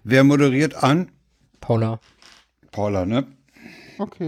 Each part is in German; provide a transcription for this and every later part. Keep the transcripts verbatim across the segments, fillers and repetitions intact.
Wer moderiert an? Paula. Paula, ne? Okay.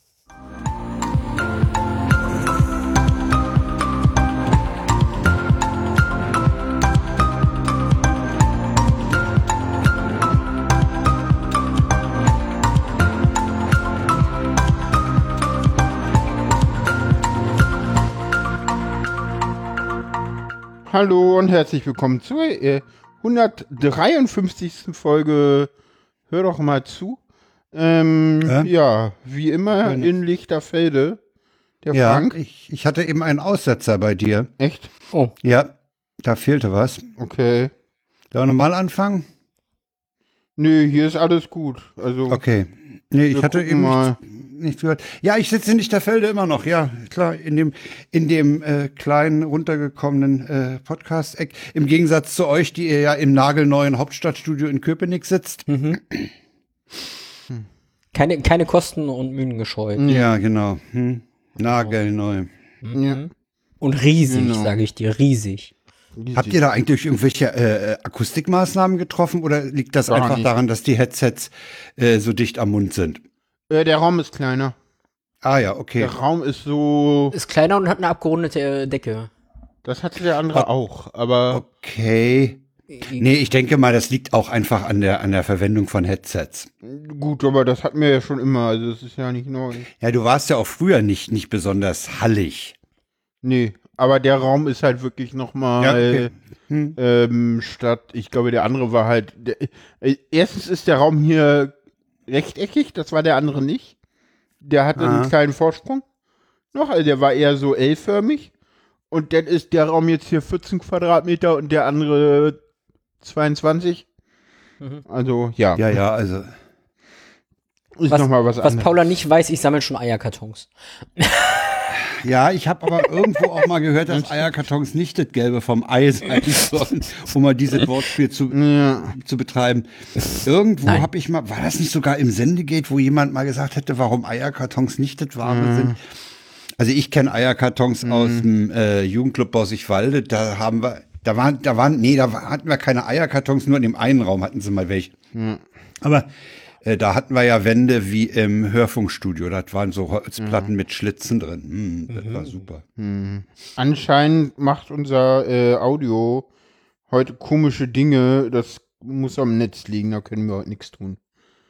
Hallo und herzlich willkommen zur äh, hundertdreiundfünfzigsten Folge Hör doch mal zu. Ähm, äh? Ja, wie immer Schöne. In Lichterfelde. Der ja, Frank. Ich, ich hatte eben einen Aussetzer bei dir. Echt? Oh. Ja, da fehlte was. Okay. Sollen wir nochmal anfangen? Nö, hier ist alles gut. Also, okay. Nee, ich hatte eben mal. Nichts, nichts gehört. Ja, ich sitze in Lichterfelde immer noch, ja, klar, in dem, in dem äh, kleinen, runtergekommenen äh, Podcast-Eck. Im Gegensatz zu euch, die ihr ja im nagelneuen Hauptstadtstudio in Köpenick sitzt. Mhm. Keine, keine Kosten und Mühen gescheut. Ja, genau. Hm. Nagelneu. Mhm. Ja. Und riesig, genau. Sage ich dir, riesig. Habt ihr da eigentlich irgendwelche äh, Akustikmaßnahmen getroffen oder liegt das Gar einfach nicht. daran, dass die Headsets äh, so dicht am Mund sind? Äh, der Raum ist kleiner. Ah ja, okay. Der Raum ist so... Ist kleiner und hat eine abgerundete äh, Decke. Das hatte der andere oh. auch, aber... Okay. Nee, ich denke mal, das liegt auch einfach an der, an der Verwendung von Headsets. Gut, aber das hatten wir ja schon immer, also das ist ja nicht neu. Ja, du warst ja auch früher nicht, nicht besonders hallig. Nee, aber der Raum ist halt wirklich nochmal ja, okay. hm. ähm, statt, ich glaube, der andere war halt, der, äh, erstens ist der Raum hier rechteckig, das war der andere nicht. Der hatte ah. einen kleinen Vorsprung noch, also der war eher so L-förmig. Und dann ist der Raum jetzt hier vierzehn Quadratmeter und der andere zweiundzwanzig. Mhm. Also, ja. Ja, ja, also. Ist was, noch mal was, was Paula nicht weiß, ich sammle schon Eierkartons. Ja, ich habe aber irgendwo auch mal gehört, dass Eierkartons nicht das Gelbe vom Ei sein sollen, um mal dieses Wortspiel zu, ja. zu betreiben. Irgendwo habe ich mal, war das nicht sogar im Sendegate, wo jemand mal gesagt hätte, warum Eierkartons nicht das Wahre mhm. sind? Also ich kenne Eierkartons mhm. aus dem äh, Jugendclub Borsigwalde, da haben wir, da waren, da waren, nee, da hatten wir keine Eierkartons, nur in dem einen Raum hatten sie mal welche. Mhm. Aber äh, da hatten wir ja Wände wie im Hörfunkstudio, das waren so Holzplatten mhm. mit Schlitzen drin. Mhm, das mhm. war super. Mhm. Anscheinend macht unser äh, Audio heute komische Dinge, das muss am Netz liegen, da können wir heute nichts tun.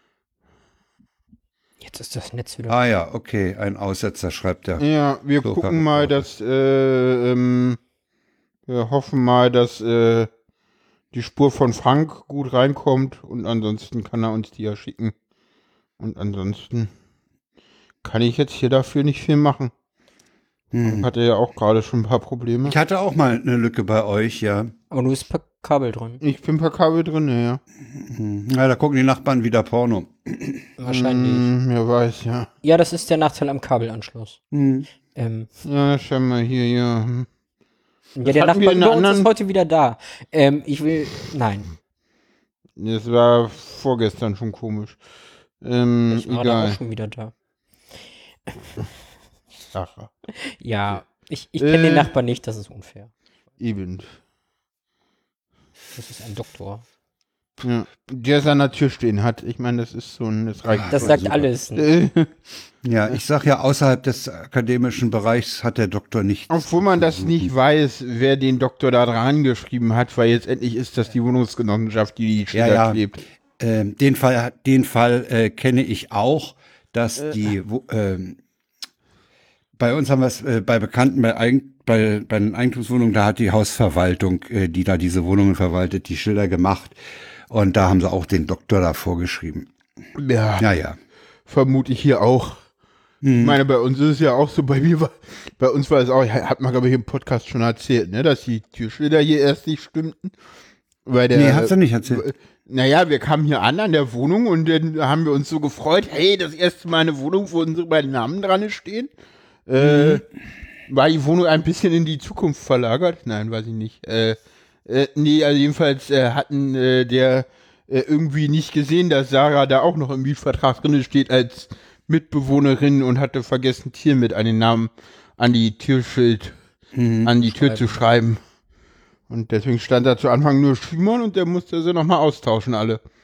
Jetzt ist das Netz wieder. Ah ja, okay, ein Aussetzer, schreibt der. Ja, wir so gucken mal, dass, äh, ähm, wir hoffen mal, dass äh, die Spur von Frank gut reinkommt und ansonsten kann er uns die ja schicken. Und ansonsten kann ich jetzt hier dafür nicht viel machen. Hm. Hatte ja auch gerade schon ein paar Probleme. Ich hatte auch mal eine Lücke bei euch, ja. Aber du bist per Kabel drin. Ich bin per Kabel drin, ja. Ja, da gucken die Nachbarn wieder Porno. Wahrscheinlich. Hm, wer weiß, ja. Ja, das ist der Nachteil am Kabelanschluss. Hm. Ähm. Ja, scheinbar hier, ja. Hm. Ja, der Nachbar bei uns ist heute wieder da. Ähm, ich will, nein. Das war vorgestern schon komisch. Ähm, ich war egal. auch schon wieder da. Ach. Ja, ich, ich kenne äh, den Nachbarn nicht, das ist unfair. Eben. Das ist ein Doktor. Ja, der es an der Tür stehen hat. Ich meine, das ist so ein, das reicht. Das sagt super. Alles. Ne? Ja, ich sag ja, außerhalb des akademischen Bereichs hat der Doktor nichts. Obwohl man das nicht weiß, wer den Doktor da dran geschrieben hat, weil jetzt endlich ist das die Wohnungsgenossenschaft, die die Schilder ja, ja. klebt. Ähm, den Fall, den Fall äh, kenne ich auch, dass äh. die wo, ähm, bei uns haben wir es äh, bei Bekannten, bei, Eigen, bei, bei den Eigentumswohnungen, da hat die Hausverwaltung, äh, die da diese Wohnungen verwaltet, die Schilder gemacht. Und da haben sie auch den Doktor da vorgeschrieben. Ja, naja. Vermute ich hier auch. Hm. Ich meine, bei uns ist es ja auch so, bei mir war, bei uns war es auch, hat man, glaube ich, im Podcast schon erzählt, ne, dass die Türschilder hier erst nicht stimmten. Weil der, nee, hat sie nicht erzählt. Naja, wir kamen hier an, an der Wohnung und dann haben wir uns so gefreut, hey, das erste Mal eine Wohnung, wo unsere beiden Namen dran stehen. Äh, mhm. War die Wohnung ein bisschen in die Zukunft verlagert? Nein, weiß ich nicht. Äh, äh, nee, also jedenfalls äh, hatten äh, der äh, irgendwie nicht gesehen, dass Sarah da auch noch im Mietvertrag drin steht als Mitbewohnerin und hatte vergessen, Tier mit an den Namen an die Türschild, mhm, an die Tür zu schreiben. Und deswegen stand da zu Anfang nur Schimon und der musste sie nochmal austauschen, alle.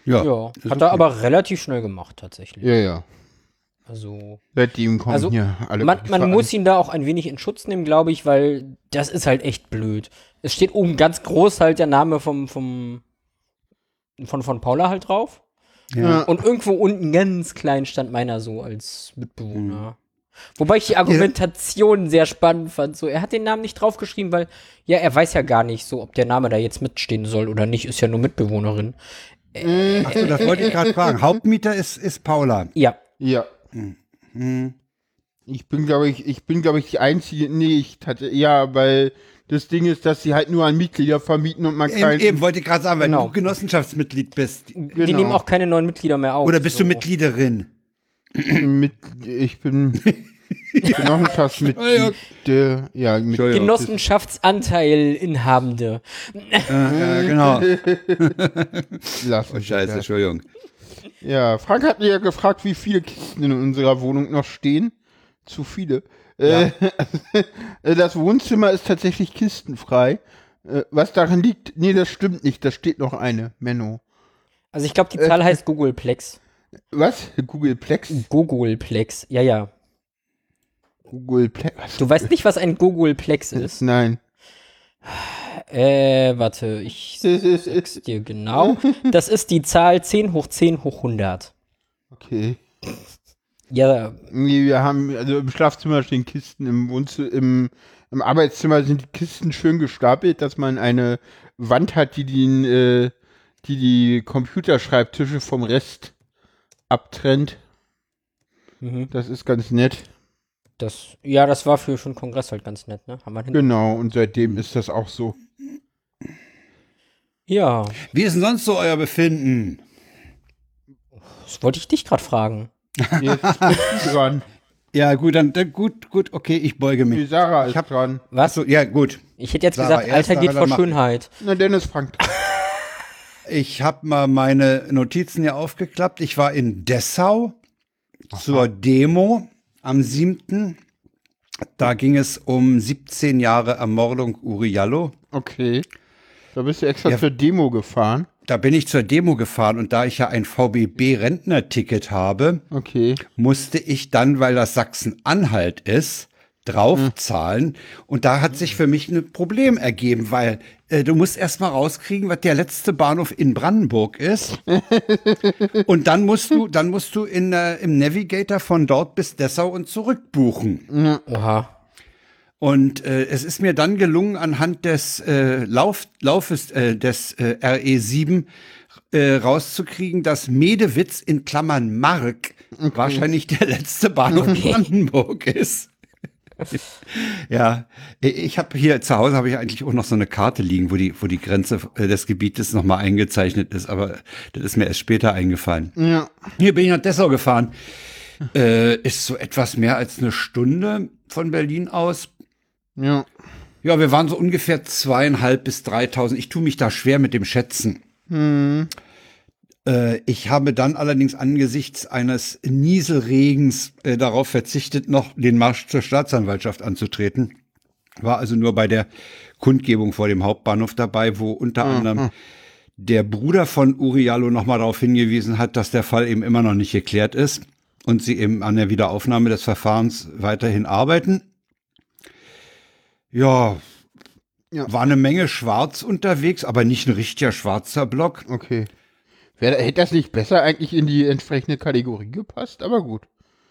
Ja, ja hat okay. er aber relativ schnell gemacht, tatsächlich. Ja, ja. Also, seitdem kommen also hier alle man, man muss ihn da auch ein wenig in Schutz nehmen, glaube ich, weil das ist halt echt blöd. Es steht oben ganz groß halt der Name vom, vom von, von Paula halt drauf. Ja. Und irgendwo unten ganz klein stand meiner so als Mitbewohner. Mhm. Wobei ich die Argumentation ja. sehr spannend fand. So, er hat den Namen nicht draufgeschrieben, weil, ja, er weiß ja gar nicht so, ob der Name da jetzt mitstehen soll oder nicht. Ist ja nur Mitbewohnerin. Achso, das wollte ich gerade fragen. Hauptmieter ist, ist Paula. Ja. Ja. Mhm. Ich bin, glaube ich, ich bin, glaube ich, die Einzige, nee, ich hatte, ja, weil das Ding ist, dass sie halt nur an Mitglieder vermieten und man kann. Eben, eben wollte ich gerade sagen, weil genau. du Genossenschaftsmitglied bist. Genau. Die nehmen auch keine neuen Mitglieder mehr auf. Oder bist so. du Mitgliederin? Mit, ich bin Genossenschaftsmitglied. Der, ja, mit Genossenschaftsanteil Inhabende. Äh, äh, genau. Lass oh, Scheiße, Entschuldigung. Ja, Frank hat mir ja gefragt, wie viele Kisten in unserer Wohnung noch stehen. Zu viele. Ja. Äh, das Wohnzimmer ist tatsächlich kistenfrei. Äh, was daran liegt, nee, das stimmt nicht. Da steht noch eine, Menno. Also ich glaube, die Zahl äh, heißt Googleplex. Was? Googleplex? Googleplex, ja, ja. Googleplex. Du weißt nicht, was ein Googleplex ist? Nein. Äh, warte, ich sag's dir genau. Das ist die Zahl zehn hoch zehn hoch hundert. Okay. Ja. Nee, wir haben, also im Schlafzimmer stehen Kisten, im Wohnzimmer, im, im Arbeitszimmer sind die Kisten schön gestapelt, dass man eine Wand hat, die die, äh, die, die Computerschreibtische vom Rest abtrennt. Mhm. Das ist ganz nett. Das, ja, das war für schon Kongress halt ganz nett, ne? Haben wir genau, und seitdem ist das auch so. Ja. Wie ist denn sonst so euer Befinden? Das wollte ich dich gerade fragen. Jetzt bist du dran. Ja, gut, dann, dann gut, gut, okay, ich beuge mich. Die Sarah ist ich hab, dran. Was? So, ja, gut. Ich hätte jetzt Sarah gesagt, Alter geht vor Schönheit. Na, Dennis Frank. Ich habe mal meine Notizen hier aufgeklappt. Ich war in Dessau Aha. zur Demo am siebten Da ging es um siebzehn Jahre Ermordung Uri Jallo. Okay. Da bist du extra ja, zur Demo gefahren? Da bin ich zur Demo gefahren und da ich ja ein V B B-Rentnerticket habe, okay. musste ich dann, weil das Sachsen-Anhalt ist, draufzahlen. Hm. Und da hat sich für mich ein Problem ergeben, weil äh, du musst erst mal rauskriegen, was der letzte Bahnhof in Brandenburg ist. Und dann musst du, dann musst du in, äh, im Navigator von dort bis Dessau und zurück buchen. Aha. Und äh, es ist mir dann gelungen, anhand des äh, Lauf, Laufes äh, des äh, R E sieben äh, rauszukriegen, dass Medewitz in Klammern Mark okay. wahrscheinlich der letzte Bahnhof in Brandenburg ist. Ja, ich habe hier zu Hause habe ich eigentlich auch noch so eine Karte liegen, wo die, wo die Grenze des Gebietes nochmal eingezeichnet ist, aber das ist mir erst später eingefallen. Ja. Hier bin ich nach Dessau gefahren. Äh, ist so etwas mehr als eine Stunde von Berlin aus. Ja. Ja, wir waren so ungefähr zweieinhalb bis dreitausend. Ich tue mich da schwer mit dem Schätzen. Hm. Äh, ich habe dann allerdings angesichts eines Nieselregens äh, darauf verzichtet, noch den Marsch zur Staatsanwaltschaft anzutreten. War also nur bei der Kundgebung vor dem Hauptbahnhof dabei, wo unter mhm. anderem der Bruder von Uri Jallo nochmal darauf hingewiesen hat, dass der Fall eben immer noch nicht geklärt ist und sie eben an der Wiederaufnahme des Verfahrens weiterhin arbeiten. Ja, ja, war eine Menge schwarz unterwegs, aber nicht ein richtiger schwarzer Block. Okay. Wär, hätte das nicht besser eigentlich in die entsprechende Kategorie gepasst, aber gut.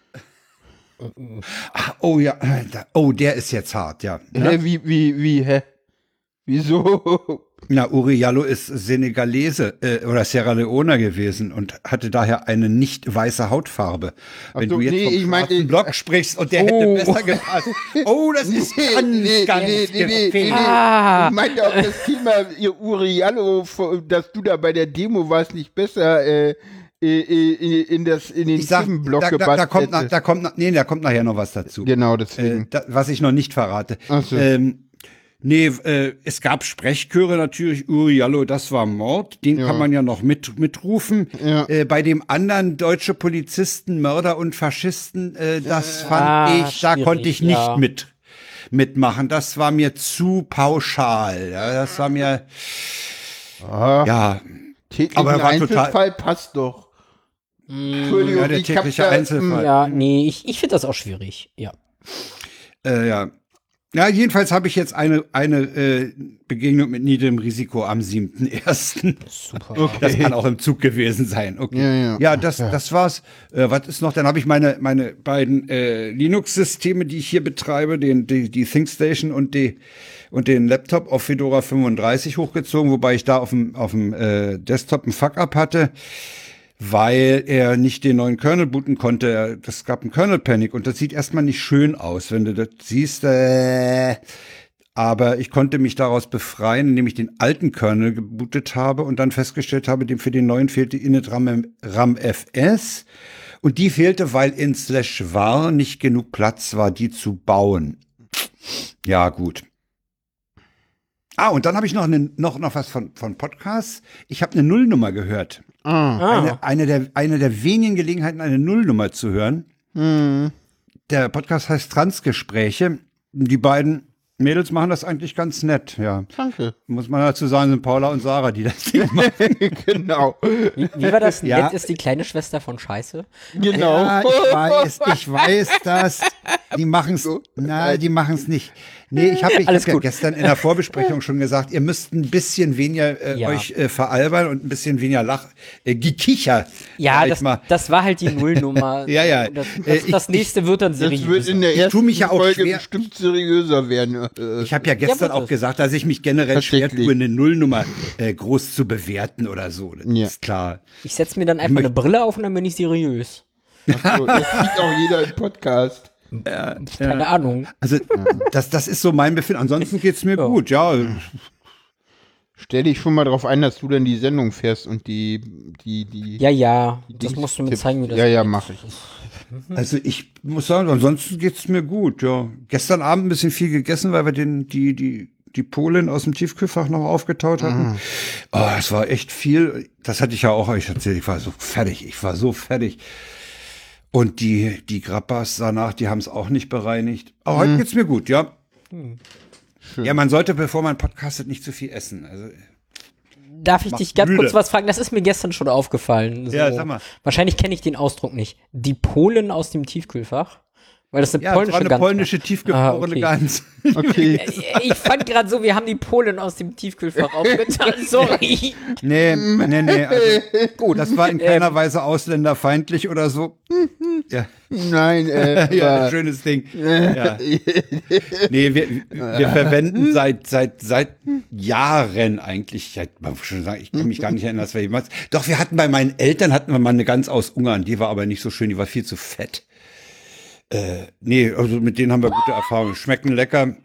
Ach, oh ja, oh, der ist jetzt hart, ja. Hä, ne? wie, wie, wie, hä? Wieso? Na, Uri Jallo ist Senegalese äh, oder Sierra Leone gewesen und hatte daher eine nicht weiße Hautfarbe. Wenn so, du jetzt nee, vom ich mein, schwarzen Block sprichst und der oh. hätte besser gepasst. Oh, das ist nee, ganz, nee, ganz nee, nee, nee, nee, ah. Ich meinte auch das Thema, ihr Uri Jallo, dass du da bei der Demo warst, nicht besser äh, in, das, in den Themenblock da, da, da kommt nach, da kommt nach, nee, da kommt nachher noch was dazu. Genau, deswegen. Äh, da, was ich noch nicht verrate. Ach so. Ähm, Nee, äh, es gab Sprechchöre natürlich, Uri Jallo, das war Mord, den ja. kann man ja noch mit mitrufen. Ja. Äh, bei dem anderen deutsche Polizisten, Mörder und Faschisten, äh, das fand ah, ich, da konnte ich nicht ja. mit mitmachen. Das war mir zu pauschal. Ja, das war mir, Aha. ja. Täglichen Aber er war Einzelfall passt doch. Entschuldigung, Ja, der ich hab tägliche da, Einzelfall. Ja, nee, ich, ich finde das auch schwierig. Ja. Äh, ja. Ja, jedenfalls habe ich jetzt eine, eine äh, Begegnung mit niedrigem Risiko am siebten ersten Super. Okay. Das kann auch im Zug gewesen sein. Okay. Ja, ja. Ja, das, das war's. Äh, was ist noch? Dann habe ich meine, meine beiden äh, Linux-Systeme, die ich hier betreibe, den, die, die ThinkStation und die und den Laptop auf Fedora fünfunddreißig hochgezogen, wobei ich da auf dem, auf dem äh, Desktop ein Fuck-up hatte, weil er nicht den neuen Kernel booten konnte. Das gab einen Kernel-Panic und das sieht erstmal nicht schön aus, wenn du das siehst. Äh, aber ich konnte mich daraus befreien, indem ich den alten Kernel gebootet habe und dann festgestellt habe, dem für den neuen fehlte init RAM, RAM F S. Und die fehlte, weil in slash var nicht genug Platz war, die zu bauen. Ja, gut. Ah, und dann habe ich noch, eine, noch, noch was von, von Podcasts. Ich habe eine Nullnummer gehört. Ah. Ah. Eine, eine, der, eine der wenigen Gelegenheiten, eine Nullnummer zu hören. Hm. Der Podcast heißt Transgespräche. Die beiden Mädels machen das eigentlich ganz nett, ja. Danke. Muss man dazu sagen, sind Paula und Sarah, die das Ding machen. Genau. Wie, wie war das? Ja. Nett ist die kleine Schwester von Scheiße. Genau. Ja, ich weiß, ich weiß das. Die machen's, nein, die machen's nicht. Nee, ich habe ich Alles hab ja gut. gestern in der Vorbesprechung schon gesagt, ihr müsst ein bisschen weniger äh, Ja. euch äh, veralbern und ein bisschen weniger Lach, äh, Gekicher. Ja, sag ich das, mal. das war halt die Nullnummer. Ja, ja. Das, Äh, das, ich- das nächste wird dann Das wird seriös. in der Ich tu ersten mich ja auch Folge schwer- bestimmt seriöser werden. Äh, Ich habe ja gestern wird auch es. gesagt, dass ich mich generell schwer Tatsächlich. tue, eine Nullnummer äh, groß zu bewerten oder so. Das Ja. ist klar. Ich setze mir dann einfach eine Brille auf und dann bin ich seriös. so, das sieht auch jeder im Podcast. Keine Ahnung. Also das, das ist so mein Befinden. Ansonsten geht's mir gut, ja. Stell dich schon mal drauf ein, dass du dann die Sendung fährst und die, die, die. Ja, ja. Das Dings musst du mir tippst. zeigen, wie das Ja, ja, geht. mach ich. Also ich muss sagen, ansonsten geht's mir gut, ja. Gestern Abend ein bisschen viel gegessen, weil wir den, die, die, die Polin aus dem Tiefkühlfach noch aufgetaut hatten. Oh, es war echt viel. Das hatte ich ja auch euch erzählt. Ich war so fertig. Ich war so fertig. Und die, die Grappas danach, die haben es auch nicht bereinigt. Aber heute geht's mir gut, ja. Ja, man sollte, bevor man podcastet, nicht zu viel essen. Also, Darf ich Macht dich ganz müde. kurz was fragen? Das ist mir gestern schon aufgefallen. So. Ja, sag mal. Wahrscheinlich kenne ich den Ausdruck nicht. Die Polen aus dem Tiefkühlfach? Weil das eine ja, polnische das war eine Gans war. polnische tiefgefrorene Ah, okay. Gans. Okay. Ich fand gerade so, wir haben die Polen aus dem Tiefkühlfach aufgetan. Sorry. Nee, nee, nee. Also, gut, das war in keiner Weise ausländerfeindlich oder so. Ja, Nein, äh, ja aber- schönes Ding. Ja. Nee, wir, wir verwenden seit, seit, seit Jahren eigentlich, ja, man muss schon sagen, ich kann mich gar nicht erinnern, dass wir jemals, doch, wir hatten bei meinen Eltern hatten wir mal eine Gans aus Ungarn, die war aber nicht so schön, die war viel zu fett. Äh, nee, also mit denen haben wir gute Erfahrungen. Schmecken lecker.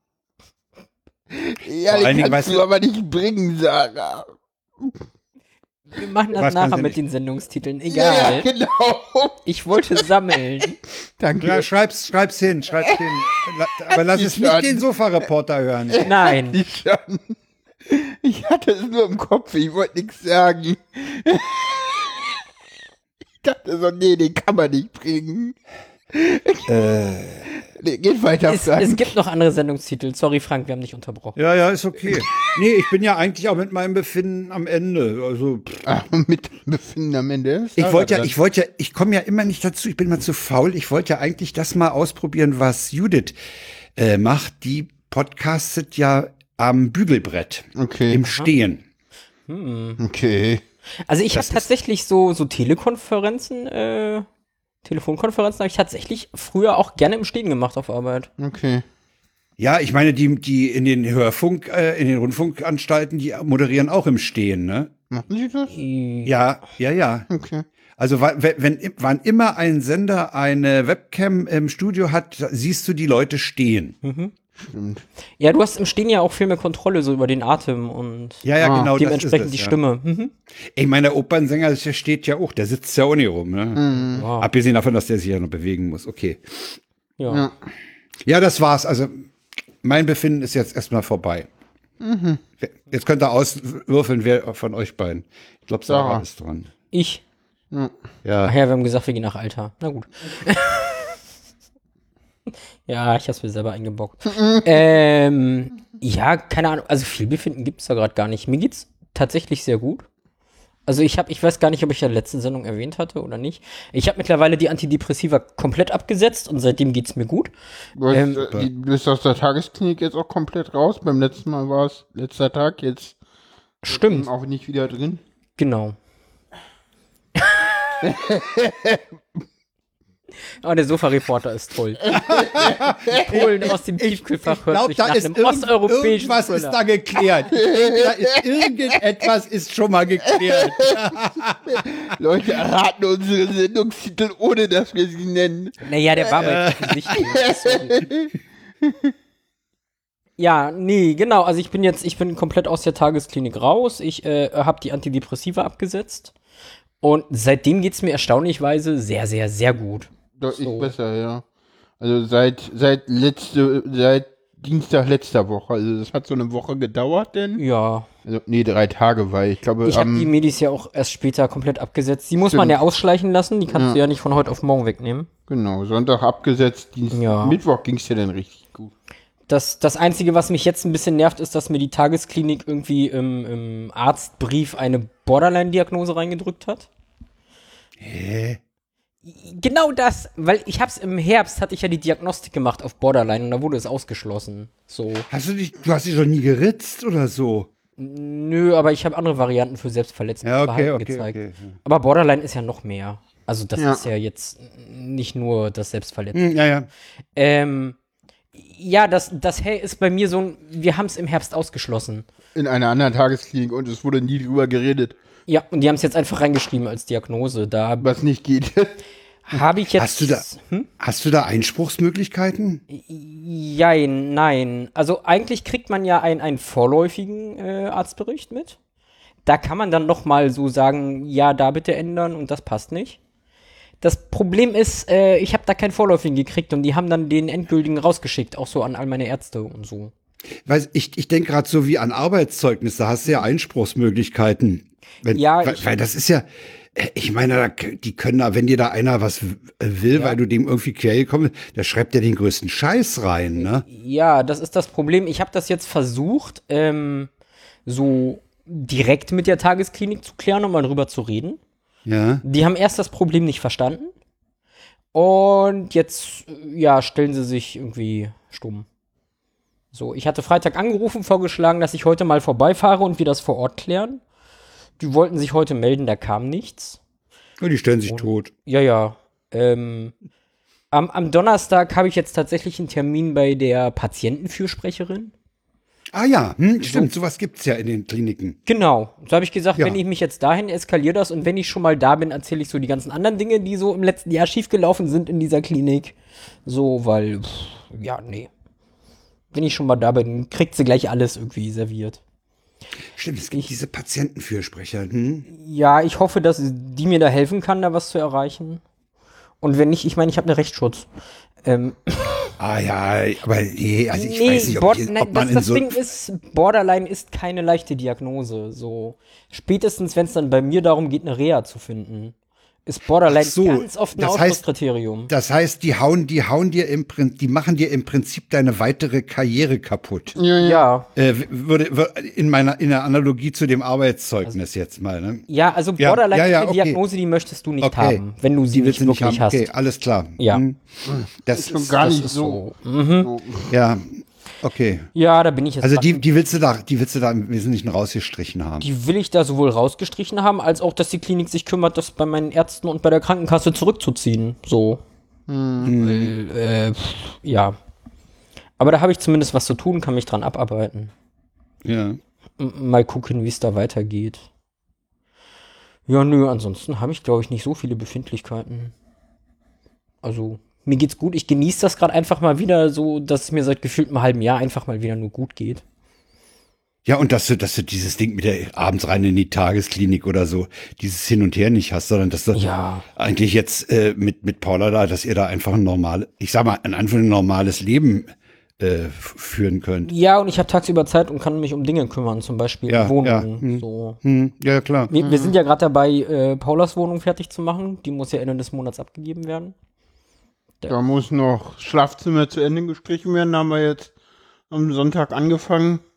ja, Vor allen den Dingen, kannst weißt du du- aber nicht bringen, Sarah. Wir machen das Was kann nachher sie mit nicht? den Sendungstiteln. Ja, Egal. genau. Ich wollte sammeln. Danke. Ja, schreib's, schreib's hin, schreib's hin. La- Aber lass es nicht schon. den Sofa-Reporter hören. Nein. Ich schon. Ich hatte es nur im Kopf, ich wollte nichts sagen. Ich dachte so, nee, den kann man nicht bringen. Nee, geht weiter, Es, Frank. es gibt noch andere Sendungstitel. Sorry, Frank, wir haben dich unterbrochen. Ja, ja, ist okay. Nee, ich bin ja eigentlich auch mit meinem Befinden am Ende. Also, pff. Ah, mit Befinden am Ende. ich wollte ja, ich wollte ja, ich komme ja immer nicht dazu, ich bin mal zu faul. Ich wollte ja eigentlich das mal ausprobieren, was Judith äh, macht. Die podcastet ja am Bügelbrett. Okay. Im Stehen. Okay. Also ich habe tatsächlich so, so Telekonferenzen, äh, Telefonkonferenzen habe ich tatsächlich früher auch gerne im Stehen gemacht auf Arbeit. Okay. Ja, ich meine, die, die in den Hörfunk, äh, in den Rundfunkanstalten, die moderieren auch im Stehen, ne? Machen Sie das? Ja, ja, ja. Okay. Also wa- wenn, wenn, wann immer ein Sender eine Webcam im Studio hat, siehst du die Leute stehen. Stimmt. Ja, du hast im Stehen ja auch viel mehr Kontrolle so über den Atem und Ja, ja, Ah, genau. dementsprechend das die ist es, Stimme. Mhm. Ja. Ich meine, der Opernsänger, der steht ja auch, der sitzt ja auch nicht rum. Ne? Wow. Abgesehen davon, dass der sich ja noch bewegen muss. Okay. Ja. Ja. Ja, das war's. Also mein Befinden ist jetzt erstmal vorbei. Jetzt könnt ihr auswürfeln, wer von euch beiden. Ich glaube, Sarah Sarah. ist dran. Ich. Ja. Ach ja, wir haben gesagt, wir gehen nach Alter. Na gut. Ja, ich hab's mir selber eingebockt. ähm, ja, keine Ahnung. Also viel Befinden gibt's da gerade gar nicht. Mir geht's tatsächlich sehr gut. Also ich habe, ich weiß gar nicht, ob ich ja in der letzten Sendung erwähnt hatte oder nicht. Ich habe mittlerweile die Antidepressiva komplett abgesetzt und seitdem geht's mir gut. Du, hast, Ähm, äh, du bist aus der Tagesklinik jetzt auch komplett raus. Beim letzten Mal war es letzter Tag, jetzt Stimmt. auch nicht wieder drin. Genau. Oh, der Sofa-Reporter ist toll. Polen aus dem Tiefkühlfach hört glaub, sich da nach ist einem irgend- osteuropäischen Irgendwas Thriller. ist da geklärt. Da ist irgendetwas ist schon mal geklärt. Leute erraten unsere Sendungstitel, ohne dass wir sie nennen. Naja, der war aber jetzt offensichtlich. Sorry. Ja, nee, genau. Also ich bin jetzt, ich bin komplett aus der Tagesklinik raus. Ich äh, habe die Antidepressiva abgesetzt. Und seitdem geht's mir erstaunlichweise sehr, sehr, sehr gut. Deutlich So. besser, ja. Also seit, seit letzte, seit Dienstag letzter Woche. Also das hat so eine Woche gedauert, denn? Ja. Also, nee, drei Tage, weil ich glaube, Ich habe am- die Medis ja auch erst später komplett abgesetzt. Die muss Stimmt. man ja ausschleichen lassen. Die kannst Ja. du ja nicht von heute auf morgen wegnehmen. genau, Sonntag abgesetzt, Dienstag, Ja. Mittwoch ging es dir dann richtig gut. Das, das Einzige, was mich jetzt ein bisschen nervt, ist, dass mir die Tagesklinik irgendwie im, im Arztbrief eine Borderline-Diagnose reingedrückt hat. Hä? Genau das, weil ich hab's im Herbst, hatte ich ja die Diagnostik gemacht auf Borderline und da wurde es ausgeschlossen. So. Hast du dich, du hast dich doch nie geritzt oder so? Nö, aber ich habe andere Varianten für selbstverletzendes Ja, okay, Verhalten okay, gezeigt. okay. Aber Borderline ist ja noch mehr. Also das Ja. ist ja jetzt nicht nur das Selbstverletzen. Hm, ja, ja. Ähm, ja, das, das hey, ist bei mir so ein, wir haben es im Herbst ausgeschlossen. In einer anderen Tagesklinik und es wurde nie drüber geredet, Ja, und die haben es jetzt einfach reingeschrieben als Diagnose. Da was nicht geht. habe ich jetzt. Hast du da, Hm? hast du da Einspruchsmöglichkeiten? Jein, nein. Also eigentlich kriegt man ja einen, einen vorläufigen äh, Arztbericht mit. Da kann man dann noch mal so sagen, ja, da bitte ändern und das passt nicht. Das Problem ist, äh, ich habe da keinen vorläufigen gekriegt und die haben dann den endgültigen rausgeschickt, auch so an all meine Ärzte und so. Weiß, ich ich denke gerade so wie an Arbeitszeugnis, da hast du ja Einspruchsmöglichkeiten. Wenn, Ja, weil, ich- weil das ist ja, äh, ich meine, da, k- die können da, wenn dir da einer was w- will, Ja. weil du dem irgendwie quer kommst, der schreibt ja den größten Scheiß rein, ne? Ja, das ist das Problem. Ich habe das jetzt versucht, ähm, so direkt mit der Tagesklinik zu klären, um mal drüber zu reden. Ja. Die haben erst das Problem nicht verstanden. Und jetzt, äh, ja, stellen sie sich irgendwie stumm. So, ich hatte Freitag angerufen, vorgeschlagen, dass ich heute mal vorbeifahre und wir das vor Ort klären. Die wollten sich heute melden, da kam nichts. Und die stellen sich tot. Ja, ja. Ähm, am, am Donnerstag habe ich jetzt tatsächlich einen Termin bei der Patientenfürsprecherin. Ah ja, hm, stimmt, sowas gibt's ja in den Kliniken. Genau. So habe ich gesagt, Ja. wenn ich mich jetzt dahin eskaliere das und wenn ich schon mal da bin, erzähle ich so die ganzen anderen Dinge, die so im letzten Jahr schiefgelaufen sind in dieser Klinik. So, weil, pff, ja, nee. Wenn ich schon mal da bin, kriegt sie gleich alles irgendwie serviert. Stimmt, es gibt diese Patientenfürsprecher. Hm? Ja, ich hoffe, dass die mir da helfen kann, da was zu erreichen. Und wenn nicht, ich meine, ich habe einen Rechtsschutz. Ähm, Ah ja, aber nee, also ich nee, weiß nicht, ob, Bord- die, nein, ob man das, in das so... Ding ist, Borderline ist keine leichte Diagnose. So spätestens, wenn es dann bei mir darum geht, eine Reha zu finden, ist Borderline Ach so, ganz oft ein das heißt- Ausschlusskriterium. Das heißt, die hauen, die hauen dir im Prinzip, die machen dir im Prinzip deine weitere Karriere kaputt. Ja, ja. Ja, Äh, würde, würde in meiner in der Analogie zu dem Arbeitszeugnis jetzt mal, ne? ja, also Ja, Borderline ja, ja, ist eine okay. Diagnose, die möchtest du nicht Okay. haben, wenn du sie Die nicht willst du nicht wirklich haben. hast. Okay, alles klar. Ja. Hm. Das Ist schon ist, gar das nicht ist so. so. Mhm. so. ja, okay. Ja, da bin ich jetzt. Also dran. die, die willst du da, die willst du da im Wesentlichen rausgestrichen haben. Die will ich da sowohl rausgestrichen haben, als auch, dass die Klinik sich kümmert, das bei meinen Ärzten und bei der Krankenkasse zurückzuziehen. So. Weil, äh, pff, ja. Aber da habe ich zumindest was zu tun, kann mich dran abarbeiten. Ja. M mal gucken, wie es da weitergeht. Ja, nö, ansonsten habe ich, glaube ich, nicht so viele Befindlichkeiten. Also, mir geht's gut. Ich genieße das gerade einfach mal wieder so, dass es mir seit gefühlt einem halben Jahr einfach mal wieder nur gut geht. Ja, und dass du, dass du dieses Ding mit der abends rein in die Tagesklinik oder so, dieses Hin und Her nicht hast, sondern dass du Ja. eigentlich jetzt äh, mit, mit Paula da, dass ihr da einfach ein normal, ich sag mal, ein einfach ein normales Leben äh, f- führen könnt. Ja, und ich habe tagsüber Zeit und kann mich um Dinge kümmern, zum Beispiel Ja, Wohnungen. ja, hm. So. Hm, ja, klar. Wir, wir sind ja gerade dabei, äh, Paulas Wohnung fertig zu machen. Die muss ja Ende des Monats abgegeben werden. Da muss noch Schlafzimmer zu Ende gestrichen werden. Da haben wir jetzt am Sonntag angefangen.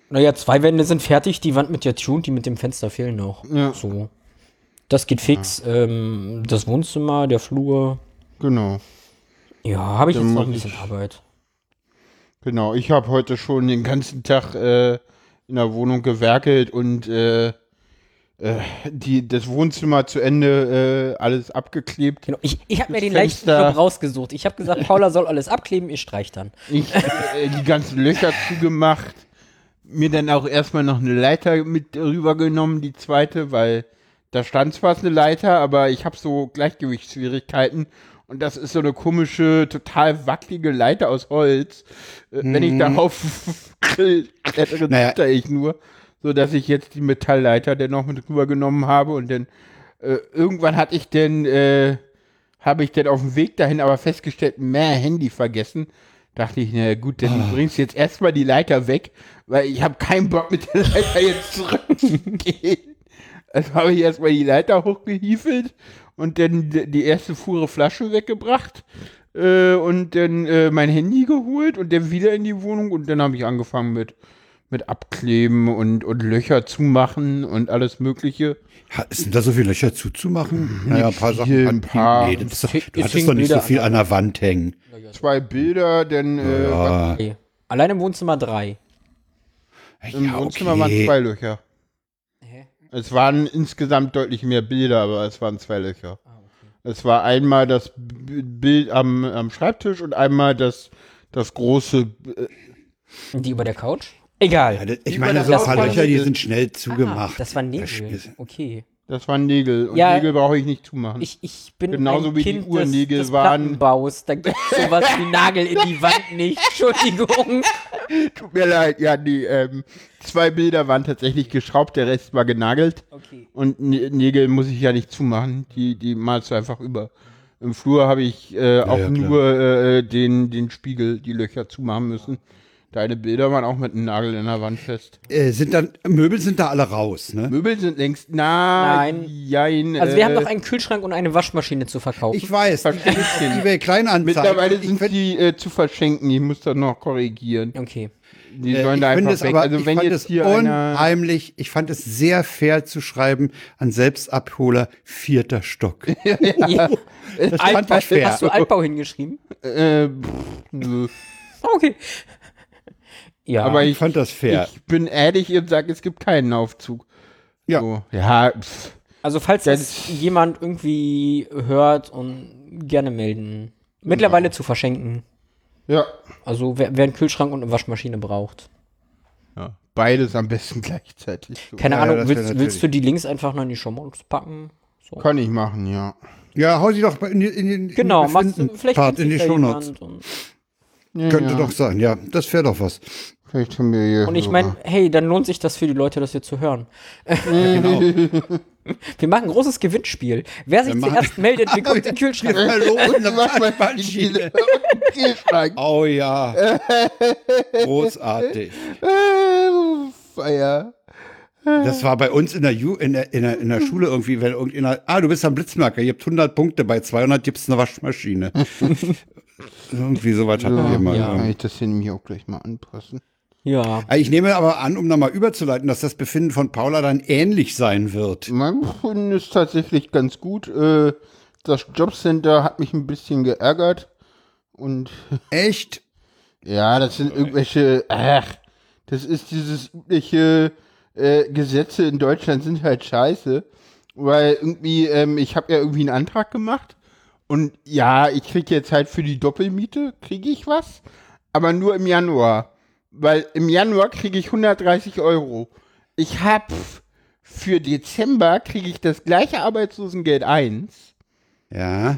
Naja, zwei Wände sind fertig, die Wand mit der Tune, die mit dem Fenster fehlen noch. Ja. So. Das geht fix. Ja. Ähm, das Wohnzimmer, der Flur. Genau. Ja, habe ich Dann jetzt noch ein muss bisschen ich- Arbeit. Genau, ich habe heute schon den ganzen Tag äh, in der Wohnung gewerkelt und äh, äh, die, das Wohnzimmer zu Ende äh, alles abgeklebt. Genau. Ich, ich habe mir Das den leichten Fenster- Job rausgesucht. Ich habe gesagt, Paula soll alles abkleben, ich streich dann. Ich äh, die ganzen Löcher zugemacht. Mir dann auch erstmal noch eine Leiter mit rübergenommen, die zweite, weil da stand zwar eine Leiter, aber ich habe so Gleichgewichtsschwierigkeiten. Und das ist so eine komische, total wackelige Leiter aus Holz. Äh, Wenn ich darauf klettere, Naja. zitter ich nur. So dass ich jetzt die Metallleiter dann noch mit rübergenommen habe. Und dann äh, irgendwann hatte ich dann, äh, habe ich dann auf dem Weg dahin aber festgestellt, mehr Handy vergessen. Dachte ich, na gut, dann Ah. bringst du jetzt erstmal die Leiter weg, weil ich habe keinen Bock mit der Leiter jetzt zurückzugehen. Also habe ich erstmal die Leiter hochgehiefelt und dann d- die erste Fuhre Flasche weggebracht äh, und dann äh, mein Handy geholt und dann wieder in die Wohnung und dann habe ich angefangen mit, mit Abkleben und, und Löcher zumachen und alles Mögliche. Ha- Sind da so viele Löcher zuzumachen? Naja, ein paar viel, Sachen. ein paar. Nee, das ist doch, Es du hattest hingen doch nicht so Bilder viel an. an der Wand hängen. Zwei Bilder, dann äh, Ja, Okay. Allein im Wohnzimmer drei. im ja, Wohnzimmer waren okay. zwei Löcher. Hä? Es waren insgesamt deutlich mehr Bilder, aber es waren zwei Löcher. Ah, okay. Es war einmal das B- Bild am, am Schreibtisch und einmal das, das große. Äh, Und die über der Couch? Egal. Ja, das- ich Über meine, das so ein paar Laufband- Löcher, die sind schnell Ah, zugemacht. das waren Das Nägel. ist- Okay. das waren Nägel. Und Ja. Nägel brauche ich nicht zumachen. Ich, ich bin Genauso ein wie die Kind Urnägel des, des waren. Plattenbaus. Da gibt es sowas wie Nagel in die Wand nicht. Entschuldigung. Tut mir leid, ja, die ähm, zwei Bilder waren tatsächlich geschraubt, der Rest war genagelt. Okay. Und Nä- Nägel muss ich ja nicht zumachen, die, die malst du einfach über. Im Flur habe ich äh, auch ja, klar. nur äh, den, den Spiegel, die Löcher zumachen müssen. Deine Bilder waren auch mit einem Nagel in der Wand fest. Äh, sind dann, Möbel sind da alle raus, ne? Möbel sind längst, na, Nein. jein. Also wir äh, haben noch einen Kühlschrank und eine Waschmaschine zu verkaufen. Ich weiß, Verstehe. eBay Kleinanzeigen. Mittlerweile Ich sind find- die äh, zu verschenken, ich muss das noch korrigieren. Okay. Die Äh, sollen ich da finde einfach es weg. aber, Also ich wenn fand jetzt es hier einer... unheimlich, ich fand es sehr fair zu schreiben an Selbstabholer vierter Stock. Ja. Das fand ich fair. Hast du Altbau hingeschrieben? Äh, pff, nö. Okay. Ja. Aber Ich ich, fand das fair. ich bin ehrlich und sage, es gibt keinen Aufzug. Ja. So. Ja, pff. also falls Das- das jemand irgendwie hört und gerne melden. Mittlerweile zu verschenken. Ja. Also wer, wer einen Kühlschrank und eine Waschmaschine braucht. ja. Beides am besten gleichzeitig. So. Keine Ja, Ahnung, ja, das wär willst, natürlich- willst du die Links einfach noch in die Shownotes packen? So. Kann ich machen, ja. Ja, hau sie doch in, die- in den Genau, in machst den du, vielleicht Part kennt in die sich da Shownotes. jemand und, ja Könnte ja. doch sein, ja, das wäre doch was. Vielleicht haben wir hier und ich meine, hey, dann lohnt sich das für die Leute, das hier zu hören. Genau. Wir machen ein großes Gewinnspiel. Wer sich Wir machen- zuerst meldet, bekommt den Kühlschrank. Verloren eine Mach mal die Waschmaschine. Kühlschrank. Oh ja. Großartig. Äh, Feier. Das war bei uns in der, Ju in der, in der, in der Schule irgendwie, wenn irgendeiner, ah, du bist am Blitzmerker, ihr habt hundert Punkte, bei zweihundert gibt's eine Waschmaschine. Irgendwie sowas hatten wir mal. ja. Kann ich das hier nämlich auch gleich mal anpassen? Ja. Ich nehme aber an, um nochmal überzuleiten, dass das Befinden von Paula dann ähnlich sein wird. Mein Befinden ist tatsächlich ganz gut. Äh, Das Jobcenter hat mich ein bisschen geärgert. Und Echt? ja, das sind irgendwelche, ach, das ist dieses übliche, äh, Gesetze in Deutschland sind halt scheiße. Weil irgendwie, ähm, ich habe ja irgendwie einen Antrag gemacht. Und ja, ich kriege jetzt halt für die Doppelmiete, kriege ich was. Aber nur im Januar. Weil im Januar kriege ich hundertdreißig Euro. Ich habe für Dezember kriege ich das gleiche Arbeitslosengeld eins. Ja.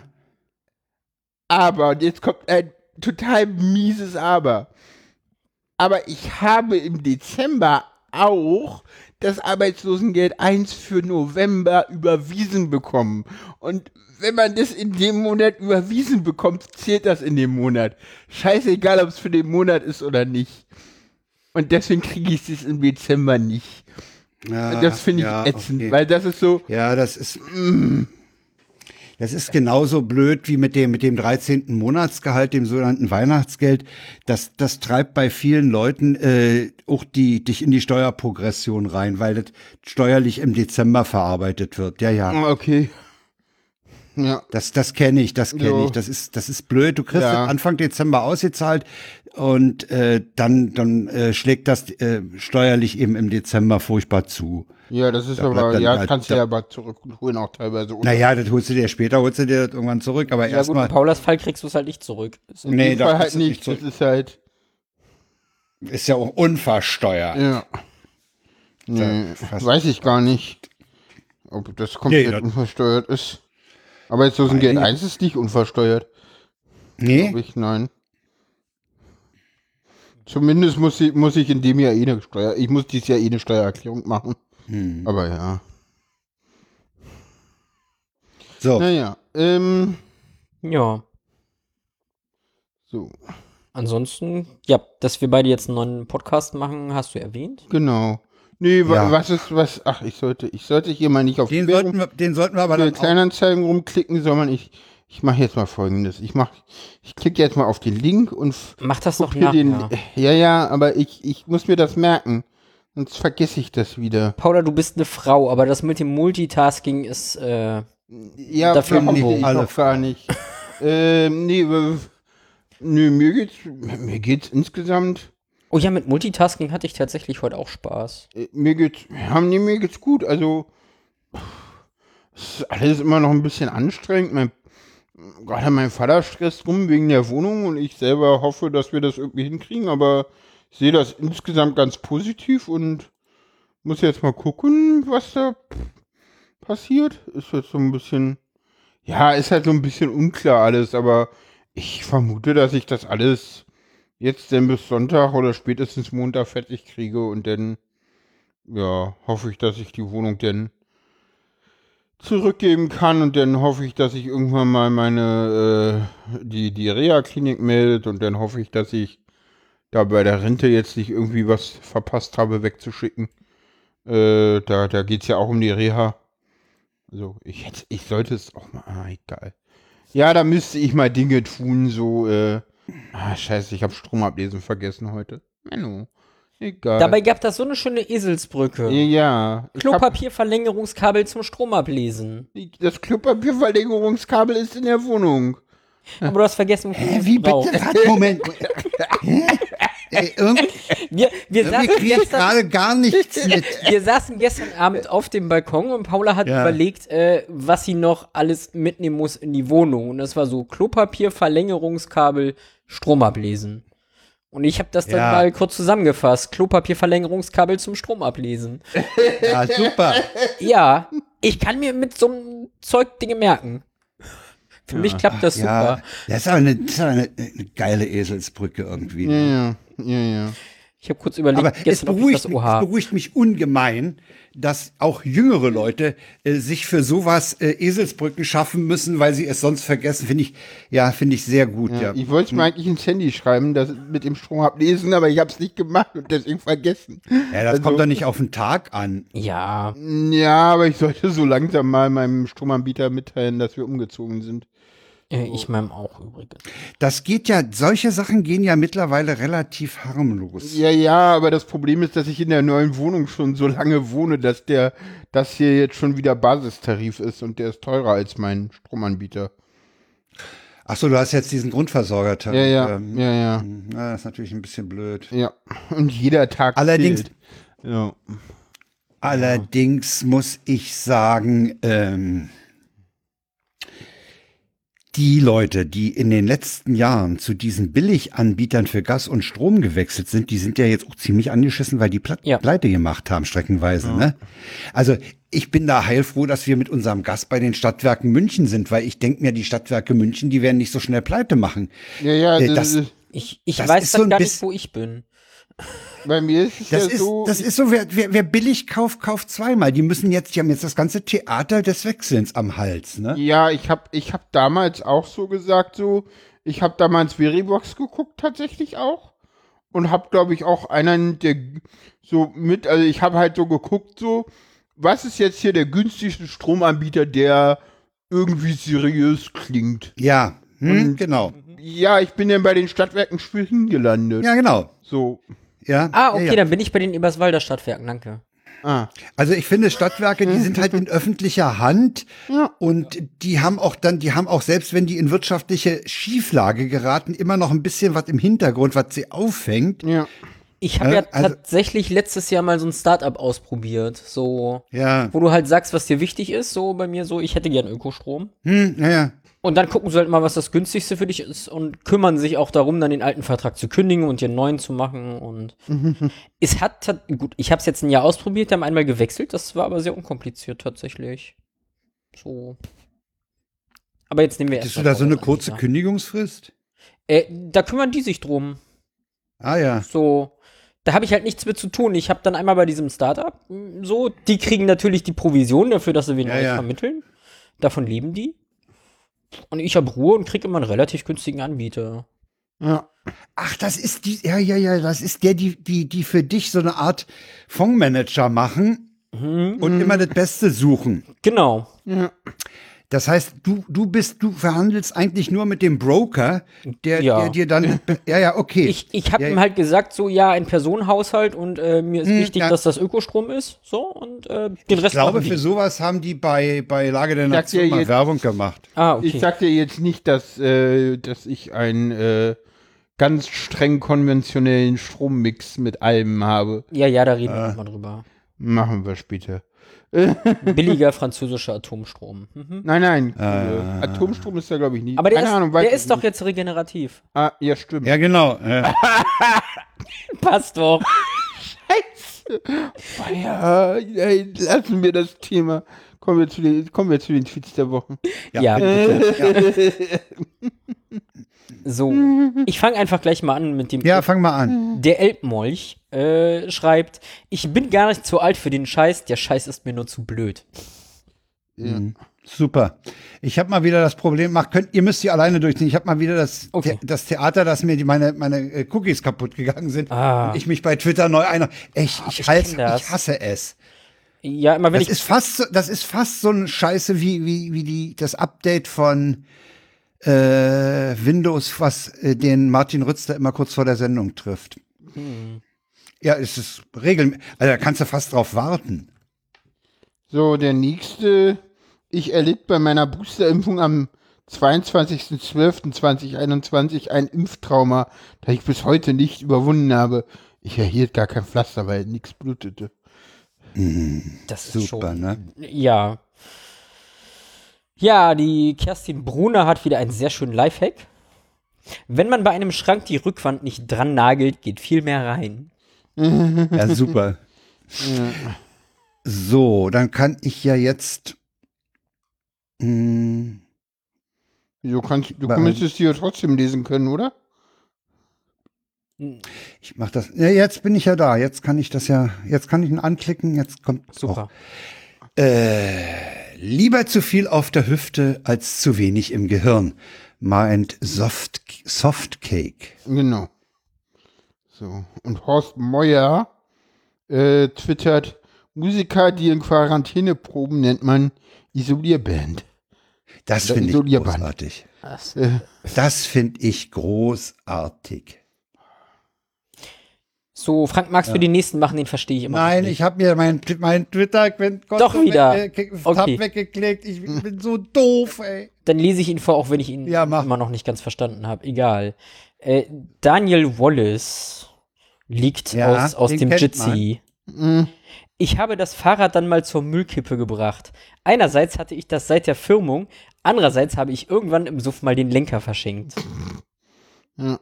Aber, und jetzt kommt ein total mieses Aber. Aber ich habe im Dezember auch das Arbeitslosengeld eins für November überwiesen bekommen. Und wenn man das in dem Monat überwiesen bekommt, zählt das in dem Monat. Scheißegal, ob es für den Monat ist oder nicht. Und deswegen kriege ich es im Dezember nicht. ja Das finde ich ja, ätzend, okay. weil das ist so, Ja, das ist. Das ist genauso blöd wie mit dem, mit dem dreizehnten Monatsgehalt, dem sogenannten Weihnachtsgeld. Das, das treibt bei vielen Leuten äh, auch die, dich in die Steuerprogression rein, weil das steuerlich im Dezember verarbeitet wird. Ja, ja. Okay. Ja. Das, das kenne ich, das kenne So. ich. Das ist, das ist blöd. Du kriegst Ja. das Anfang Dezember ausgezahlt und äh, dann, dann äh, schlägt das äh, steuerlich eben im Dezember furchtbar zu. Ja, das ist Da bleibt aber, dann ja, halt- kannst du da- ja aber zurückholen auch teilweise. Oder? Naja, das holst du dir später, holst du dir das irgendwann zurück, aber Ja gut, in erstmal. Paulas Fall kriegst du es halt nicht zurück. Ist In Nee, dem da Fall halt kriegst du es nicht. nicht Das ist halt, Ist ja auch unversteuert. ja. Nee, fast- weiß ich gar nicht, ob das komplett Nee, das- unversteuert ist. Aber jetzt so ein Geld eins ist nicht unversteuert. Nee? Glaub ich, nein. Zumindest muss ich, muss ich in dem Jahr eh eine Steuer, ich muss dieses Jahr eh eine Steuererklärung machen. Hm. Aber ja. So, Naja, ähm, Ja. so, Ansonsten, ja, dass wir beide jetzt einen neuen Podcast machen, hast du erwähnt. genau. Nee, wa Ja. was ist, was, ach, ich sollte, ich sollte hier mal nicht auf den Werbung- sollten, wir, den sollten wir aber für dann auch, Kleinanzeigen rumklicken, sondern ich, ich mache jetzt mal Folgendes. Ich mach, ich klicke jetzt mal auf den Link und f- Mach das guck doch hier nachher. den, ja, ja, aber ich, ich muss mir das merken. Sonst vergesse ich das wieder. Paula, du bist eine Frau, aber das mit dem Multitasking ist, äh, Ja, Dafür behaupte nicht ich alle noch gar nicht. ähm, nee, w- nö, mir geht's, mir geht's insgesamt, oh ja, mit Multitasking hatte ich tatsächlich heute auch Spaß. äh, mir geht's, ja, nee, mir geht's gut. Also, es ist alles immer noch ein bisschen anstrengend. Mein, gerade mein Vater stresst rum wegen der Wohnung und ich selber hoffe, dass wir das irgendwie hinkriegen, aber ich sehe das insgesamt ganz positiv und muss jetzt mal gucken, was da passiert. Ist jetzt so ein bisschen, ja, ist halt so ein bisschen unklar alles, aber ich vermute, dass ich das alles jetzt dann bis Sonntag oder spätestens Montag fertig kriege und dann, ja, hoffe ich, dass ich die Wohnung dann zurückgeben kann und dann hoffe ich, dass ich irgendwann mal meine, äh, die, die Reha-Klinik meldet und dann hoffe ich, dass ich da bei der Rente jetzt nicht irgendwie was verpasst habe wegzuschicken. Äh, da, da geht's ja auch um die Reha. Also, ich hätte, ich sollte es auch mal, ah, egal. Ja, da müsste ich mal Dinge tun, so, äh, ah, scheiße, ich habe Stromablesen vergessen heute. Menno, egal. Dabei gab das so eine schöne Eselsbrücke. ja, ich hab, Klopapierverlängerungskabel zum Stromablesen. das Klopapierverlängerungskabel ist in der Wohnung. Aber du hast vergessen, Hä, wie brauchst. bitte? Warte, Moment. Hä? Ey, irgendwie Wir, wir, irgendwie saßen kriege ich gestern, gerade gar nichts mit. wir saßen gestern Abend auf dem Balkon und Paula hat Ja. überlegt, äh, was sie noch alles mitnehmen muss in die Wohnung. Und das war so Klopapier, Verlängerungskabel, Stromablesen. Und ich habe das dann Ja. mal kurz zusammengefasst. Klopapier-Verlängerungskabel zum Stromablesen. Ja, super. Ja, ich kann mir mit so einem Zeug Dinge merken. Für mich klappt das Ja, super. das ist aber eine, das ist aber eine, eine geile Eselsbrücke irgendwie. Ja, ja, ja, ja. Ich habe kurz überlegt, Aber es gestern, ob ich beruhigt, das mich, O es H. beruhigt mich ungemein, dass auch jüngere Leute äh, sich für sowas äh, Eselsbrücken schaffen müssen, weil sie es sonst vergessen. Finde ich, ja, finde ich sehr gut. Ja, Ja, ich wollte mir eigentlich ins Handy schreiben, das mit dem Strom ablesen, aber ich habe es nicht gemacht und deswegen vergessen. ja das also- kommt doch nicht auf den Tag an. Ja, Ja, aber ich sollte so langsam mal meinem Stromanbieter mitteilen, dass wir umgezogen sind. äh, ich meinem auch übrigens. Das geht ja, solche Sachen gehen ja mittlerweile relativ harmlos. Ja, ja, aber das Problem ist, dass ich in der neuen Wohnung schon so lange wohne, dass der, das hier jetzt schon wieder Basistarif ist und der ist teurer als mein Stromanbieter. Ach so, du hast jetzt diesen Grundversorger. Ja, ja, ähm, ja, ja, na, das ist natürlich ein bisschen blöd. ja. Und jeder Tag Allerdings- zählt. Ja. Allerdings muss ich sagen, ähm, die Leute, die in den letzten Jahren zu diesen Billiganbietern für Gas und Strom gewechselt sind, die sind ja jetzt auch ziemlich angeschissen, weil die Pla Ja. Pleite gemacht haben, streckenweise. Ne? Also ich bin da heilfroh, dass wir mit unserem Gas bei den Stadtwerken München sind, weil ich denke mir, die Stadtwerke München, die werden nicht so schnell Pleite machen. Ja, ja, Äh, das, das- ist, Ich, ich Das weiß ist dann so ein gar nicht, bisschen- wo ich bin. bei mir ist es Das ja ist, so. das ist so, wer, wer, wer billig kauft, kauft zweimal. Die müssen jetzt, die haben jetzt das ganze Theater des Wechselns am Hals. Ne? Ja, ich habe ich hab damals auch so gesagt, so, ich habe damals Veribox geguckt, tatsächlich auch. Und habe, glaube ich, auch einen, der so mit, also ich habe halt so geguckt, so, was ist jetzt hier der günstigste Stromanbieter, der irgendwie seriös klingt. Ja, hm, Und- genau. Ja, ich bin dann bei den Stadtwerken Schwerin gelandet. Ja, genau. So. Ja, Ah, okay, ja, ja. dann bin ich bei den Eberswalder Stadtwerken, danke. Ah. Also ich finde Stadtwerke, die sind halt in öffentlicher Hand Ja. und die haben auch dann, die haben auch selbst wenn die in wirtschaftliche Schieflage geraten, immer noch ein bisschen was im Hintergrund, was sie auffängt. Ja. Ich habe Äh, ja also- tatsächlich letztes Jahr mal so ein Startup ausprobiert, so, Ja, wo du halt sagst, was dir wichtig ist, so bei mir so, ich hätte gern Ökostrom. hm, ja, ja. Und dann gucken sie halt mal, was das günstigste für dich ist und kümmern sich auch darum, dann den alten Vertrag zu kündigen und den neuen zu machen. Und es hat, hat gut, ich habe es jetzt ein Jahr ausprobiert, haben einmal gewechselt, das war aber sehr unkompliziert tatsächlich. So. Aber jetzt nehmen wir Hattest erst du mal da so eine Vorrat kurze an, Kündigungsfrist? ja. Äh, da kümmern die sich drum. Ah ja. So, da habe ich halt nichts mit zu tun. Ich habe dann einmal bei diesem Startup mh, so, die kriegen natürlich die Provision dafür, dass sie wen Ja, Neues ja. vermitteln. Davon leben die. Und ich habe Ruhe und kriege immer einen relativ günstigen Anbieter. Ja. Ach, das ist die, ja, ja, ja, das ist der, die, die, die für dich so eine Art Fondsmanager machen Mhm. und immer das Beste suchen. Genau. Ja. Das heißt, du, du bist, du verhandelst eigentlich nur mit dem Broker, der, Ja. der dir dann, ja, ja, okay. Ich, ich habe Ja, ihm halt gesagt, so, ja, ein Personenhaushalt und äh, mir ist Hm, wichtig, ja. dass das Ökostrom ist. So, und äh, den Rest Ich glaube, machen die. für sowas haben die bei, bei Lage der Sagt Nation ihr mal jetzt- Werbung gemacht. Ah, okay. Ich sag dir jetzt nicht, dass, äh, dass ich einen äh, ganz streng konventionellen Strommix mit allem habe. ja, ja, da reden Ah. wir noch mal drüber. Machen wir später. Billiger französischer Atomstrom. Mhm. Nein, nein. Ah. äh, Atomstrom ist da, glaube ich, nicht. Aber der, Keine ist, Ahnung, weiß der ich ist doch nicht. jetzt regenerativ. Ah, ja, stimmt. Ja, genau. Ja. Passt doch. Ja, ey, lassen wir das Thema. Kommen wir zu den, kommen wir zu den Tweets der Woche. Ja. bitte. ja. So, ich fange einfach gleich mal an mit dem. ja, fang mal an. Der Elbmolch äh, schreibt: Ich bin gar nicht zu alt für den Scheiß, der Scheiß ist mir nur zu blöd. Ja. Mhm. Super. Ich habe mal wieder das Problem, macht, könnt, ihr müsst die alleine durchziehen. Ich habe mal wieder das, Okay. The das Theater, dass mir die, meine, meine äh, Cookies kaputt gegangen sind. Ah. Und ich mich bei Twitter neu einer. Ich, ich, ich halt, kenn das. ich hasse es. Ja, immer wenn Das ich. ist fast so, das ist fast so eine Scheiße wie, wie, wie die, das Update von äh, Windows, was äh, den Martin Rützler immer kurz vor der Sendung trifft. Hm. Ja, es ist regelmäßig. Also da kannst du fast drauf warten. So, der nächste. Ich erlitt bei meiner Boosterimpfung am zweiundzwanzigsten zwölften zweitausendeinundzwanzig ein Impftrauma, das ich bis heute nicht überwunden habe. Ich erhielt gar kein Pflaster, weil nichts blutete. Das ist Super, schon. ne? Ja. Ja, die Kerstin Brunner hat wieder einen sehr schönen Lifehack. Wenn man bei einem Schrank die Rückwand nicht dran nagelt, geht viel mehr rein. Ja, super. So, dann kann ich ja jetzt. Mh, Du, kannst, du Bei- müsstest die ja trotzdem lesen können, oder? ich mach das. Ja, jetzt bin ich ja da. Jetzt kann ich das ja. Jetzt kann ich ihn anklicken. Jetzt kommt Super. Auch. Äh, lieber zu viel auf der Hüfte als zu wenig im Gehirn. Meint Soft Softcake. Genau. So. Und Horst Meuer äh, twittert, Musiker, die in Quarantäne proben, nennt man Isolierband. Das Oder finde ich Isolierband. großartig. Das, Äh, Das finde ich großartig. so, Frank, magst du den nächsten machen? Den verstehe ich immer Nein, noch ich habe mir mein, mein Twitter-Konto Doch wieder. Weg, äh, Okay. Tab weggeklickt. Ich bin so doof, ey. Dann lese ich ihn vor, auch wenn ich ihn Ja, mach. immer noch nicht ganz verstanden habe. Egal. Äh, Daniel Wallace liegt Ja, aus, aus den dem kennt Jitsi. mh, Ich habe das Fahrrad dann mal zur Müllkippe gebracht. Einerseits hatte ich das seit der Firmung, andererseits habe ich irgendwann im Suff mal den Lenker verschenkt. ja.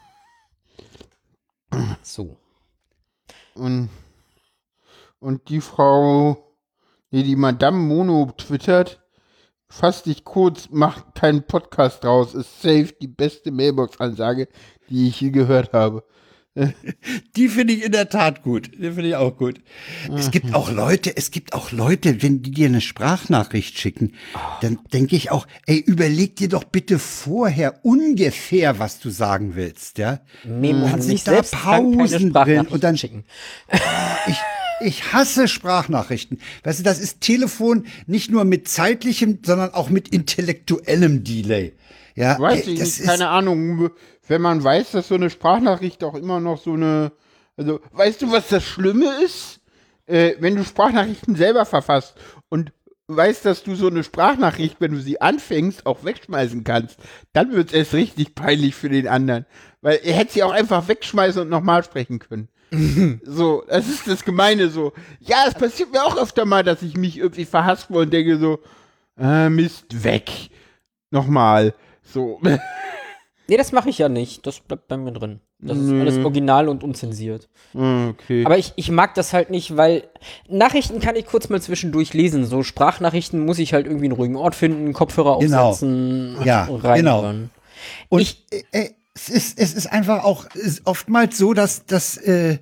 So. Und, und die Frau, nee, die Madame Mono twittert, fass dich kurz, mach keinen Podcast draus, ist safe die beste Mailbox-Ansage, die ich je gehört habe. Die finde ich in der Tat gut. Die finde ich auch gut. Es gibt auch Leute, es gibt auch Leute, wenn die dir eine Sprachnachricht schicken, dann denke ich auch, ey, überleg dir doch bitte vorher ungefähr, was du sagen willst, ja? Memo an Kannst mich nicht da selbst, Frank, keine Pausen drin Sprachnachrichten und dann schicken. ich, ich hasse Sprachnachrichten. Weißt du, das ist Telefon nicht nur mit zeitlichem, sondern auch mit intellektuellem Delay. Ja, weiß ey, ich das nicht, keine Ahnung, wenn man weiß, dass so eine Sprachnachricht auch immer noch so eine, also, weißt du, was das Schlimme ist? Äh, wenn du Sprachnachrichten selber verfasst und weißt, dass du so eine Sprachnachricht, wenn du sie anfängst, auch wegschmeißen kannst, dann wird es erst richtig peinlich für den anderen. Weil er hätte sie auch einfach wegschmeißen und nochmal sprechen können. So, das ist das Gemeine so. Ja, es passiert mir auch öfter mal, dass ich mich irgendwie verhaspel und denke so, äh, Mist, weg. Nochmal. So. Nee, das mache ich ja nicht. Das bleibt bei mir drin. Das ist Nö. alles original und unzensiert. Okay. Aber ich, ich mag das halt nicht, weil Nachrichten kann ich kurz mal zwischendurch lesen. So Sprachnachrichten muss ich halt irgendwie einen ruhigen Ort finden, Kopfhörer Genau. aufsetzen Ja, und reinhören. Und Ich- äh, äh, es, ist, es ist einfach auch ist oftmals so, dass, dass äh,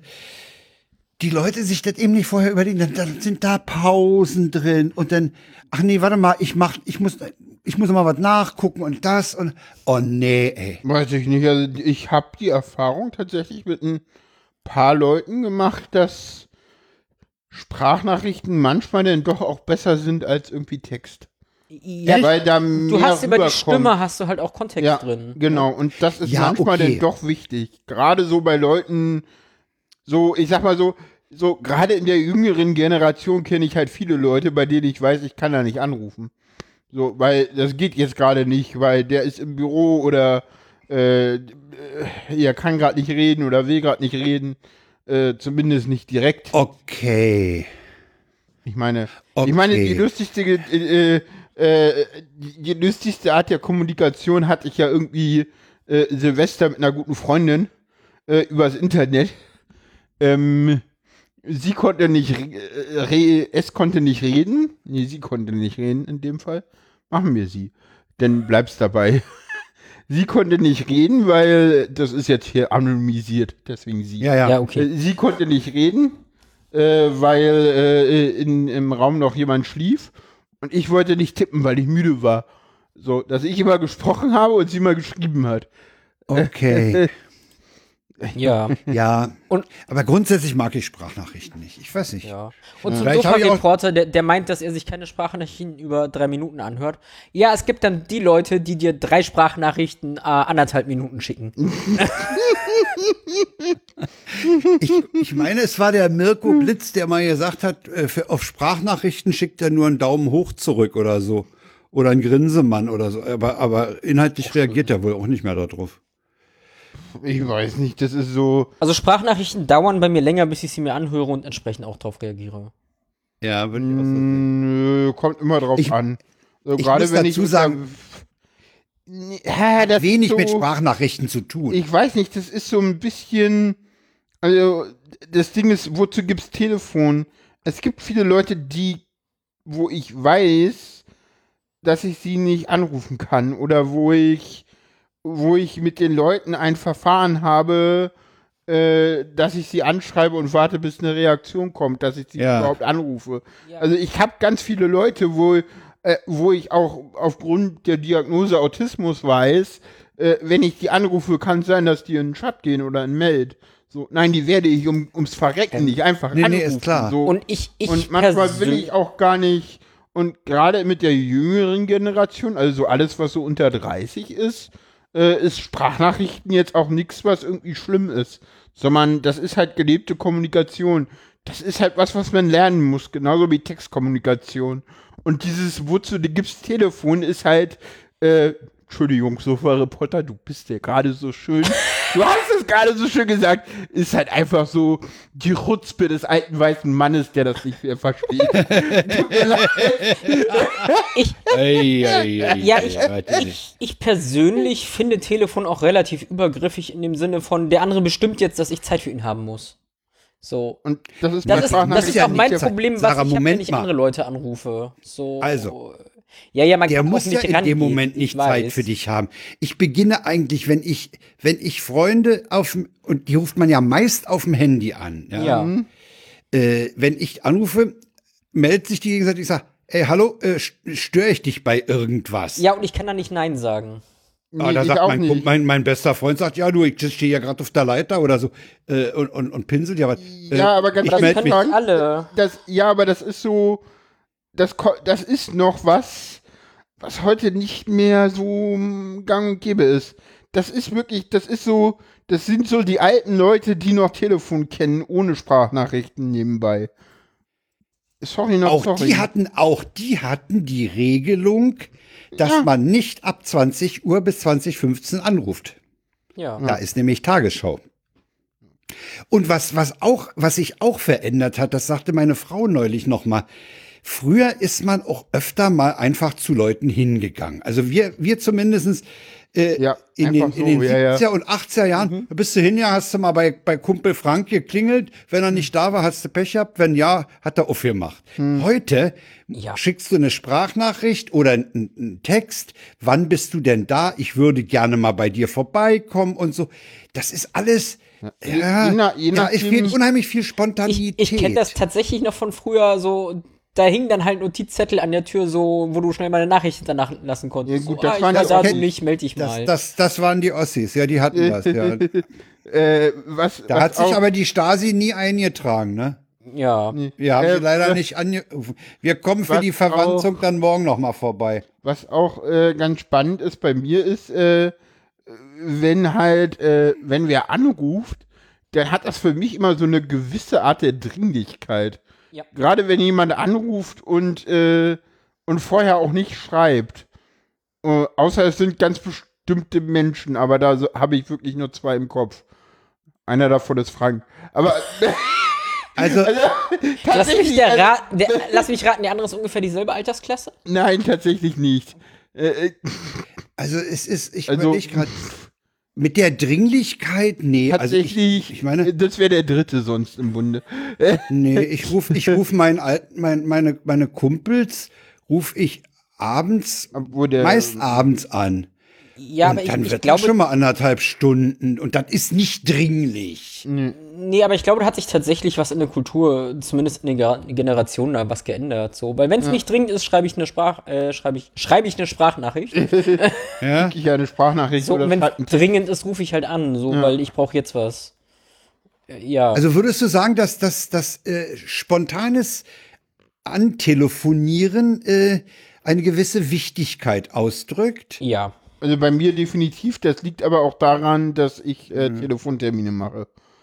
die Leute sich das eben nicht vorher überlegen. Dann, dann sind da Pausen drin und dann, ach nee, warte mal, ich mach, ich muss, ich muss mal was nachgucken und das und, oh nee, ey. Weiß ich nicht. Also ich habe die Erfahrung tatsächlich mit ein paar Leuten gemacht, dass Sprachnachrichten manchmal dann doch auch besser sind als irgendwie Text. Ja, Weil da mehr du hast über die rüberkommt. Stimme hast du halt auch Kontext Ja, drin. genau. Und das ist Ja, manchmal okay. dann doch wichtig. Gerade so bei Leuten, so, ich sag mal so, so gerade in der jüngeren Generation kenne ich halt viele Leute, bei denen ich weiß, ich kann da nicht anrufen. So, weil das geht jetzt gerade nicht, weil der ist im Büro oder äh, äh, er kann gerade nicht reden oder will gerade nicht reden. Äh, zumindest nicht direkt. Okay. Ich meine, Okay. ich meine, die lustigste, äh, äh, die, die lustigste Art der Kommunikation hatte ich ja irgendwie äh, Silvester mit einer guten Freundin äh, übers Internet. Ähm, sie konnte nicht, äh, re, es konnte nicht reden. Nee, sie konnte nicht reden in dem Fall. Machen wir sie. Denn bleib's dabei. Sie konnte nicht reden, weil das ist jetzt hier anonymisiert, deswegen sie. Ja, ja. Ja, okay. Äh, Sie konnte nicht reden, äh, weil äh, in, im Raum noch jemand schlief. Und ich wollte nicht tippen, weil ich müde war. So, dass ich immer gesprochen habe und sie immer geschrieben hat. Okay. Ja. Ja. Und- Aber grundsätzlich mag ich Sprachnachrichten nicht. Ich weiß nicht. Ja. Und zum Vielleicht hab ich auch- Sofa-Reporter, der, der meint, dass er sich keine Sprachnachrichten über drei Minuten anhört. Ja, es gibt dann die Leute, die dir drei Sprachnachrichten äh, anderthalb Minuten schicken. Ich, ich meine, es war der Mirko Blitz, der mal gesagt hat, äh, für, auf Sprachnachrichten schickt er nur einen Daumen hoch zurück oder so. Oder ein Grinsemann oder so. Aber, aber inhaltlich reagiert er wohl auch nicht mehr darauf. Ich weiß nicht, das ist so. Also Sprachnachrichten dauern bei mir länger, bis ich sie mir anhöre und entsprechend auch drauf reagiere. Ja, würde ich auch so Nö, kommt immer drauf Ich- an. So, ich gerade muss wenn dazu ich sagen, ja, das wenig ist so, mit Sprachnachrichten zu tun. Ich weiß nicht, das ist so ein bisschen. Also, das Ding ist, wozu gibt's Telefon? Es gibt viele Leute, die, wo ich weiß, dass ich sie nicht anrufen kann oder wo ich, wo ich mit den Leuten ein Verfahren habe, äh, dass ich sie anschreibe und warte, bis eine Reaktion kommt, dass ich sie Ja. überhaupt anrufe. Ja. Also ich habe ganz viele Leute, wo, äh, wo ich auch aufgrund der Diagnose Autismus weiß, äh, wenn ich die anrufe, kann es sein, dass die in den Chat gehen oder in Meld. So, nein, die werde ich um, ums Verrecken nicht einfach Nee, nee, anrufen. ist klar. So. Und ich, ich Und manchmal will persön- ich auch gar nicht, und gerade mit der jüngeren Generation, also so alles, was so unter dreißig ist, äh, ist Sprachnachrichten jetzt auch nichts, was irgendwie schlimm ist. Sondern das ist halt gelebte Kommunikation. Das ist halt was, was man lernen muss, genauso wie Textkommunikation. Und dieses, wozu du gibst Telefon, ist halt, äh, Entschuldigung, Sofa-Reporter, du bist ja gerade so schön. Du hast es gerade so schön gesagt. Ist halt einfach so die Chutzpe des alten weißen Mannes, der das nicht mehr versteht. Tut mir leid. ich, Ei, ei, ei, ja, ei, ich, warte nicht. ich, ich persönlich finde Telefon auch relativ übergriffig in dem Sinne von, der andere bestimmt jetzt, dass ich Zeit für ihn haben muss. So. Und das ist Das bei ist, das Sprachnachrichten ist ja auch nicht mein der- Problem, was Sarah, ich habe, wenn Moment ich mal. andere Leute anrufe. So. Also, ja, ja, man Der kann muss auch ja nicht in rangehen, dem Moment ich nicht weiß. Zeit für dich haben. Ich beginne eigentlich, wenn ich, wenn ich Freunde auf dem, und die ruft man ja meist auf dem Handy an. Ja. Ja. Äh, wenn ich anrufe, meldet sich die gegenseitig, ich sage, ey, hallo, äh, störe ich dich bei irgendwas? Ja, und ich kann da nicht Nein sagen. Nee, ah, da ich sagt auch mein, nicht. mein, mein bester Freund, sagt, ja, du, ich stehe ja gerade auf der Leiter oder so äh, und, und, und pinselt ja was. Äh, Ja, aber ganz ich das meld können mich. doch alle. Das, ja, aber das ist so, das, ko- das ist noch was, was heute nicht mehr so mm, gang und gäbe ist. Das ist wirklich, das ist so, das sind so die alten Leute, die noch Telefon kennen, ohne Sprachnachrichten nebenbei. Sorry, noch Auch sorry. die hatten, auch die hatten die Regelung, dass Ja. man nicht ab zwanzig Uhr bis zwanzig fünfzehn anruft. Ja. Da ist nämlich Tagesschau. Und was, was auch, was sich auch verändert hat, das sagte meine Frau neulich noch mal. Früher ist man auch öfter mal einfach zu Leuten hingegangen. Also wir, wir zumindestens äh, Ja, in den, einfach in den so, ja, ja. siebziger und achtziger Jahren, da bist du hin, ja, hast du mal bei, bei Kumpel Frank geklingelt. Wenn er nicht da war, hast du Pech gehabt. Wenn ja, hat er aufgemacht. Heute Ja. schickst du eine Sprachnachricht oder einen, einen Text. Wann bist du denn da? Ich würde gerne mal bei dir vorbeikommen und so. Das ist alles, ja, je nach- je ja, es nachdem- fehlt unheimlich viel Ich, Spontanität. ich kenne das tatsächlich noch von früher, so, da hingen dann halt Notizzettel an der Tür, so, wo du schnell mal eine Nachricht danach lassen konntest. Ja, gut, so, das ah, waren ich war die da, auch- du nicht, melde dich Das, mal. das, das waren die Ossis, ja, die hatten das, ja. äh, was, Da was hat sich auch, aber die Stasi nie eingetragen, ne? ja. Wir haben Äh, sie leider was- nicht angerufen. Wir kommen für was die Verwandlung auch- dann morgen noch mal vorbei. was auch äh, ganz spannend ist bei mir ist, äh, wenn halt, äh, wenn wer anruft, dann hat das für mich immer so eine gewisse Art der Dringlichkeit. Ja. Gerade wenn jemand anruft und, äh, und vorher auch nicht schreibt. Äh, außer es sind ganz bestimmte Menschen, aber da so, habe ich wirklich nur zwei im Kopf. Einer davon ist Frank. Aber Also, Lass mich, tatsächlich, der also- Ra der, lass mich raten, der andere ist ungefähr dieselbe Altersklasse? nein, tatsächlich nicht. Äh, äh, also es ist, ich Also- überlege gerade, mit der Dringlichkeit, nee, also ich, tatsächlich, ich meine, das wäre der dritte sonst im Bunde. Äh, nee, ich rufe ich ruf meinen alten, mein, meine, meine Kumpels, rufe ich abends, Wo der, meist abends an. Ja, und aber ich, dann ich wird glaube, das schon mal anderthalb Stunden und das ist nicht dringlich. nee, aber ich glaube, da hat sich tatsächlich was in der Kultur, zumindest in den Ger- Generationen, da was geändert. So, weil wenn es nicht dringend ist, schreibe ich eine Sprach, äh, schreibe ich, schreibe ich eine Sprachnachricht. Ja? ich eine Sprachnachricht So, oder und wenn schreibt es dringend ist, rufe ich halt an, so, weil ich brauche jetzt was. Äh, Ja. Also würdest du sagen, dass das dass, äh, spontanes Antelefonieren äh, eine gewisse Wichtigkeit ausdrückt? ja. Also bei mir definitiv, das liegt aber auch daran, dass ich äh, Telefontermine mache.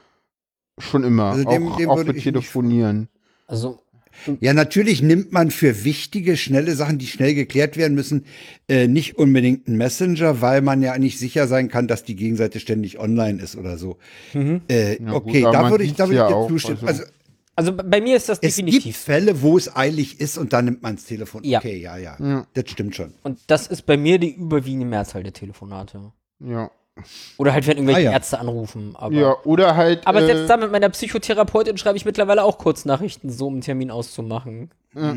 Schon immer. Also dem- auch dem auch würde für ich nicht- Telefonieren. Also, Ja, natürlich nimmt man für wichtige, schnelle Sachen, die schnell geklärt werden müssen, äh, nicht unbedingt einen Messenger, weil man ja nicht sicher sein kann, dass die Gegenseite ständig online ist oder so. Äh, Ja, gut, okay, aber da man würde ich, da sieht's würde ja ich dir auch, zustimmen. also- Also, also bei mir ist das es gibt definitiv. Fälle, wo es eilig ist und dann nimmt man das Telefon. Ja. Okay, ja, ja, Ja. das stimmt schon. Und das ist bei mir die überwiegende Mehrzahl der Telefonate. Ja. Oder halt, wenn irgendwelche Ah, ja. Ärzte anrufen. Aber, Ja, oder halt. aber äh, selbst da mit meiner Psychotherapeutin schreibe ich mittlerweile auch Kurznachrichten, so um einen Termin auszumachen.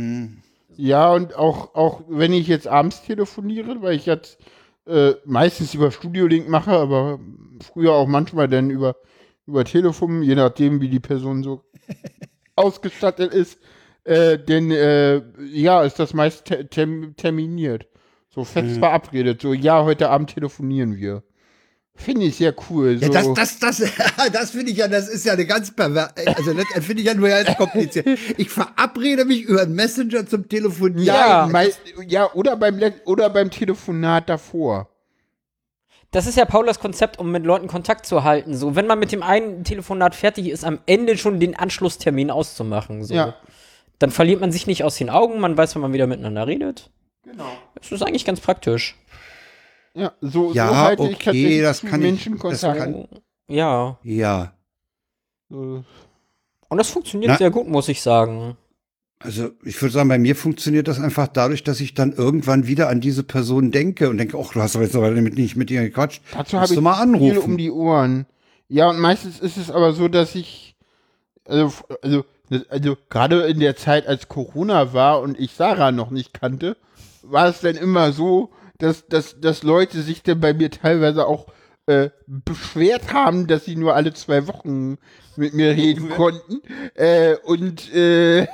Ja, und auch, auch wenn ich jetzt abends telefoniere, weil ich jetzt äh, meistens über Studiolink mache, aber früher auch manchmal dann über, über Telefon, je nachdem, wie die Person so ausgestattet ist, äh, denn äh, ja, ist das meist te term terminiert. So fest verabredet. So, ja, heute Abend telefonieren wir. Finde ich sehr cool. So. Ja, das, das, das, das finde ich ja, das ist ja eine ganz perver, also das finde ich ja nur ganz kompliziert. Ich verabrede mich über einen Messenger zum Telefonieren. ja, Ja. mei- ja oder, beim Let- oder beim Telefonat davor. Das ist ja Paulas Konzept, um mit Leuten Kontakt zu halten. So, wenn man mit dem einen Telefonat fertig ist, am Ende schon den Anschlusstermin auszumachen. So. Ja. Dann verliert man sich nicht aus den Augen, man weiß, wenn man wieder miteinander redet. Genau. Das ist eigentlich ganz praktisch. Ja, so, Ja, so halte ich okay, tatsächlich das zu kann ich- Menschenkontakt. das kann- Ja. Ja. So. Und das funktioniert Na- sehr gut, muss ich sagen. Also ich würde sagen, bei mir funktioniert das einfach dadurch, dass ich dann irgendwann wieder an diese Person denke und denke, ach, du hast aber jetzt aber damit nicht mit ihr gequatscht. Dazu Musst habe du ich mal viel anrufen. um die Ohren. Ja, und meistens ist es aber so, dass ich, also, also, also gerade in der Zeit, als Corona war und ich Sarah noch nicht kannte, war es dann immer so, dass, dass, dass Leute sich dann bei mir teilweise auch äh, beschwert haben, dass sie nur alle zwei Wochen mit mir reden konnten. Äh, und äh,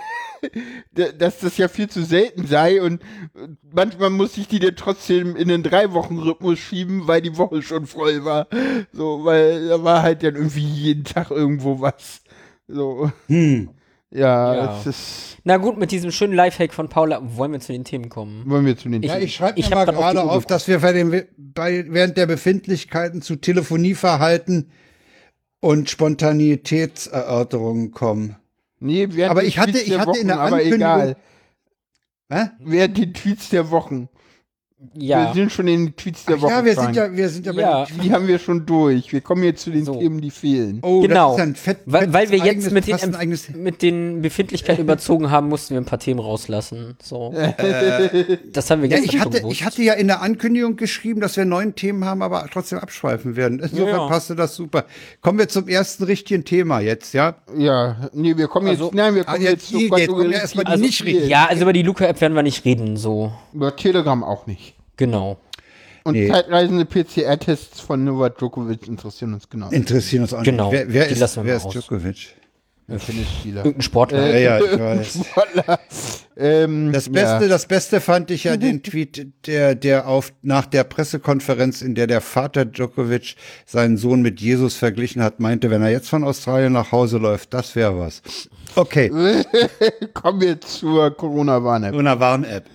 dass das ja viel zu selten sei und manchmal muss ich die dann trotzdem in den Drei-Wochen-Rhythmus schieben, weil die Woche schon voll war. So, weil da war halt dann irgendwie jeden Tag irgendwo was. So. Hm. Ja, Ja. es ist. Na gut, mit diesem schönen Lifehack von Paula wollen wir zu den Themen kommen. Wollen wir zu den Ich- Ja, ich schreibe ich mir hab mal grad auf die gerade Uhr auf, dass wir bei dem, bei, während der Befindlichkeiten zu Telefonieverhalten und Spontanitätserörterungen kommen. Nee, während Aber den ich hatte- Tweets ich der hatte Wochen, in der aber Ankündigung- egal. Hä? Während den Tweets der Wochen. Ja. Wir sind schon in den Tweets der Ach Woche. ja, wir dran. sind ja, wir sind ja, Ja. bei den Die haben wir schon durch. Wir kommen jetzt zu den So. Themen, die fehlen. Oh, Genau. das ist ja ein fett, Weil, weil wir fettes jetzt mit fast ein den, eigenes, mit den Befindlichkeiten überzogen haben, mussten wir ein paar Themen rauslassen. So. das haben wir ja, gestern ich schon hatte, gewusst. ich hatte ja in der Ankündigung geschrieben, dass wir neun Themen haben, aber trotzdem abschweifen werden. Insofern Ja, ja. passte das super. Kommen wir zum ersten richtigen Thema jetzt, ja? Ja, nee, wir kommen Also- jetzt, nein, wir kommen Ah, jetzt jetzt zu die- jetzt kommen ja erstmal die Also, nicht richtig. ja, also über die Luca-App werden wir nicht reden, so. Über Telegram auch nicht. Genau. Und Nee. zeitreisende P C R-Tests von Novak Djokovic interessieren uns genau. Interessieren uns auch Genau, nicht. Wer, wer die ist, lassen wir wer mal ist aus. Djokovic? Tennisspieler. Irgendein Sportler. Ja, ja, ich weiß. Voila. ähm, Das Beste, ja. das Beste fand ich ja den Tweet, der, der auf, nach der Pressekonferenz, in der der Vater Djokovic seinen Sohn mit Jesus verglichen hat, meinte, wenn er jetzt von Australien nach Hause läuft, das wäre was. Okay, Kommen wir zur Corona-Warn-App. eine Warn-App.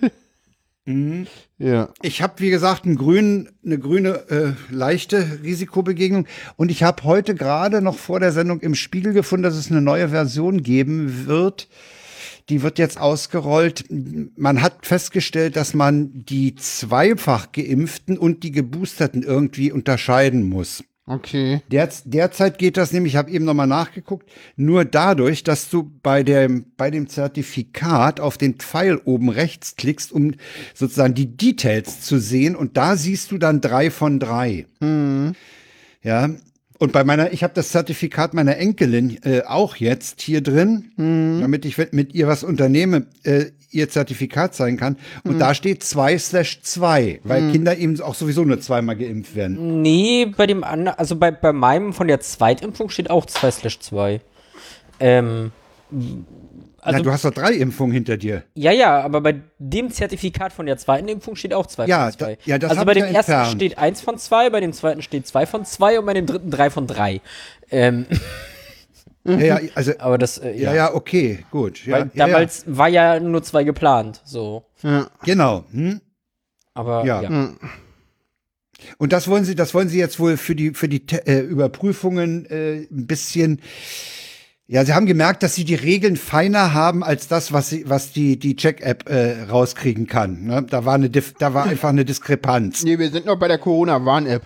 Ja. Ich habe, wie gesagt, einen grünen, eine grüne äh, leichte Risikobegegnung. Und ich habe heute gerade noch vor der Sendung im Spiegel gefunden, dass es eine neue Version geben wird. Die wird jetzt ausgerollt. Man hat festgestellt, dass man die zweifach Geimpften und die Geboosterten irgendwie unterscheiden muss. Okay. Der, derzeit geht das nämlich, ich habe eben nochmal nachgeguckt, nur dadurch, dass du bei dem, bei dem Zertifikat auf den Pfeil oben rechts klickst, um sozusagen die Details zu sehen. Und da siehst du dann drei von drei. Mhm. Ja. Und bei meiner, ich habe das Zertifikat meiner Enkelin äh, auch jetzt hier drin, damit ich mit ihr was unternehme, äh, ihr Zertifikat sein kann. Und da steht zwei slash zwei, weil Kinder eben auch sowieso nur zweimal geimpft werden. Nee, bei dem anderen, also bei, bei meinem von der Zweitimpfung steht auch zwei slash zwei. Ähm, also, Na, du hast doch drei Impfungen hinter dir. ja, ja, aber bei dem Zertifikat von der zweiten Impfung steht auch zwei Ja, von zwei. da- ja, das also hab bei ich dem ja ersten entfernt. steht eins von zwei, bei dem zweiten steht zwei von zwei und bei dem dritten drei von drei. Ähm, Ja, ja, also, aber das, äh, ja, ja. ja, okay, gut. Ja, Weil ja, damals war ja nur zwei geplant, so. Ja. ja. Genau. Hm? Aber Ja. ja. Und das wollen Sie, das wollen Sie jetzt wohl für die für die Te- äh, Überprüfungen äh, ein bisschen. Ja, Sie haben gemerkt, dass Sie die Regeln feiner haben als das, was Sie, was die die Check-App äh, rauskriegen kann. Ne? Da war eine, Dif- da war einfach eine Diskrepanz. Nee, wir sind noch bei der Corona-Warn-App.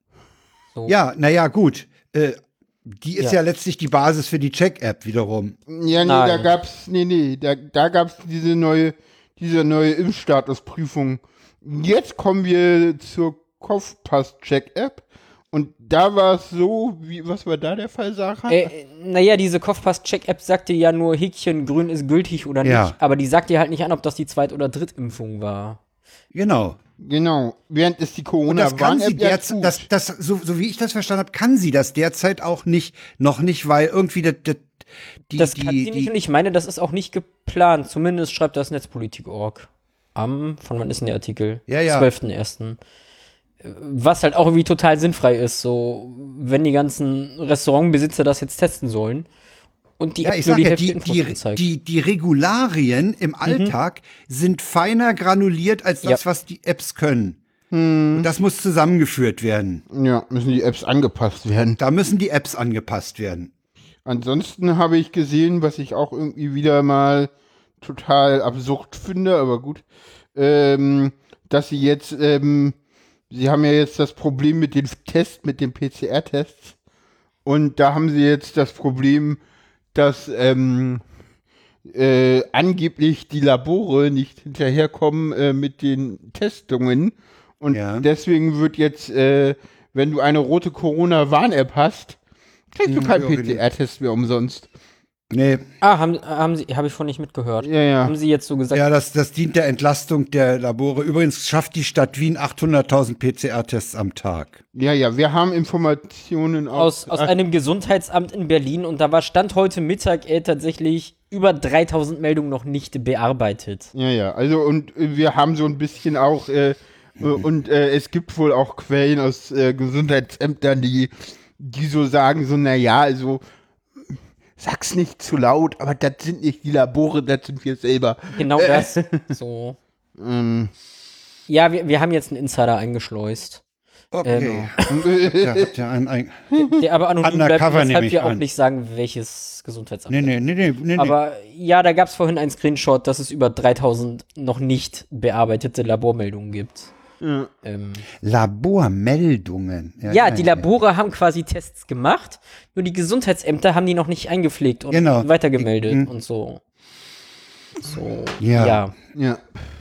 So. Ja, na ja, gut. Äh, die ist ja. Ja. letztlich die Basis für die Check-App wiederum. Ja, nee, Nein. da gab's, nee, nee, da, da gab's diese neue, diese neue Impfstatusprüfung. Jetzt kommen wir zur Kopfpass-Check-App. Und da war es so, wie, was war da der Fall, Sarah? Äh, naja, diese Kopfpass-Check-App sagt dir ja nur, Häkchen, grün ist gültig oder nicht. Ja. Aber die sagt dir halt nicht an, ob das die Zweit- oder Drittimpfung war. Genau. Genau, während es die Und das kann sie Corona-Warn-App ja derzeit, tut. das, das, so, so wie ich das verstanden habe, kann sie das derzeit auch nicht, noch nicht, weil irgendwie das, das, die, Das die, kann sie die, nicht und ich meine, das ist auch nicht geplant. Zumindest schreibt das Netzpolitik Punkt org. Am, von wann ist denn der Artikel? Ja, ja. zwölften ersten Was halt auch irgendwie total sinnfrei ist, so, wenn die ganzen Restaurantbesitzer das jetzt testen sollen und die ja, App ich nur sag die ja, Hälfte die, Infos die, anzeigt. die, die Regularien im Alltag sind feiner granuliert als das, Ja. was die Apps können. Und das muss zusammengeführt werden. Ja, müssen die Apps angepasst werden. Da müssen die Apps angepasst werden. Ansonsten habe ich gesehen, was ich auch irgendwie wieder mal total absurd finde, aber gut, ähm, dass sie jetzt, ähm, sie haben ja jetzt das Problem mit den Tests, mit den P C R-Tests und da haben sie jetzt das Problem, dass ähm, äh, angeblich die Labore nicht hinterherkommen äh, mit den Testungen und Ja. deswegen wird jetzt, äh, wenn du eine rote Corona-Warn-App hast, kriegst du Hm, keinen ja, P C R-Test mehr umsonst. Nee, ah, haben, haben sie, habe ich von nicht mitgehört. Ja, ja. Haben sie jetzt so gesagt, ja, das, das dient der Entlastung der Labore. Übrigens schafft die Stadt Wien achthunderttausend P C R-Tests am Tag. Ja, ja, wir haben Informationen aus, aus, aus einem Gesundheitsamt in Berlin und da war Stand heute Mittag äh, tatsächlich über dreitausend Meldungen noch nicht bearbeitet. Ja, ja, also und wir haben so ein bisschen auch, äh, und äh, es gibt wohl auch Quellen aus äh, Gesundheitsämtern, die, die so sagen, so, naja, also sag's nicht zu laut, aber das sind nicht die Labore, das sind wir selber. Genau das. So. Ähm, Ja, wir, wir haben jetzt einen Insider eingeschleust. Okay. Ähm, Da hat ja ein, ein, der aber anonym bleibt, Undercover weshalb nehme ich wir auch an. nicht sagen, welches Gesundheitsamt. nee, nee, nee, nee, nee. Aber ja, da gab es vorhin einen Screenshot, dass es über dreitausend noch nicht bearbeitete Labormeldungen gibt. ja. Ähm, Labormeldungen. ja, die Labore haben quasi Tests gemacht, nur die Gesundheitsämter haben die noch nicht eingepflegt und Genau. weitergemeldet Mhm. und so. So, Ja. ja. ja.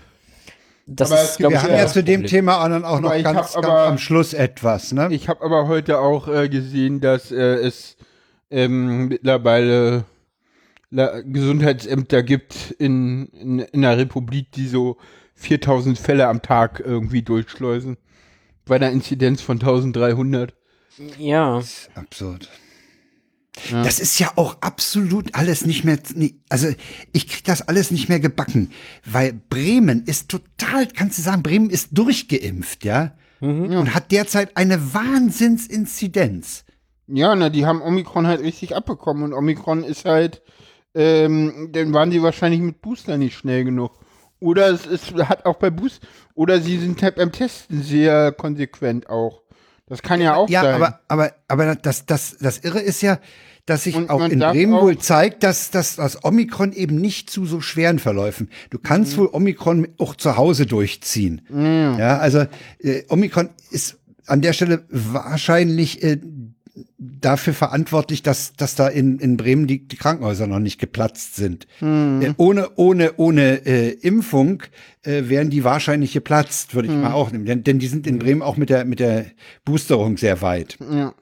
Das Aber ist, es glaube Wir ich, haben eher ja das zu dem Problem. Thema dann auch Aber noch ich ganz, hab ganz aber- am Schluss etwas, ne? Ich habe aber heute auch äh, gesehen, dass äh, es ähm, mittlerweile La Gesundheitsämter gibt in, in, in der Republik, die so viertausend Fälle am Tag irgendwie durchschleusen. Bei einer Inzidenz von dreizehnhundert. Ja. Absurd. Ja. Das ist ja auch absolut alles nicht mehr, nee, also ich krieg das alles nicht mehr gebacken, weil Bremen ist total, kannst du sagen, Bremen ist durchgeimpft, ja, Mhm. und hat derzeit eine Wahnsinnsinzidenz. Ja, na, die haben Omikron halt richtig abbekommen und Omikron ist halt, ähm, dann waren die wahrscheinlich mit Booster nicht schnell genug. Oder es ist, hat auch bei Booster, oder sie sind halt beim Testen sehr konsequent auch. Das kann ja auch Ja, sein. aber, aber, aber das, das, das Irre ist ja, dass sich Und auch man in darf Bremen auch- wohl zeigt, dass, dass das Omikron eben nicht zu so schweren Verläufen. Du kannst Mhm. wohl Omikron auch zu Hause durchziehen. Ja, also äh, Omikron ist an der Stelle wahrscheinlich äh, dafür verantwortlich, dass, dass da in, in Bremen die, die Krankenhäuser noch nicht geplatzt sind. Mhm. Äh, ohne ohne, ohne äh, Impfung äh, wären die wahrscheinlich geplatzt, würde ich Mhm. mal auch nehmen. Denn, denn die sind in Bremen auch mit der, mit der Boosterung sehr weit. Ja.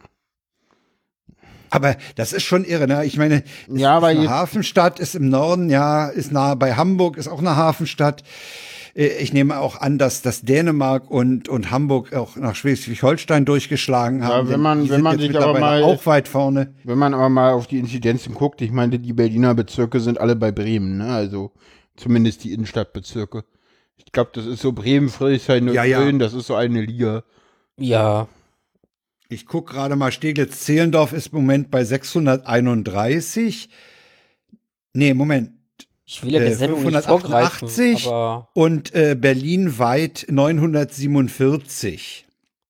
Aber das ist schon irre, ne? Ich meine, es Ja, aber ist eine jetzt- Hafenstadt, ist im Norden, ja, ist nahe bei Hamburg, ist auch eine Hafenstadt. Äh, Ich nehme auch an, dass, dass Dänemark und, und Hamburg auch nach Schleswig-Holstein durchgeschlagen haben. wenn denn man- die wenn sind man jetzt sich aber mittlerweile mal- auch weit vorne. Wenn man aber mal auf die Inzidenzen guckt, ich meine, die Berliner Bezirke sind alle bei Bremen, ne? Also zumindest die Innenstadtbezirke. Ich glaube, das ist so Bremen, Friedrichshain, Ja, Neukölln, ja. das ist so eine Liga. Ja. Ich gucke gerade mal, Steglitz-Zehlendorf ist im Moment bei sechshunderteinunddreißig. Nee, Moment. Ich will ja der Äh, Sendung nicht vorgreifen, fünfhundertachtundachtzig aber und äh, Berlin weit neunhundertsiebenundvierzig.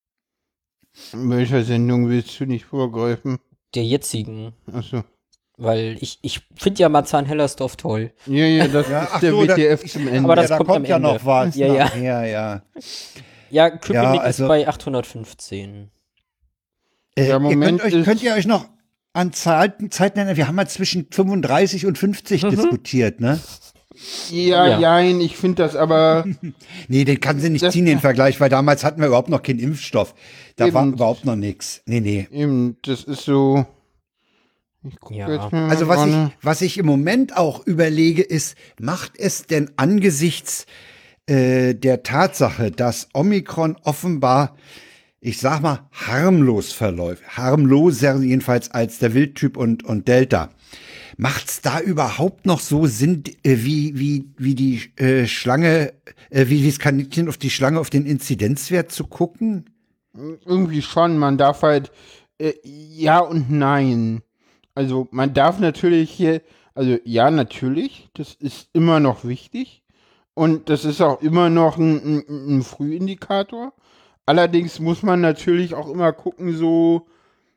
In welcher Sendung willst du nicht vorgreifen? der jetzigen. Achso. Weil ich, ich finde ja Marzahn-Hellersdorf toll. Ja, ja, das Ja, ist ach der so, da- W T F zum Ende. Aber das ja, da kommt kommt, am ja Ende. noch was. Ja, ja. Ja, ja. Ja, Köpenick Ja, also- ist bei achthundertfünfzehn. Äh, Ja, ihr Moment könnt, euch, ist- könnt ihr euch noch an Zeiten, Zeiten erinnern? Wir haben mal zwischen fünfunddreißig und fünfzig Mhm. diskutiert, ne? ja, Ja. jein, ich finde das aber. Nee, den kann sie nicht Das- ziehen, den Vergleich, weil damals hatten wir überhaupt noch keinen Impfstoff. Da war Eben. überhaupt noch nichts. Nee, nee. Eben, das ist so. Ich guck Ja. jetzt mal Also was ich, vorne. was ich im Moment auch überlege, ist, macht es denn angesichts äh, der Tatsache, dass Omikron offenbar, ich sag mal, harmlos verläuft, harmloser jedenfalls als der Wildtyp und, und Delta, macht's da überhaupt noch so Sinn, äh, wie, wie, wie die äh, Schlange, äh, wie, wie das Kaninchen auf die Schlange auf den Inzidenzwert zu gucken? Irgendwie schon, man darf halt. Äh, ja und nein. Also, man darf natürlich hier. Also, ja, natürlich. Das ist immer noch wichtig. Und das ist auch immer noch ein, ein, ein Frühindikator. Allerdings muss man natürlich auch immer gucken, so.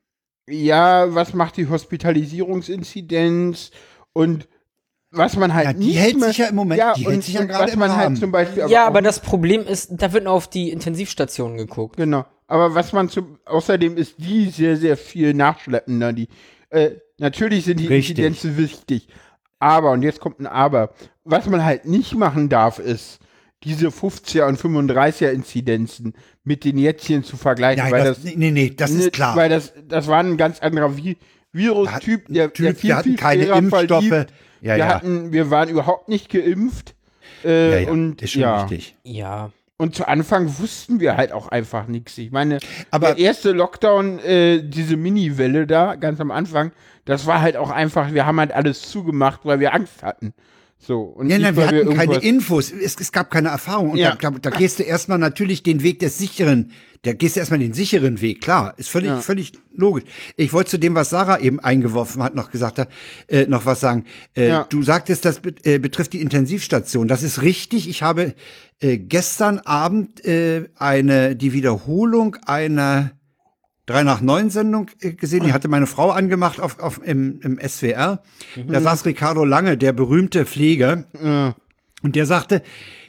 Ja, was macht die Hospitalisierungsinzidenz und was man halt Ja, die nicht hält mehr, sich ja im Moment- ja, die und, hält sich ja und gerade was im man Rahmen. halt zum Beispiel Ja, auch aber das Problem ist, da wird nur auf die Intensivstationen geguckt. Genau. Aber was man zum, außerdem ist die sehr, sehr viel nachschleppender. Die, äh, natürlich sind die Richtig. Inzidenzen wichtig. Aber, und jetzt kommt ein Aber, was man halt nicht machen darf, ist, diese fünfziger und fünfunddreißiger Inzidenzen mit den jetzigen zu vergleichen. Nein, weil das, das, nee, nee, nee, das ne, ist klar. Weil das, das war ein ganz anderer Vi Virustyp, der, der Typ, viel, wir hatten viel keine schwerer Impfstoffe. verlief. Ja, wir, ja. hatten, wir waren überhaupt nicht geimpft. Äh, ja, ja, und ist schon ja. richtig. Ja. Und zu Anfang wussten wir halt auch einfach nichts. Ich meine, Aber der erste Lockdown, äh, diese Mini-Welle da, ganz am Anfang, das war halt auch einfach, wir haben halt alles zugemacht, weil wir Angst hatten. So, und Ja, nicht, nein, wir weil hatten keine irgendwas- Infos, es, es gab keine Erfahrung. Und Ja. da, da, da gehst du erstmal natürlich den Weg des sicheren, da gehst du erstmal den sicheren Weg, klar, ist völlig, Ja. völlig logisch. Ich wollte zu dem, was Sarah eben eingeworfen hat, noch gesagt hat, äh, noch was sagen. Äh, Ja. Du sagtest, das bet- äh, betrifft die Intensivstation. Das ist richtig. Ich habe äh, gestern Abend äh, eine, die Wiederholung einer drei nach neun Sendung äh, gesehen. Die hatte meine Frau angemacht auf, auf, im, im S W R. Da saß Ricardo Lange, der berühmte Pfleger. Ja. Und der sagte,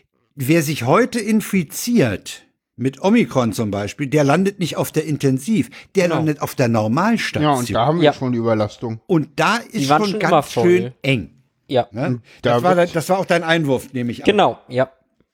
wer sich heute infiziert, mit Omikron zum Beispiel, der landet nicht auf der Intensiv, der Genau. landet auf der Normalstation. Ja, und da haben wir Ja. schon die Überlastung. Und da ist waren schon schon immer ganz voll. schön eng. Ja, Ne? da Das, war, wird- de- das war auch dein Einwurf, nehme ich an. genau, ja.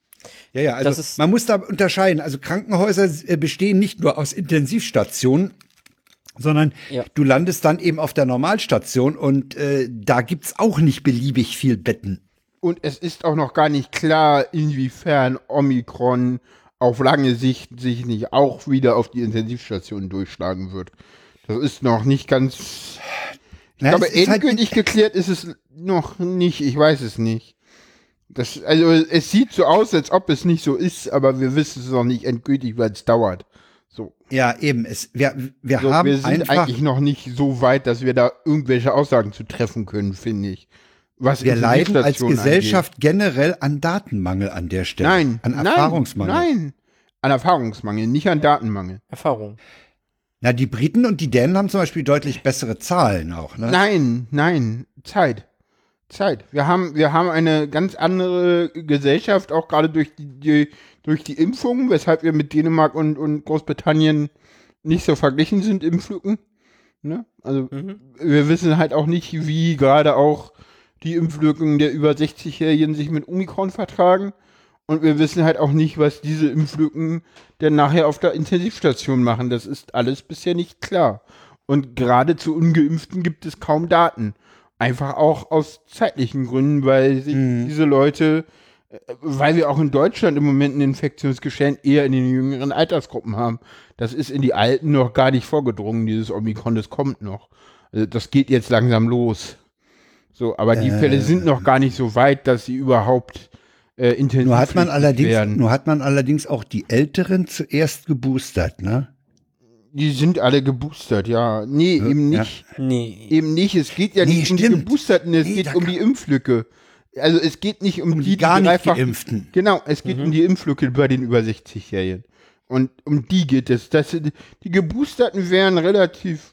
Ja, ja, also Das ist- man muss da unterscheiden. Also Krankenhäuser äh, bestehen nicht nur aus Intensivstationen, sondern Ja. du landest dann eben auf der Normalstation und äh, da gibt's auch nicht beliebig viel Betten. Und es ist auch noch gar nicht klar, inwiefern Omikron auf lange Sicht sich nicht auch wieder auf die Intensivstationen durchschlagen wird. Das ist noch nicht ganz. Ich Na, glaube, es ist halt- endgültig geklärt ist es noch nicht. Ich weiß es nicht. Das, also es sieht so aus, als ob es nicht so ist, aber wir wissen es noch nicht endgültig, weil es dauert. So. Ja, eben. Es, wir wir So, haben wir sind einfach, eigentlich noch nicht so weit, dass wir da irgendwelche Aussagen zu treffen können, finde ich. Was wir leiden als Intensivstationen Gesellschaft generell an Datenmangel an der Stelle. Nein, An nein, Erfahrungsmangel. Nein, an Erfahrungsmangel, nicht an Datenmangel. Erfahrung. Na, die Briten und die Dänen haben zum Beispiel deutlich bessere Zahlen auch, ne? Nein, nein, Zeit. Zeit. Wir haben, wir haben eine ganz andere Gesellschaft, auch gerade durch die, die, durch die Impfungen, weshalb wir mit Dänemark und, und Großbritannien nicht so verglichen sind, Impflücken. Ne? Also, wir wissen halt auch nicht, wie gerade auch die Impflücken der über sechzig-Jährigen sich mit Omikron vertragen. Und wir wissen halt auch nicht, was diese Impflücken denn nachher auf der Intensivstation machen. Das ist alles bisher nicht klar. Und gerade zu Ungeimpften gibt es kaum Daten. Einfach auch aus zeitlichen Gründen, weil sich diese Leute, äh, weil wir auch in Deutschland im Moment ein Infektionsgeschehen eher in den jüngeren Altersgruppen haben. Das ist in die Alten noch gar nicht vorgedrungen, dieses Omikron, das kommt noch. Also das geht jetzt langsam los. So, aber die Äh. Fälle sind noch gar nicht so weit, dass sie überhaupt äh, intensiv Nur hat man allerdings, werden. nur hat man allerdings auch die Älteren zuerst geboostert, ne? Die sind alle geboostert, ja. Nee, eben ja. nicht. Nee. Eben nicht. Es geht ja Nee, nicht um die stimmt. Geboosterten, es Nee, geht da um kann- die Impflücke. Also es geht nicht um, Um die, die gar nicht dreifach- Geimpften. Genau, es geht um die Impflücke bei den über sechzig-Jährigen. Und um die geht es. Das, die Geboosterten werden relativ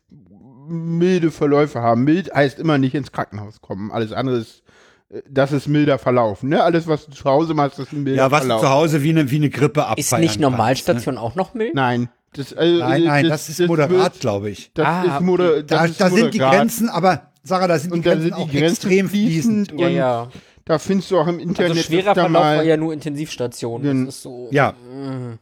milde Verläufe haben. Mild heißt immer nicht ins Krankenhaus kommen. Alles andere ist, äh, das ist milder Verlauf. Ne? Alles, was du zu Hause machst, ist ein milder Ja, was Verlauf. zu Hause wie eine, wie eine Grippe abfeiern Ist nicht kannst, Normalstation auch noch mild? Nein. Das, also, Ne? Nein, nein, das, ist moderat, wird- glaube ich. Das Ah, ist, moder Da, das ist da sind die moderat. Grenzen, aber Sarah, da sind die Und da Grenzen sind die auch Grenzen extrem fließend. fließend. Ja, Und ja. da findest du auch im Internet Also schwerer öfter Verlauf mal, war ja nur Intensivstation. Gen- Das ist so. Ja. mm.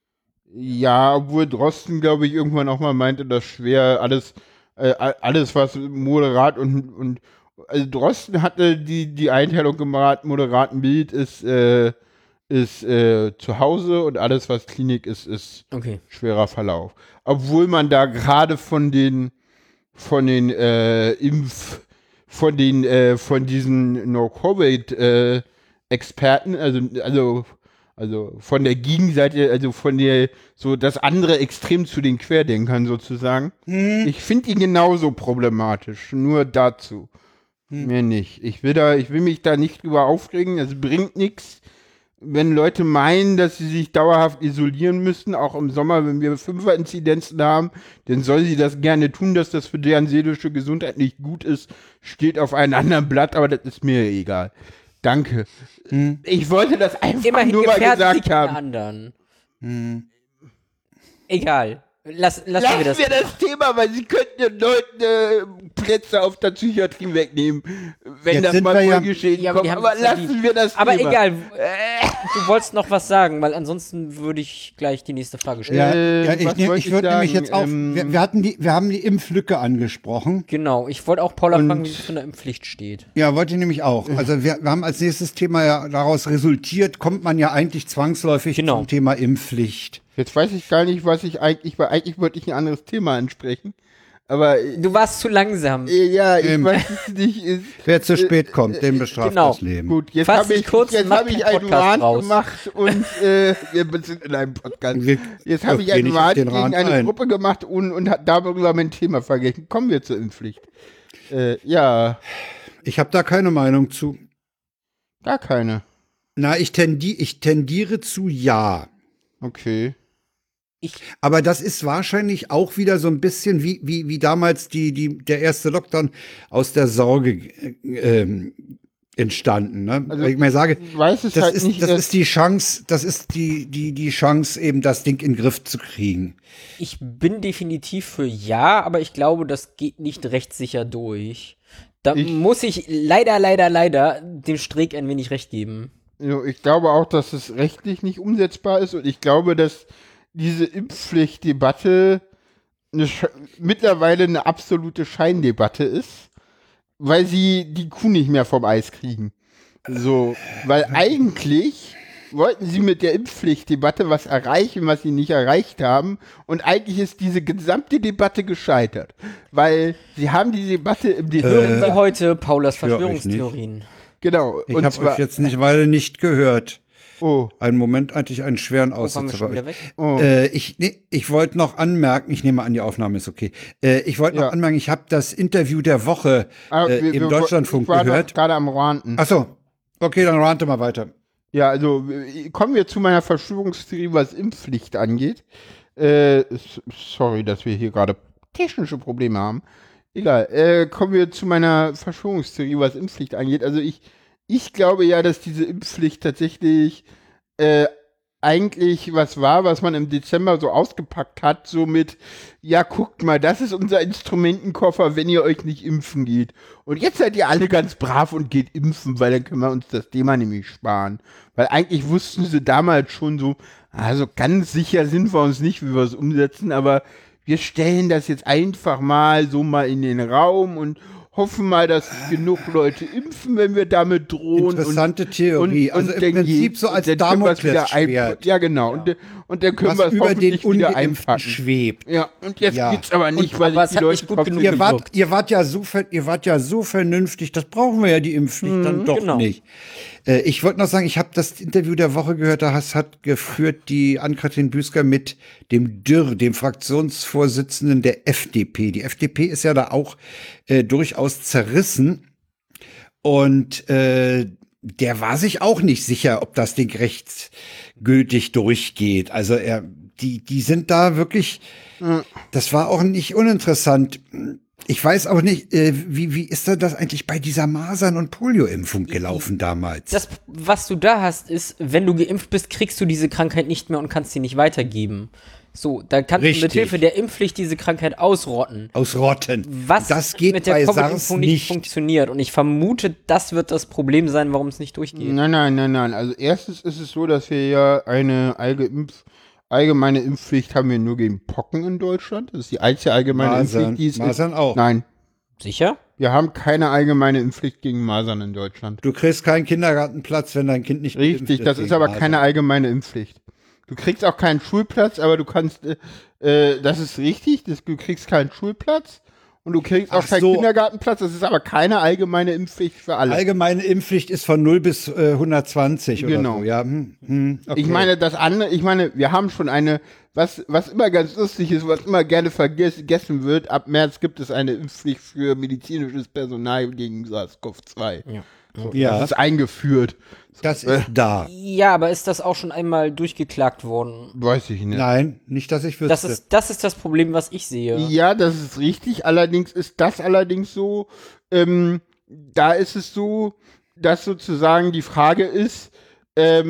ja, obwohl Drosten, glaube ich, irgendwann auch mal meinte, dass schwer alles, äh, alles was moderat und, und also Drosten hatte die, die Einteilung gemacht, moderat mild ist, äh, ist äh, zu Hause und alles, was Klinik ist, ist Okay. schwerer Verlauf. Obwohl man da gerade von den von den äh, Impf von den äh, von diesen No-Covid äh, Experten, also also also von der Gegenseite, also von der so das andere Extrem zu den Querdenkern sozusagen. Ich finde die genauso problematisch, nur dazu. Mehr nicht. Ich will da, ich will mich da nicht drüber aufregen, es bringt nichts. Wenn Leute meinen, dass sie sich dauerhaft isolieren müssen, auch im Sommer, wenn wir Fünfer-Inzidenzen haben, dann soll sie das gerne tun, dass das für deren seelische Gesundheit nicht gut ist, steht auf einem anderen Blatt, aber das ist mir egal. Danke. Ich wollte das einfach Immerhin nur mal gefährdet gesagt sich den haben. anderen. Egal. Lass, lassen, lassen wir das. wir das Thema, weil sie könnten den Leuten äh, Plätze auf der Psychiatrie wegnehmen, wenn Jetzt das sind mal wir ja- wohl geschehen Ja, aber kommt. die Aber haben's ja lassen nie- wir das Aber Thema. egal, du wolltest noch was sagen, weil ansonsten würde ich gleich die nächste Frage stellen. Ja, Äh, ja ich, was ne, wollte ich ich würde nämlich sagen? jetzt auch, Ähm, wir, wir, hatten die, wir haben die Impflücke angesprochen. Genau, ich wollte auch Paula Und- fragen, wie es von der Impfpflicht steht. Ja, wollte ich nämlich auch. Also wir, wir haben als nächstes Thema ja daraus resultiert, kommt man ja eigentlich zwangsläufig Genau. zum Thema Impfpflicht. Jetzt weiß ich gar nicht, was ich eigentlich, weil eigentlich wollte ich ein anderes Thema ansprechen. Aber äh, Du warst zu langsam. ja, ich Ähm. weiß es nicht. Ist, Wer zu spät kommt, dem bestraft genau. das Leben. gut, jetzt Fass habe dich ich, kurz und jetzt mach hab ich den einen Podcast Rant raus. gemacht und äh, wir sind in einem Podcast. Wir- Jetzt habe ich geh einen nicht auf Rant den gegen Rant eine ein. Gruppe gemacht und, und hat darüber mein Thema vergessen. Kommen wir zur Impfpflicht. Äh, ja, Ich habe da keine Meinung zu. gar keine. Na, ich, tendi ich tendiere zu ja. Okay. Ich, Aber das ist wahrscheinlich auch wieder so ein bisschen wie, wie, wie damals die, die, der erste Lockdown aus der Sorge äh, ähm, entstanden. Ne? Also, Weil ich mir sage, Ich weiß es das, halt ist, nicht. das dass- ist die Chance, das ist die, die, die Chance, eben das Ding in den Griff zu kriegen. ich bin definitiv für ja, aber ich glaube, das geht nicht rechtssicher durch. Da Ich- muss ich leider, leider, leider dem Streeck ein wenig recht geben. Ja, ich glaube auch, dass es rechtlich nicht umsetzbar ist und ich glaube, dass diese Impfpflichtdebatte eine Sch- mittlerweile eine absolute Scheindebatte ist, weil sie die Kuh nicht mehr vom Eis kriegen. So, weil eigentlich wollten sie mit der Impfpflichtdebatte was erreichen, was sie nicht erreicht haben. Und eigentlich ist diese gesamte Debatte gescheitert. Weil sie haben die Debatte im Hören Dezember. Sie heute Paulas Ja, ich Verschwörungstheorien. Genau. Ich und habe zwar. euch jetzt eine Weile nicht gehört. Oh, Einen Moment hatte ich einen schweren Oh, waren wir Aussetzer schon bei wieder euch. weg? oh. Äh, ich nee, ich wollte noch anmerken, ich nehme an, die Aufnahme ist okay. Äh, ich wollte noch Ja. anmerken, ich habe das Interview der Woche Ah, äh, wir- im wir- Deutschlandfunk ich war doch gehört. gerade am Ranten. Ach so, okay, dann rante mal weiter. Ja, also äh, kommen wir zu meiner Verschwörungstheorie, was Impfpflicht angeht. Äh, s- sorry, dass wir hier gerade technische Probleme haben. Egal. Äh, kommen wir zu meiner Verschwörungstheorie, was Impfpflicht angeht. Also ich, ich glaube ja, dass diese Impfpflicht tatsächlich äh, eigentlich was war, was man im Dezember so ausgepackt hat, so mit, ja, guckt mal, das ist unser Instrumentenkoffer, wenn ihr euch nicht impfen geht. Und jetzt seid ihr alle ganz brav und geht impfen, weil dann können wir uns das Thema nämlich sparen. Weil eigentlich wussten sie damals schon so, also ganz sicher sind wir uns nicht, wie wir es umsetzen, aber wir stellen das jetzt einfach mal so mal in den Raum und hoffen mal, dass genug Leute impfen, wenn wir damit drohen. Interessante und, Theorie. Und, Also und im dann Prinzip geht- so als dann können wir es wieder Damoklesschwert. ein- Ja, genau. Und, und dann können wir Was es über den hoffentlich wieder Ungeimpften einpacken. schwebt. Ja, und jetzt Ja. geht's aber nicht, Und- weil aber ich es die hat Leute nicht gut trotzdem- genug Ihr wart, gewirkt. ihr wart ja so, ver- ihr wart ja so vernünftig, das brauchen wir ja die Impfpflicht dann doch genau. nicht. Äh, ich wollte noch sagen, ich habe das Interview der Woche gehört, da has- hat geführt die Ann-Kathrin Büsker mit dem Dürr, dem Fraktionsvorsitzenden der F D P. Die F D P ist ja da auch äh, durchaus zerrissen und äh, der war sich auch nicht sicher, ob das Ding rechtsgültig durchgeht. Also er, die, die sind da wirklich, das war auch nicht uninteressant. Ich weiß auch nicht, äh, wie, wie ist da das eigentlich bei dieser Masern- und Polio-Impfung gelaufen damals? Das, was du da hast, ist, wenn du geimpft bist, kriegst du diese Krankheit nicht mehr und kannst sie nicht weitergeben. So, da kannst Richtig. du mit Hilfe der Impfpflicht diese Krankheit ausrotten. Aus Rotten. Was das geht mit der bei SARS Covid-Impfung nicht, nicht. funktioniert. Und ich vermute, das wird das Problem sein, warum es nicht durchgeht. Nein, nein, nein, nein. Also erstens ist es so, dass wir ja eine allge Impf allgemeine Impfpflicht haben wir nur gegen Pocken in Deutschland. Das ist die einzige allgemeine Masern, Impfpflicht, die es Masern ist. auch. Nein, Sicher? wir haben keine allgemeine Impfpflicht gegen Masern in Deutschland. Du kriegst keinen Kindergartenplatz, wenn dein Kind nicht geimpft Richtig, ist das ist gegen aber Masern. keine allgemeine Impfpflicht. Du kriegst auch keinen Schulplatz, aber du kannst, äh, äh, das ist richtig, das, du kriegst keinen Schulplatz und du kriegst auch Ach keinen so. Kindergartenplatz, das ist aber keine allgemeine Impfpflicht für alle. Allgemeine Impfpflicht ist von null bis äh, hundertzwanzig Genau. oder so. Ja, hm, hm, okay. Ich meine, das andere, ich meine, wir haben schon eine, was, was immer ganz lustig ist, was immer gerne verges- vergessen wird, ab März gibt es eine Impfpflicht für medizinisches Personal gegen SARS-C o V zwei. Ja. So, Ja. Das ist eingeführt. das ist da. Ja, aber ist das auch schon einmal durchgeklagt worden? Weiß ich nicht. Nein, nicht, dass ich wüsste. Das ist, das ist das Problem, was ich sehe. Ja, das ist richtig. Allerdings ist das allerdings so, ähm, da ist es so, dass sozusagen die Frage ist, ähm,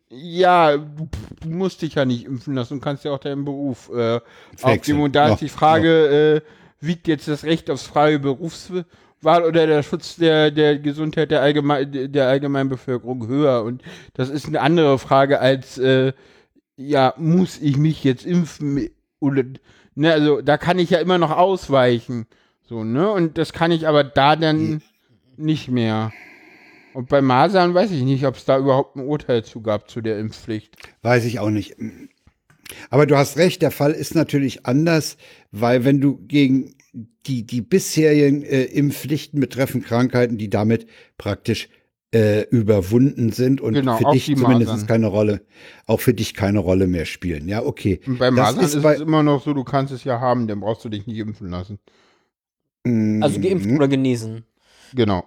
Ja, du, du musst dich ja nicht impfen lassen, du kannst ja auch deinen Beruf äh, aufgeben. Und da ja, ist die Frage, ja. äh, wiegt jetzt das Recht aufs freie Berufswahl oder der Schutz der, der Gesundheit der, Allgemein, der allgemeinen Bevölkerung höher? Und das ist eine andere Frage als, äh, ja, muss ich mich jetzt impfen? Oder, ne, also da kann ich ja immer noch ausweichen. So, ne? Und das kann ich aber da dann nicht mehr. Und bei Masern weiß ich nicht, ob es da überhaupt ein Urteil zu gab, zu der Impfpflicht. Weiß ich auch nicht. Aber du hast recht, der Fall ist natürlich anders, weil wenn du gegen die, die bisherigen äh, Impfpflichten betreffen Krankheiten, die damit praktisch äh, überwunden sind und genau, für dich zumindest Masern. keine Rolle, auch für dich keine Rolle mehr spielen. Ja, okay. Und bei das Masern ist, ist bei, es immer noch so, du kannst es ja haben, dann brauchst du dich nicht impfen lassen. Also geimpft oder genesen. Genau.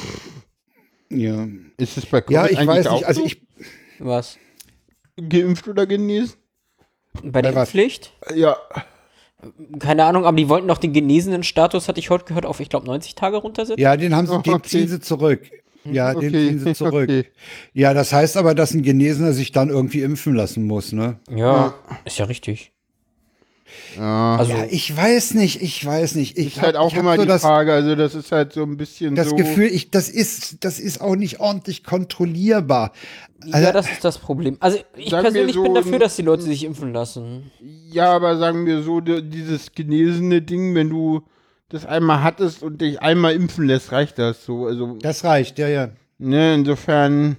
Ja, Ist es bei Covid ja ich eigentlich weiß auch nicht, also so? ich, Was? Geimpft oder genesen? Bei der Bei was? Impfpflicht? Ja. Keine Ahnung, aber die wollten noch den genesenen Status, hatte ich heute gehört, auf, ich glaube, neunzig Tage runtersetzen. ja, den haben sie, den Okay. ziehen sie zurück. Ja, Okay, den ziehen sie zurück. okay. Ja, das heißt aber, dass ein Genesener sich dann irgendwie impfen lassen muss, ne? Ja, ist ja richtig. Ja. Also, Ja, ich weiß nicht, ich weiß nicht. Ich ist halt hab- auch ich hab immer so die das, Frage, also das ist halt so ein bisschen das so. Gefühl, ich, das ist, das ist auch nicht ordentlich kontrollierbar. Also, ja, das ist das Problem. Also, ich Sagen wir persönlich so bin dafür, ein- dass die Leute sich impfen lassen. Ja, aber sagen wir so, di- dieses genesene Ding, wenn du das einmal hattest und dich einmal impfen lässt, reicht das so. Also, das reicht, ja, ja. ne, insofern.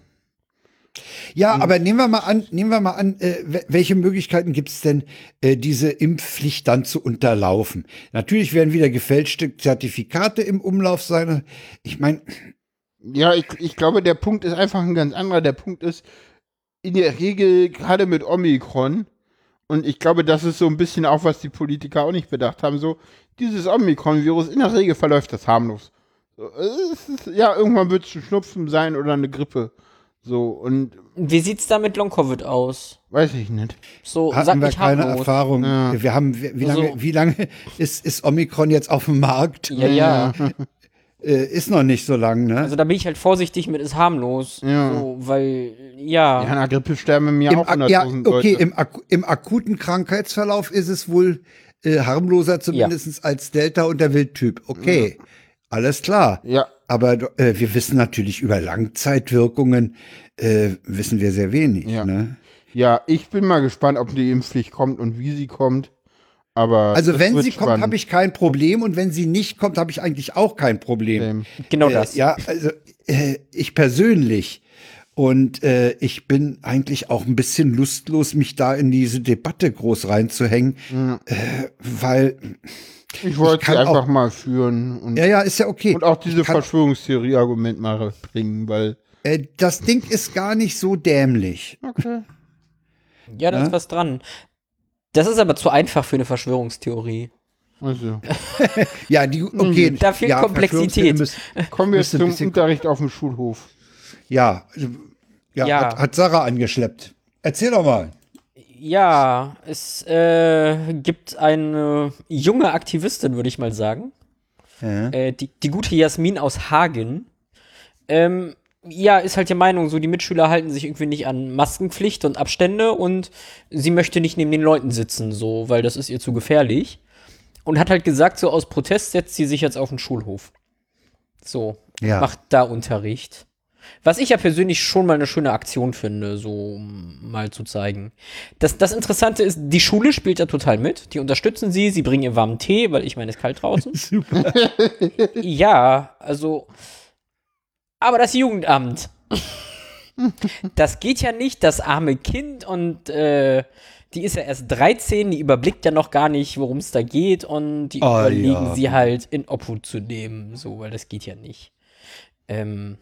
Ja, aber nehmen wir mal an, nehmen wir mal an, äh, wel- welche Möglichkeiten gibt es denn, äh, diese Impfpflicht dann zu unterlaufen? Natürlich werden wieder gefälschte Zertifikate im Umlauf sein. Ich meine, Ja, ich, ich glaube, der Punkt ist einfach ein ganz anderer. Der Punkt ist, in der Regel, gerade mit Omikron, und ich glaube, das ist so ein bisschen auch, was die Politiker auch nicht bedacht haben, so, dieses Omikron-Virus, in der Regel verläuft das harmlos. So, es ist, ja, irgendwann wird es ein Schnupfen sein oder eine Grippe. So, und Wie sieht's da mit Long-Covid aus? weiß ich nicht. So, sag hatten wir nicht keine harmlos. Erfahrung. Ja. Wir haben, wie, wie Also- lange, wie lange ist, ist Omikron jetzt auf dem Markt? Ja, ja. Äh, ist noch nicht so lang, ne? Also da bin ich halt vorsichtig mit, ist harmlos. Ja. So, weil, ja. Ja, an der Grippe sterben im Jahr Im, auch ak- ja, hunderttausend okay, Leute. im, ak im akuten Krankheitsverlauf ist es wohl äh, harmloser zumindest als Delta und der Wildtyp. Okay, alles klar. Ja, Aber äh, wir wissen natürlich über Langzeitwirkungen, äh, wissen wir sehr wenig. Ja. Ne? ja, ich bin mal gespannt, ob die Impfpflicht kommt und wie sie kommt. Aber Also das wenn wird sie kommt, spannend. habe ich kein Problem und wenn sie nicht kommt, habe ich eigentlich auch kein Problem. Ähm, Genau Äh, das. Ja, also äh, ich persönlich und äh, ich bin eigentlich auch ein bisschen lustlos, mich da in diese Debatte groß reinzuhängen, äh, weil Ich wollte kann sie einfach auch- mal führen und, ja, ja, ist ja okay. und auch diese Ich kann- Verschwörungstheorie-Argument mal bringen, weil. Äh, das Ding ist gar nicht so dämlich. Okay. Ja, da Ja? ist was dran. Das ist aber zu einfach für eine Verschwörungstheorie. Also. Ja, die, okay. Da fehlt ja, Komplexität. Verschwörungstheorien müssen- Kommen wir jetzt müssen ein zum bisschen- Unterricht auf dem Schulhof. Ja, also, ja, Ja. Hat, hat Sarah angeschleppt. Erzähl doch mal. Ja, es äh, gibt eine junge Aktivistin, würde ich mal sagen. Ja. Äh, die, die gute Jasmin aus Hagen. Ähm, ja, ist halt die Meinung, so die Mitschüler halten sich irgendwie nicht an Maskenpflicht und Abstände und sie möchte nicht neben den Leuten sitzen, so, weil das ist ihr zu gefährlich. Und hat halt gesagt, so aus Protest setzt sie sich jetzt auf den Schulhof. So, Ja. macht da Unterricht. Was ich ja persönlich schon mal eine schöne Aktion finde, so um mal zu zeigen. Das, das Interessante ist, die Schule spielt da total mit. Die unterstützen sie, sie bringen ihr warmen Tee, weil ich meine, es ist kalt draußen. Super. Ja, also. Aber das Jugendamt. Das geht ja nicht, das arme Kind und äh, die ist ja erst dreizehn, die überblickt ja noch gar nicht, worum es da geht und die Ah, überlegen ja. sie halt in Obhut zu nehmen, so, weil das geht ja nicht. Ähm,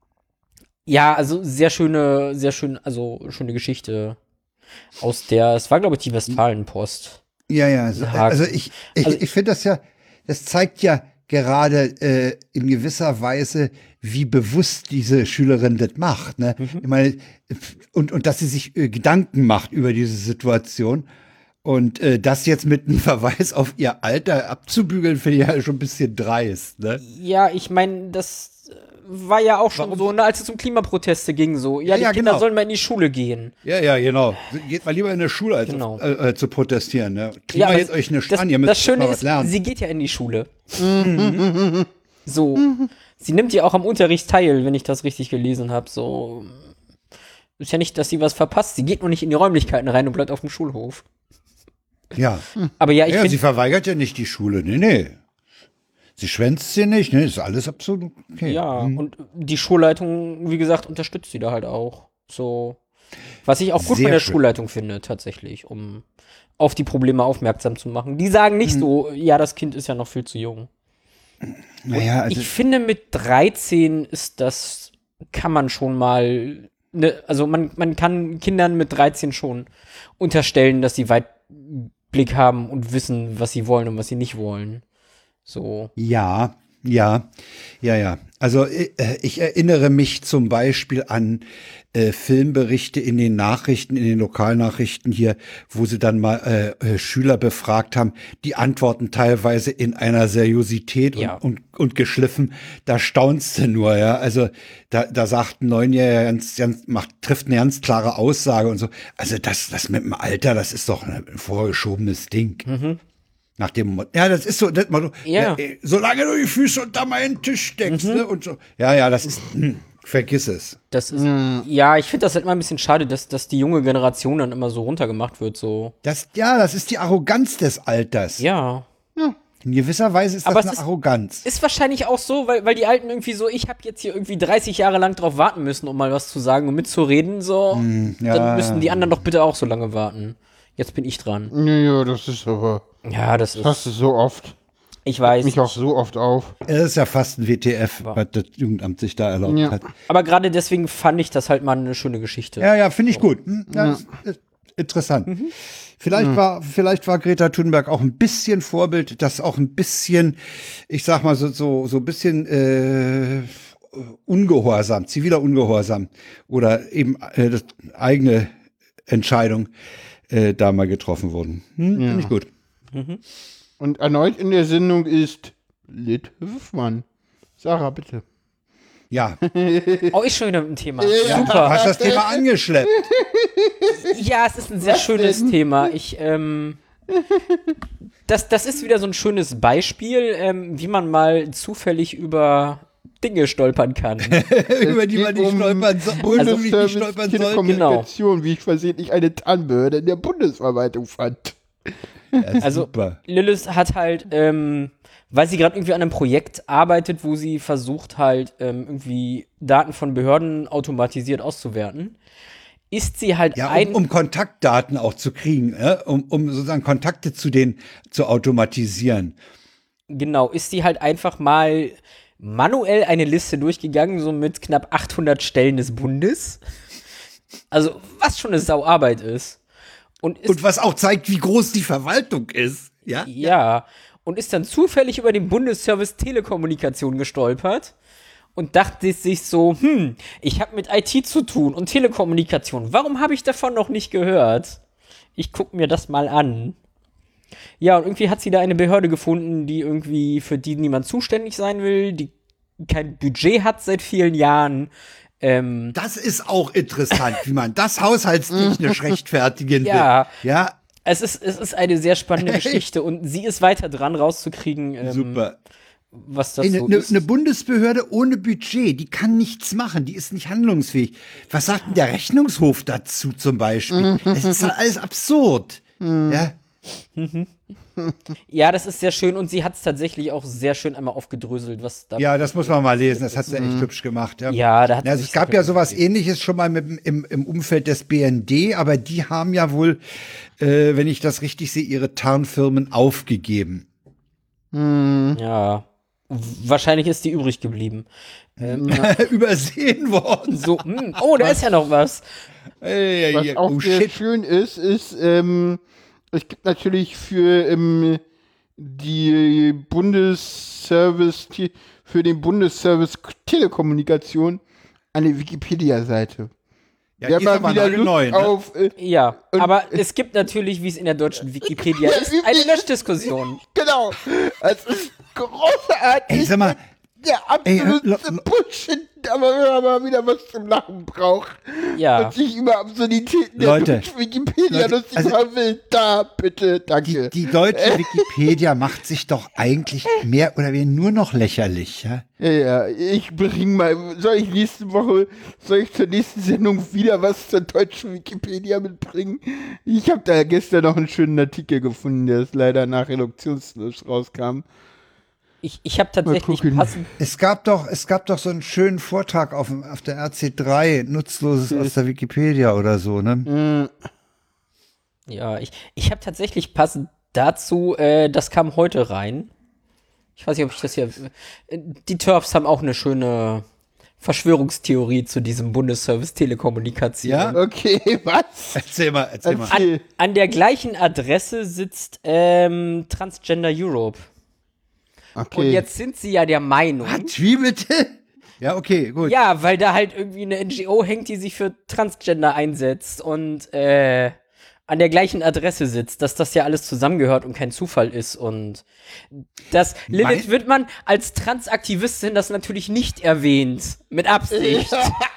ja, also sehr schöne, sehr schön, also schöne Geschichte aus der, es war glaube ich die Westfalenpost. Ja, ja. So, Haken. also ich, ich, Also- ich finde das ja, das zeigt ja gerade äh, in gewisser Weise, wie bewusst diese Schülerin das macht. Ne? Mhm. Ich meine, und, und dass sie sich äh, Gedanken macht über diese Situation. Und äh, das jetzt mit einem Verweis auf ihr Alter abzubügeln, finde ich ja schon ein bisschen dreist, ne? Ja, ich meine, das war ja auch schon Warum? so, ne, als es um Klimaproteste ging, so. Ja, Ja, die ja, Kinder genau. sollen mal in die Schule gehen. Ja, ja, genau. Geht mal lieber in eine Schule, als Genau. äh, äh, zu protestieren, ne? Ja, Klima aber jetzt euch eine das, Spann, ihr müsst das Schöne mal was ist, lernen. sie geht ja in die Schule. Mhm. So. Sie nimmt ja auch am Unterricht teil, wenn ich das richtig gelesen habe. So. Ist ja nicht, dass sie was verpasst. Sie geht nur nicht in die Räumlichkeiten rein und bleibt auf dem Schulhof. Ja. Aber ja, ich ja, sie finde. verweigert ja nicht die Schule. Nee, nee. Sie schwänzt sie nicht, ne? Ist alles absolut okay. Ja, Hm. und die Schulleitung, wie gesagt, unterstützt sie da halt auch. So. Was ich auch gut Sehr von der schön. Schulleitung finde, tatsächlich, um auf die Probleme aufmerksam zu machen. Die sagen nicht so, ja, das Kind ist ja noch viel zu jung. Naja, also, Ich finde, mit dreizehn ist das, kann man schon mal, ne, also man, man kann Kindern mit dreizehn schon unterstellen, dass sie Weitblick haben und wissen, was sie wollen und was sie nicht wollen. So. ja, ja, ja, ja. Also äh, ich erinnere mich zum Beispiel an äh, Filmberichte in den Nachrichten, in den Lokalnachrichten hier, wo sie dann mal äh, äh, Schüler befragt haben, die antworten teilweise in einer Seriosität Ja. und, und, und geschliffen. Da staunst du nur, ja. Also da, da sagt ein Neunjähriger ganz, ganz, macht, trifft eine ganz klare Aussage und so. Also das, das mit dem Alter, das ist doch ein vorgeschobenes Ding. Mhm. Nach dem Motto, ja, das ist so, das Motto, Ja. äh, solange du die Füße unter meinen Tisch steckst, ne, und so. Ja, ja, das ist, hm, vergiss es. Das ist, ja, ich finde das halt immer ein bisschen schade, dass, dass die junge Generation dann immer so runtergemacht wird, so. Das, ja, das ist die Arroganz des Alters. Ja. In gewisser Weise ist Aber das es eine ist- Arroganz. Ist wahrscheinlich auch so, weil, weil die Alten irgendwie so, ich habe jetzt hier irgendwie dreißig Jahre lang drauf warten müssen, um mal was zu sagen und mitzureden, so. ja, dann müssen ja. die anderen doch bitte auch so lange warten. Jetzt bin ich dran. Ja, ja, das ist aber, Ja, das das hast ist, du so oft, ich weiß. mich auch so oft auf. Es ist ja fast ein W T F, was das Jugendamt sich da erlaubt Ja. hat. Aber gerade deswegen fand ich das halt mal eine schöne Geschichte. Ja, ja, finde ich gut. Hm, ja, das ist interessant. Vielleicht war, vielleicht war Greta Thunberg auch ein bisschen Vorbild, das auch ein bisschen, ich sag mal so, so, so ein bisschen, äh, Ungehorsam, ziviler Ungehorsam oder eben äh, das eigene Entscheidung äh, da mal getroffen wurden. Hm, Finde ich gut. Und erneut in der Sendung ist Lit Hüffmann. Sarah, bitte. Ja, Oh, ist schon wieder ein Thema. du Super. hast das Thema angeschleppt. Ja, es ist ein sehr schönes denn? Thema. Ich, ähm, das, das ist wieder so ein schönes Beispiel, ähm, wie man mal zufällig über Dinge stolpern kann. Über die man nicht um stolpern soll, Bundesservice nicht stolpern sollte. Telekommunikation, wie ich versehentlich eine TAN-Behörde in der Bundesverwaltung fand. Ja, ist Also, super. Lilith hat halt, ähm, weil sie gerade irgendwie an einem Projekt arbeitet, wo sie versucht halt ähm, irgendwie Daten von Behörden automatisiert auszuwerten, ist sie halt Ja, ein... um, um Kontaktdaten auch zu kriegen, äh? um, um sozusagen Kontakte zu denen zu automatisieren. Genau, ist sie halt einfach mal manuell eine Liste durchgegangen, so mit knapp achthundert Stellen des Bundes. Also, was schon eine Sauarbeit ist. Und ist, Und was auch zeigt, wie groß die Verwaltung ist. Ja, ja, und ist dann zufällig über den Bundesservice Telekommunikation gestolpert und dachte sich so, hm, ich habe mit I T zu tun und Telekommunikation. Warum habe ich davon noch nicht gehört? Ich guck mir das mal an. Ja, und irgendwie hat sie da eine Behörde gefunden, die irgendwie, für die niemand zuständig sein will, die kein Budget hat seit vielen Jahren. Ähm, Das ist auch interessant, wie man das haushaltstechnisch rechtfertigen Ja. will. Ja, es ist, es ist eine sehr spannende Geschichte und sie ist weiter dran rauszukriegen, ähm, super. was das Eine so ne, ist. ne Bundesbehörde ohne Budget, die kann nichts machen, die ist nicht handlungsfähig. Was sagt denn der Rechnungshof dazu zum Beispiel? Das ist halt alles absurd. Ja, Ja, das ist sehr schön und sie hat es tatsächlich auch sehr schön einmal aufgedröselt, was da. ja, das muss man mal lesen, das hat sie echt hübsch gemacht. Ja, Ja, da hat sie also sich es gab sehr ja viel sowas gegeben. Ähnliches schon mal mit, dem- im, im Umfeld des B N D, aber die haben ja wohl, äh, wenn ich das richtig sehe, ihre Tarnfirmen aufgegeben. Ja. Wahrscheinlich ist die übrig geblieben. Übersehen worden. So, hm, oh, da ist ja noch was. Ey, ey, Was ey, auch oh sehr shit. schön ist, ist, ähm, es gibt natürlich für ähm, die Bundesservice, für den Bundesservice Telekommunikation eine Wikipedia-Seite. Ja, der die ist mal aber wieder Lust neu, ne? auf. Äh, Ja, Und- aber es gibt natürlich, wie es in der deutschen Wikipedia ist, eine Löschdiskussion. genau. Es ist großartig. Ey, sag mal, Der ey, absolute lo- lo- Bullshit, aber wenn man mal wieder was zum Lachen braucht Ja. und sich über Absurditäten der Leute, deutschen Wikipedia Leute, lustig also- machen will, da bitte, danke. die deutsche Wikipedia macht sich doch eigentlich mehr oder weniger nur noch lächerlich, ja? Ja, ja, ich bring mal, soll ich nächste Woche, soll ich zur nächsten Sendung wieder was zur deutschen Wikipedia mitbringen? Ich habe da gestern noch einen schönen Artikel gefunden, der ist leider nach Reduktionsschluss rauskam. Ich, ich habe tatsächlich gucken. passend. Es gab doch, es gab doch so einen schönen Vortrag auf, dem- auf der R C drei, Nutzloses aus der Wikipedia oder so, ne? Ja, ich, ich habe tatsächlich passend dazu, äh, das kam heute rein. Ich weiß nicht, ob ich das hier. Äh, die Turfs haben auch eine schöne Verschwörungstheorie zu diesem Bundesservice Telekommunikation. Ja? Okay, was? Erzähl mal, erzähl mal. Erzähl. An der gleichen Adresse sitzt ähm, Transgender Europe. Okay. Und jetzt sind sie ja der Meinung. Was? Wie bitte? Ja, okay, gut. Ja, weil da halt irgendwie eine N G O hängt, die sich für Transgender einsetzt und äh, an der gleichen Adresse sitzt, dass das ja alles zusammengehört und kein Zufall ist. Und das Lilith Mein- Wittmann als Transaktivistin das natürlich nicht erwähnt. Mit Absicht.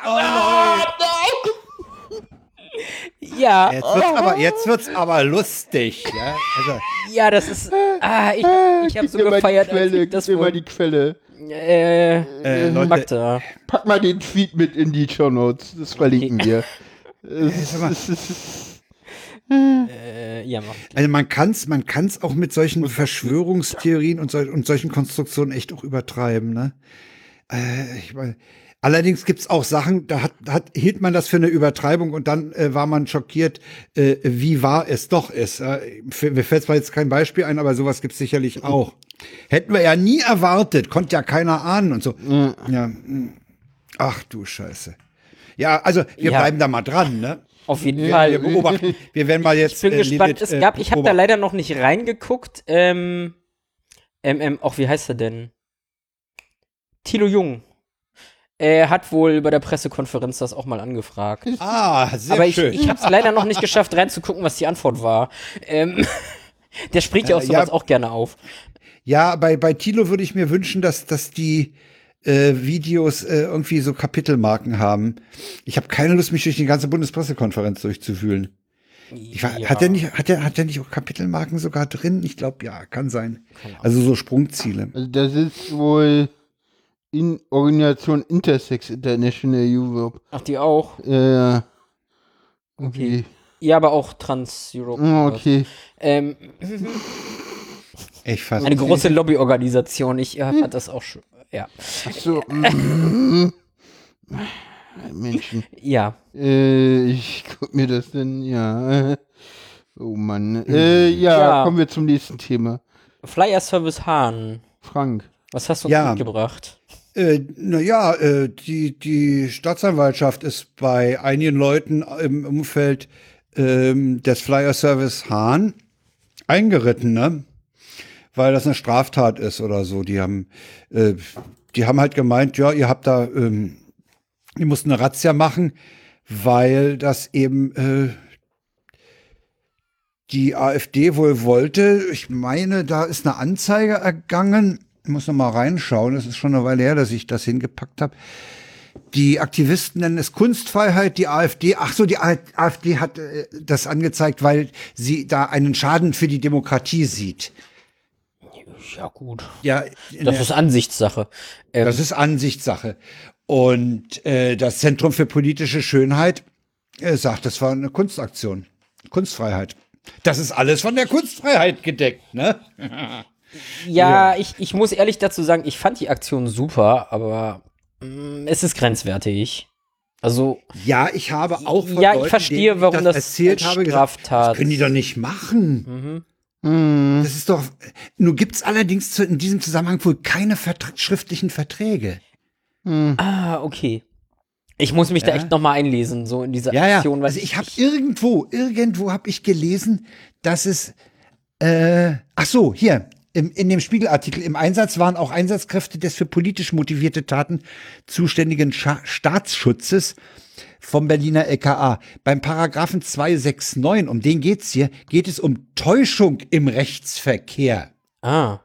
Ja, Jetzt wird's aber, jetzt wird's aber lustig, ja? Also, ja, das ist. Ah, ich, ich habe so Gib mir mal gefeiert, die Quelle, als ich das gib mir mal wohl, die Quelle. äh, äh, Leute, Magda. Pack mal den Tweet mit in die Shownotes, das verlinken wir. Es- sag mal. es- es- Äh, ja, mach ich. also man kann's, man kann's auch mit solchen Verschwörungstheorien und, sol und solchen Konstruktionen echt auch übertreiben, ne? Äh, ich mein, allerdings gibt's auch Sachen, da hat, hat, hielt man das für eine Übertreibung und dann äh, war man schockiert, äh, wie wahr es doch ist. Äh, für, mir fällt zwar jetzt kein Beispiel ein, aber sowas gibt's sicherlich auch. Hätten wir ja nie erwartet, konnte ja keiner ahnen und so. Ja. mm. Ach du Scheiße. Ja, also wir Ja. bleiben da mal dran, ne? Auf jeden Wir, Fall. wir beobachten, wir werden mal jetzt. Ich bin äh, gespannt. Lilith, Es äh, gab, ich habe da beobachten. leider noch nicht reingeguckt. Ähm, ähm, ähm, auch wie heißt er denn? Thilo Jung. Er hat wohl bei der Pressekonferenz das auch mal angefragt. Ah, sehr Aber ich, schön. ich habe es leider noch nicht geschafft, reinzugucken, was die Antwort war. Ähm, der spricht ja auch Äh, sowas ja. auch gerne auf. Ja, bei, bei Thilo würde ich mir wünschen, dass, dass die äh, Videos äh, irgendwie so Kapitelmarken haben. Ich habe keine Lust, mich durch die ganze Bundespressekonferenz durchzufühlen. Ich, war- Ja. Hat der nicht, hat der, hat der nicht auch Kapitelmarken sogar drin? Ich glaube, ja, kann sein. Also so Sprungziele. Also das ist wohl in Organisation Intersex International Europe. Ach, die auch? Äh, Okay. Ja, aber auch Trans Europe. Oh, okay. Ähm, Ich fass eine große Lobbyorganisation. Ich äh, fand das auch schon. Ja. Achso. mm, Menschen. Ja. Äh, ich guck mir das denn, ja. äh, Oh Mann. Äh, ja, Ja. kommen wir zum nächsten Thema. Flyer Service Hahn. Frank. Was hast du uns Ja. mitgebracht? Äh, naja, äh, die, die Staatsanwaltschaft ist bei einigen Leuten im Umfeld ähm, des Flyer Service Hahn eingeritten, ne? Weil das eine Straftat ist oder so. Die haben, äh, die haben halt gemeint, ja, ihr habt da, ähm, ihr müsst eine Razzia machen, weil das eben äh, die AfD wohl wollte. Ich meine, da ist eine Anzeige ergangen. Ich muss noch mal reinschauen. Das ist schon eine Weile her, dass ich das hingepackt habe. Die Aktivisten nennen es Kunstfreiheit, die AfD, ach so, die AfD hat äh, das angezeigt, weil sie da einen Schaden für die Demokratie sieht. Ja, gut. Ja, Das ist Ansichtssache. Ähm, das ist Ansichtssache. Und äh, das Zentrum für politische Schönheit äh, sagt, das war eine Kunstaktion. Kunstfreiheit. Das ist alles von der Kunstfreiheit gedeckt, ne? ja, Ich, ich muss ehrlich dazu sagen, ich fand die Aktion super, aber mh, es ist grenzwertig. Also, Ja, ich habe auch von Ja, ich Leuten, verstehe, denen ich warum das erzählt als habe, gesagt, Straftat- das können die doch nicht machen. Das ist doch, nur gibt's allerdings zu, in diesem Zusammenhang wohl keine vertra schriftlichen Verträge. ah, okay. Ich muss mich da echt noch mal einlesen, so in diese Ja, ja. Aktion. weil Also ich habe irgendwo, irgendwo habe ich gelesen, dass es, äh, ach so, hier, im, in dem Spiegelartikel, im Einsatz waren auch Einsatzkräfte des für politisch motivierte Taten zuständigen Scha Staatsschutzes vom Berliner L K A. Beim Paragraphen zweihundertneunundsechzig, um den geht's hier, geht es um Täuschung im Rechtsverkehr. Ah.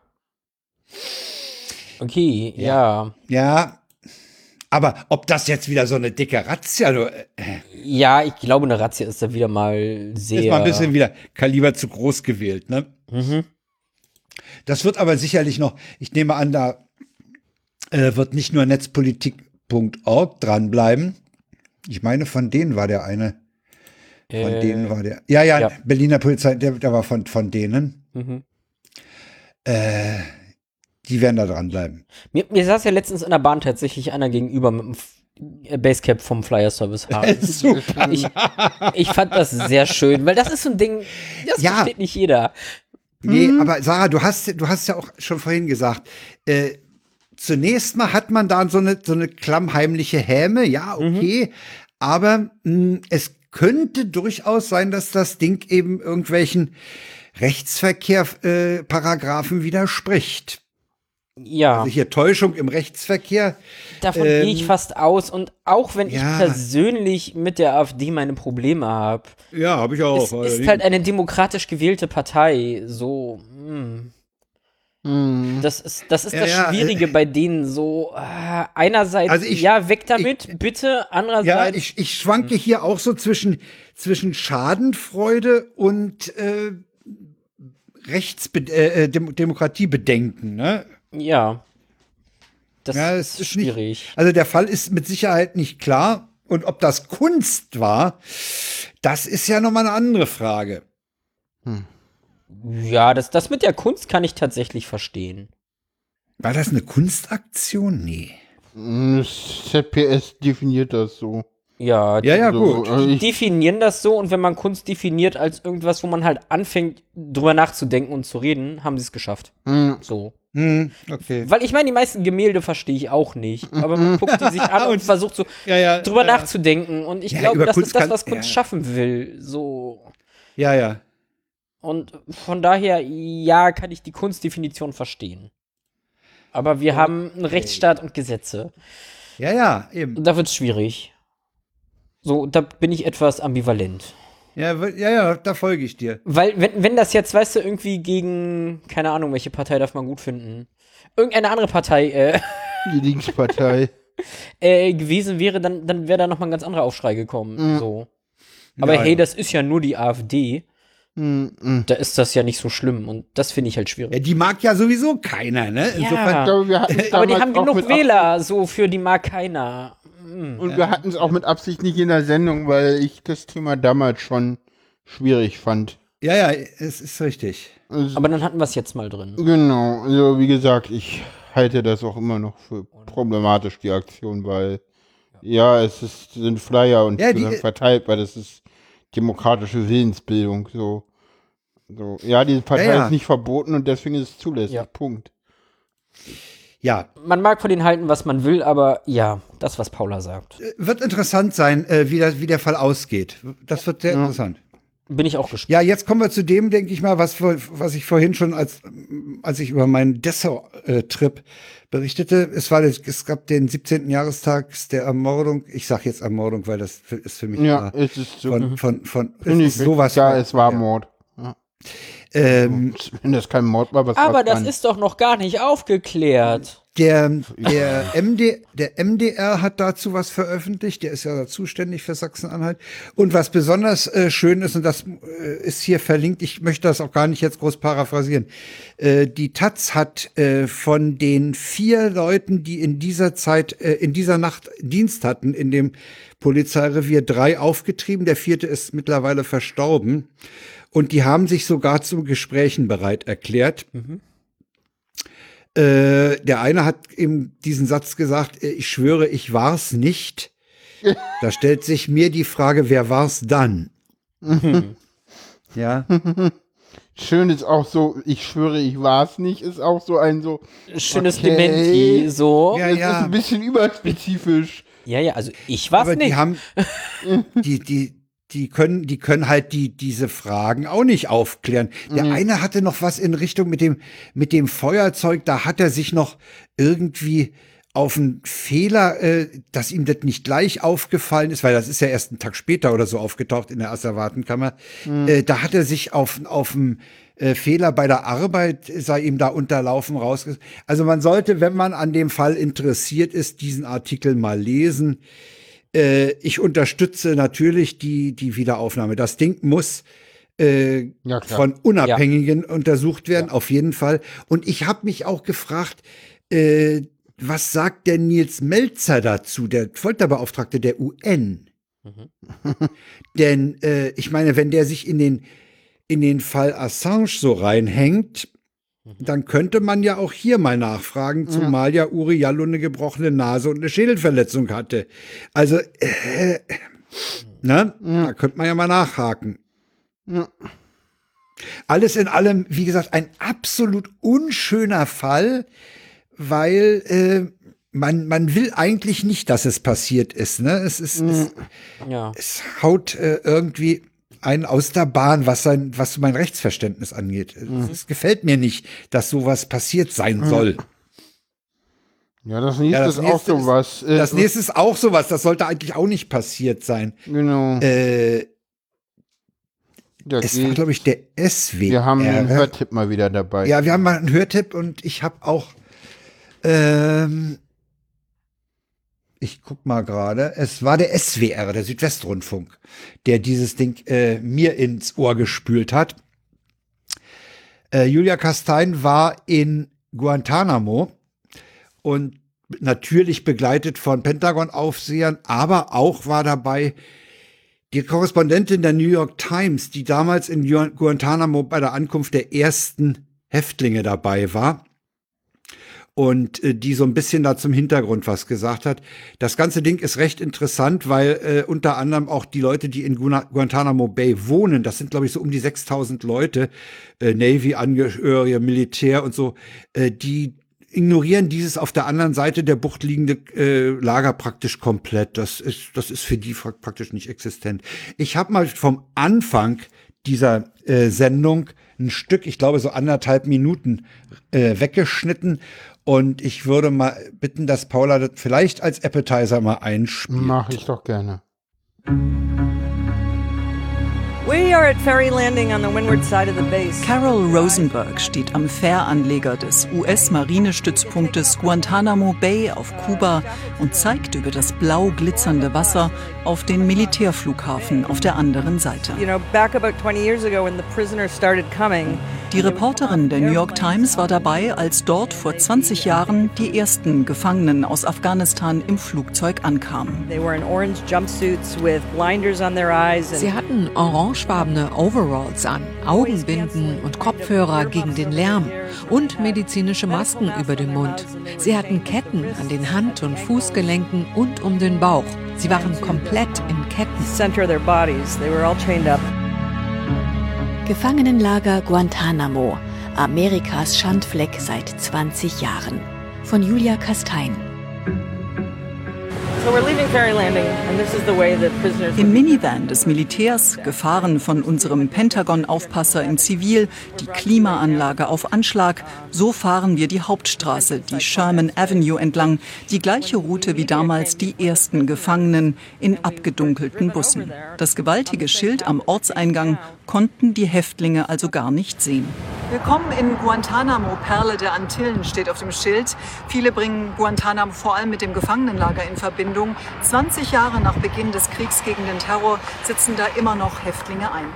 Okay, ja. Ja, aber ob das jetzt wieder so eine dicke Razzia, du, äh, Ja, ich glaube, eine Razzia ist da wieder mal sehr... ist mal ein bisschen wieder Kaliber zu groß gewählt, ne? Mhm. Das wird aber sicherlich noch, ich nehme an, da äh, wird nicht nur netzpolitik punkt org dranbleiben. Ich meine, von denen war der eine. Von Äh, denen war der. Ja, ja, ja. Berliner Polizei, der, der war von, von denen. Mhm. Äh, die werden da dranbleiben. Mir, mir saß ja letztens in der Bahn tatsächlich einer gegenüber mit dem F- äh, Basecap vom Flyer Service H. Super. Ich, ich fand das sehr schön, weil das ist so ein Ding, das Ja. versteht nicht jeder. Nee, aber Sarah, du hast, du hast ja auch schon vorhin gesagt, äh, zunächst mal hat man da so eine, so eine klammheimliche Häme, ja, okay, mhm. aber mh, es könnte durchaus sein, dass das Ding eben irgendwelchen Rechtsverkehr-Paragraphen äh, widerspricht. Ja. Also hier Täuschung im Rechtsverkehr. Davon ähm, gehe ich fast aus. Und auch wenn ja. ich persönlich mit der AfD meine Probleme habe, ja, habe ich auch. es ist halt eine demokratisch gewählte Partei. So, hm. Mhm. Das ist das, ist Ja, das ja, Schwierige äh, bei denen so. Äh, einerseits, Also ich- ja, weg damit, ich- bitte. Ja, Andererseits, ich, ich schwanke hier auch so zwischen, zwischen Schadenfreude und äh, Rechtsbe äh, Dem Demokratiebedenken, ne? ja. Das Ja, ist, es ist schwierig. Nicht, also der Fall ist mit Sicherheit nicht klar. Und ob das Kunst war, das ist ja nochmal eine andere Frage. Ja, das, das mit der Kunst kann ich tatsächlich verstehen. War das eine Kunstaktion? Nee. Das Z P S definiert das so. Ja, Ja, ja, So, gut. also die ich, definieren das so, und wenn man Kunst definiert als irgendwas, wo man halt anfängt, drüber nachzudenken und zu reden, haben sie es geschafft. mh, So. Hm, okay. Weil ich meine, die meisten Gemälde verstehe ich auch nicht. Aber man guckt die sich an und, Und- versucht so Ja, ja. drüber ja, nachzudenken. Und ich Ja, glaube, über das Kunst ist das, kann- was Kunst ja. schaffen will. So. Ja, ja. Und von daher, ja, kann ich die Kunstdefinition verstehen. Aber wir haben einen Rechtsstaat und Gesetze. Ja, ja, eben. Und da wird's schwierig. So, da bin ich etwas ambivalent. Ja, w- ja, ja, da folge ich dir. Weil, wenn, wenn das jetzt, weißt du, irgendwie gegen, keine Ahnung, welche Partei darf man gut finden, irgendeine andere Partei äh, die Linkspartei. äh, gewesen wäre, dann, dann wäre da nochmal ein ganz anderer Aufschrei gekommen. Mhm. So. Aber Ja, hey, ja. das ist ja nur die AfD. Mhm, mh. Da ist das ja nicht so schlimm. Und das finde ich halt schwierig. Ja, die mag ja sowieso keiner, ne? Insofern, Ich glaube, wir hatten's Aber die damals haben auch genug mit Wähler, so für die mag keiner. Ab- Und wir hatten es auch mit Absicht nicht in der Sendung, weil ich das Thema damals schon schwierig fand. ja, ja, es ist richtig. Also, Aber dann hatten wir es jetzt mal drin. genau, also wie gesagt, ich halte das auch immer noch für problematisch, die Aktion, weil ja, es ist, sind Flyer und Ja, die- werden verteilt, weil das ist demokratische Willensbildung, so. so. Ja, diese Partei Ja, ja. ist nicht verboten und deswegen ist es zulässig, Ja. Punkt. Ja, Man mag von denen halten, was man will, aber ja, das, was Paula sagt. wird interessant sein, äh, wie, das, wie der Fall ausgeht. Das wird sehr interessant. Bin ich auch gespannt. Ja, jetzt kommen wir zu dem, denke ich mal, was, vor- was ich vorhin schon, als, als ich über meinen Dessau-Trip berichtete. Es war, es gab den siebzehnten Jahrestag der Ermordung. Ich sage jetzt Ermordung, weil das für- ist für mich Ja, klar. es ist so. Von, von, von, es Finde ist ich sowas. ja, von- es war ja. Mord. Ja. Ähm, Wenn das kein Mord war, was Aber war das dann? ist doch noch gar nicht aufgeklärt. Der, der, M D, der M D R hat dazu was veröffentlicht, der ist ja da zuständig für Sachsen-Anhalt. Und was besonders äh, schön ist, und das äh, ist hier verlinkt, ich möchte das auch gar nicht jetzt groß paraphrasieren, äh, die Taz hat äh, von den vier Leuten, die in dieser Zeit, äh, in dieser Nacht Dienst hatten, in dem Polizeirevier drei aufgetrieben, der vierte ist mittlerweile verstorben. Und die haben sich sogar zu Gesprächen bereit erklärt. Äh, der eine hat eben diesen Satz gesagt, äh, ich schwöre, ich war's nicht. Da stellt sich mir die Frage, wer war's dann? Ja. Schön ist auch so, ich schwöre, ich war es nicht, ist auch so ein so. Schönes Okay. Dementi, so. Ja, Es ja. ist ein bisschen überspezifisch. Ja, ja, also ich war's Aber nicht. die haben, die, die, die können, die können halt die, diese Fragen auch nicht aufklären. Der eine hatte noch was in Richtung mit dem, mit dem Feuerzeug, da hat er sich noch irgendwie auf einen Fehler, äh, dass ihm das nicht gleich aufgefallen ist, weil das ist ja erst einen Tag später oder so aufgetaucht in der Asservatenkammer. Mhm. Äh, da hat er sich auf auf einen äh, Fehler bei der Arbeit, sei ihm da unterlaufen, rausges. Also man sollte, wenn man an dem Fall interessiert ist, diesen Artikel mal lesen. Äh, ich unterstütze natürlich die die Wiederaufnahme. Das Ding muss äh, ja, von Unabhängigen ja. untersucht werden, ja. auf jeden Fall. Und ich habe mich auch gefragt, äh, was sagt der Nils Melzer dazu, der Folterbeauftragte der U N? Mhm. Denn äh, ich meine, wenn der sich in den, in den Fall Assange so reinhängt, mhm. dann könnte man ja auch hier mal nachfragen, zumal ja, ja Uri Jallo eine gebrochene Nase und eine Schädelverletzung hatte. Also, äh, ne? Ja. Da könnte man ja mal nachhaken. Ja. Alles in allem, wie gesagt, ein absolut unschöner Fall, weil äh, man man will eigentlich nicht, dass es passiert ist. Ne? Es ist es, ja. es haut äh, irgendwie einen aus der Bahn, was sein was mein Rechtsverständnis angeht. Mhm. Es gefällt mir nicht, dass sowas passiert sein mhm. soll. Ja, das nächste, ja, das ist nächste auch sowas. Ist, das nächste ist auch sowas. Das sollte eigentlich auch nicht passiert sein. Genau. Äh, es war, glaube ich, der S W R. Wir haben einen Hörtipp mal wieder dabei. Ja, wir haben mal einen Hörtipp und ich habe auch Ähm, ich guck mal gerade. Es war der S W R, der Südwestrundfunk, der dieses Ding äh, mir ins Ohr gespült hat. Äh, Julia Kastein war in Guantanamo und natürlich begleitet von Pentagon-Aufsehern, aber auch war dabei die Korrespondentin der New York Times, die damals in Guantanamo bei der Ankunft der ersten Häftlinge dabei war. Und äh, die so ein bisschen da zum Hintergrund was gesagt hat. Das ganze Ding ist recht interessant, weil äh, unter anderem auch die Leute, die in Gu- Guantanamo Bay wohnen, das sind, glaube ich, so um die sechstausend Leute, äh, Navy-Angehörige, Militär und so, äh, die ignorieren dieses auf der anderen Seite der Bucht liegende äh, Lager praktisch komplett. Das ist, das ist für die praktisch nicht existent. Ich habe mal vom Anfang dieser äh, Sendung ein Stück, ich glaube so anderthalb Minuten äh, weggeschnitten. Und ich würde mal bitten, dass Paula das vielleicht als Appetizer mal einspielt. Mach ich doch gerne. We are at ferry landing on the windward side of the base. Carol Rosenberg steht am Fähranleger des U S-Marinestützpunktes Guantanamo Bay auf Kuba und zeigt über das blau glitzernde Wasser auf den Militärflughafen auf der anderen Seite. You know, back about twenty years ago when the prisoners started coming. Die Reporterin der New York Times war dabei, als dort vor zwanzig Jahren die ersten Gefangenen aus Afghanistan im Flugzeug ankamen. Sie hatten orangefarbene Overalls an, Augenbinden und Kopfhörer gegen den Lärm und medizinische Masken über dem Mund. Sie hatten Ketten an den Hand- und Fußgelenken und um den Bauch. Sie waren komplett in Ketten. Gefangenenlager Guantanamo, Amerikas Schandfleck seit zwanzig Jahren. Von Julia Kastein. Im Minivan des Militärs, gefahren von unserem Pentagon-Aufpasser in Zivil, die Klimaanlage auf Anschlag, so fahren wir die Hauptstraße, die Sherman Avenue entlang, die gleiche Route wie damals die ersten Gefangenen in abgedunkelten Bussen. Das gewaltige Schild am Ortseingang konnten die Häftlinge also gar nicht sehen. Willkommen in Guantanamo, Perle der Antillen, steht auf dem Schild. Viele bringen Guantanamo vor allem mit dem Gefangenenlager in Verbindung. zwanzig Jahre nach Beginn des Kriegs gegen den Terror sitzen da immer noch Häftlinge ein.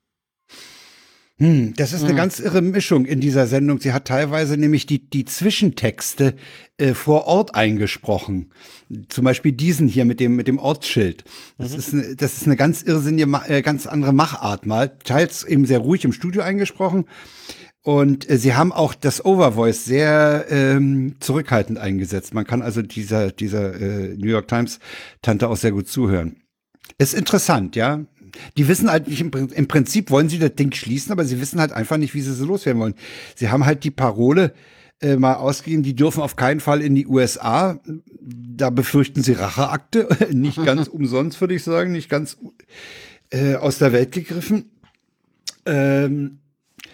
Hm, das ist eine hm. ganz irre Mischung in dieser Sendung. Sie hat teilweise nämlich die, die Zwischentexte äh, vor Ort eingesprochen. Zum Beispiel diesen hier mit dem, mit dem Ortsschild. Das, mhm. ist, eine, das ist eine ganz irrsinnige, äh, ganz andere Machart mal. Teils eben sehr ruhig im Studio eingesprochen. Und äh, sie haben auch das Overvoice sehr ähm, zurückhaltend eingesetzt. Man kann also dieser, dieser äh, New York Times Tante auch sehr gut zuhören. Ist interessant, ja. Die wissen halt nicht, im, im Prinzip wollen sie das Ding schließen, aber sie wissen halt einfach nicht, wie sie so loswerden wollen. Sie haben halt die Parole äh, mal ausgegeben, die dürfen auf keinen Fall in die U S A. Da befürchten sie Racheakte. Nicht ganz umsonst, würde ich sagen, nicht ganz äh, aus der Welt gegriffen. Ähm,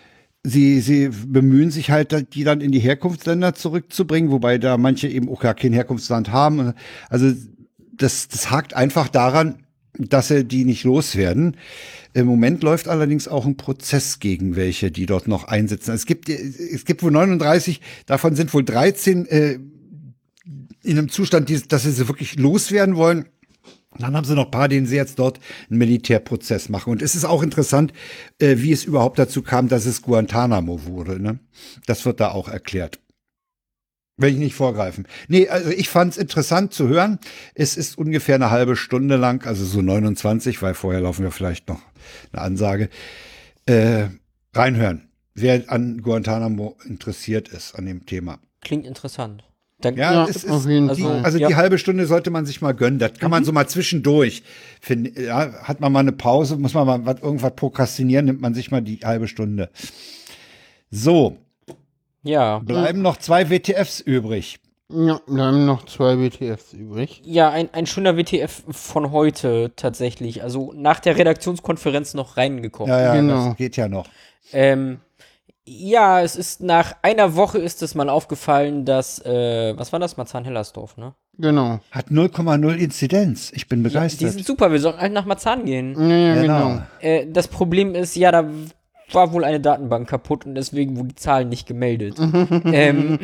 sie, sie bemühen sich halt, die dann in die Herkunftsländer zurückzubringen, wobei da manche eben auch gar kein Herkunftsland haben. Also das, das hakt einfach daran, dass sie die nicht loswerden. Im Moment läuft allerdings auch ein Prozess gegen welche, die dort noch einsitzen. Es gibt, es gibt wohl neununddreißig, davon sind wohl dreizehn äh, in einem Zustand, die, dass sie sie wirklich loswerden wollen. Dann haben sie noch ein paar, denen sie jetzt dort einen Militärprozess machen. Und es ist auch interessant, äh, wie es überhaupt dazu kam, dass es Guantanamo wurde. Ne? Das wird da auch erklärt. Will ich nicht vorgreifen. Nee, also ich fand es interessant zu hören. Es ist ungefähr eine halbe Stunde lang, also so neunundzwanzig, weil vorher laufen wir vielleicht noch eine Ansage. Äh, reinhören, wer an Guantanamo interessiert ist, an dem Thema. Klingt interessant. Dann, ja, ja, es ist, auf jeden die, Fall. also ja. die halbe Stunde sollte man sich mal gönnen. Das kann mhm. man so mal zwischendurch finden. Ja, hat man mal eine Pause, muss man mal was, irgendwas prokrastinieren, nimmt man sich mal die halbe Stunde. So. Ja. Bleiben noch zwei W T Fs übrig. Ja, bleiben noch zwei W T Fs übrig. Ja, ein, ein schöner W T F von heute tatsächlich. Also nach der Redaktionskonferenz noch reingekommen. Ja, ja, Genau. das geht ja noch. Ähm, ja, es ist nach einer Woche ist es mal aufgefallen, dass, äh, was war das? Marzahn-Hellersdorf, ne? Genau. Hat null Komma null Inzidenz. Ich bin Ja, begeistert. die sind super, wir sollten halt nach Marzahn gehen. Ja, ja, Genau. genau. Äh, das Problem ist, ja, da war wohl eine Datenbank kaputt und deswegen wurden die Zahlen nicht gemeldet. ähm,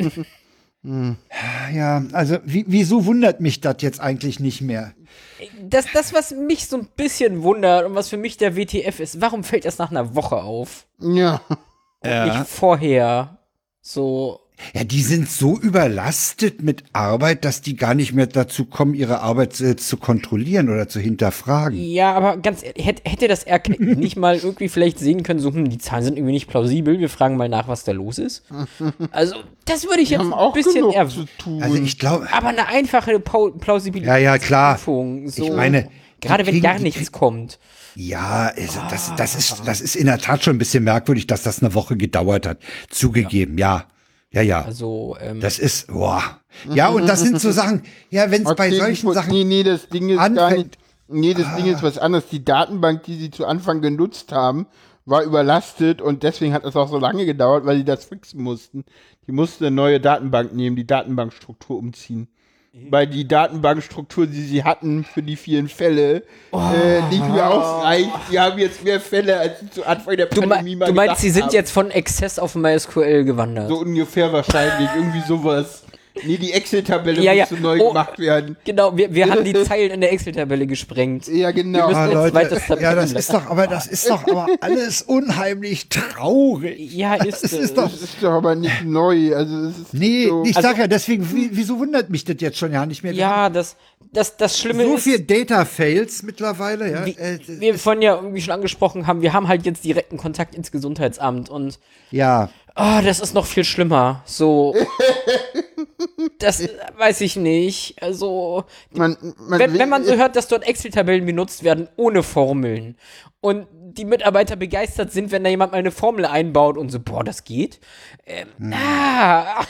Ja, also wie, wieso wundert mich das jetzt eigentlich nicht mehr? das, das, was mich so ein bisschen wundert und was für mich der W T F ist, warum fällt das nach einer Woche auf? Ja. Und nicht vorher. So. Ja, die sind so überlastet mit Arbeit, dass die gar nicht mehr dazu kommen, ihre Arbeit äh, zu kontrollieren oder zu hinterfragen. Ja, aber ganz ehrlich, hätte, hätte das R K I nicht mal irgendwie vielleicht sehen können, so, hm, die Zahlen sind irgendwie nicht plausibel, wir fragen mal nach, was da los ist. Also, das würde ich Die jetzt haben ein auch bisschen genug eher. zu tun. Also ich glaube, Aber eine einfache Pau- Plausibilität. Ja, ja, klar. So, Ich meine, gerade die wenn kriegen- gar die nichts kommt. ja, also das, das ist, das ist in der Tat schon ein bisschen merkwürdig, dass das eine Woche gedauert hat. Zugegeben, ja. Ja, ja. Also, ähm, Das ist, boah. Ja, und das sind so Sachen, ja, wenn es bei Okay, solchen ich- Sachen Nee, nee, das Ding ist gar anfängt. nicht. Nee, das Ding ist was anderes. Die Datenbank, die sie zu Anfang genutzt haben, war überlastet und deswegen hat es auch so lange gedauert, weil die das fixen mussten. Die mussten eine neue Datenbank nehmen, die Datenbankstruktur umziehen. Weil die Datenbankstruktur, die sie hatten für die vielen Fälle, äh, nicht mehr ausreicht. Die haben jetzt mehr Fälle, als sie zu Anfang der du, Pandemie me mal du meinst, gedacht sie sind haben. jetzt von Access auf MySQL gewandert. So ungefähr wahrscheinlich, irgendwie sowas. Nee, die Excel-Tabelle Ja, ja. musste neu Oh. gemacht werden. Genau, wir, wir haben die Zeilen in der Excel-Tabelle gesprengt. Ja, genau. Wir müssen Ah, jetzt Leute, weiter Tab- ja, das ist doch, aber das ist doch aber alles unheimlich traurig. Ja, ist Das es. ist doch, Das ist doch aber nicht neu. Also es ist nee, so, ich Also- sag ja, deswegen, wie, wieso wundert mich das jetzt schon ja nicht mehr? Ja, das, das, das Schlimme so ist, viel Data-Fails mittlerweile, ja. wie Äh, wir vorhin ja irgendwie schon angesprochen haben, wir haben halt jetzt direkten Kontakt ins Gesundheitsamt und ja, oh, das ist noch viel schlimmer. So, das weiß ich nicht. Also, man, man wenn, will- wenn man so hört, dass dort Excel-Tabellen benutzt werden ohne Formeln und die Mitarbeiter begeistert sind, wenn da jemand mal eine Formel einbaut und so, boah, das geht. Ähm, ah,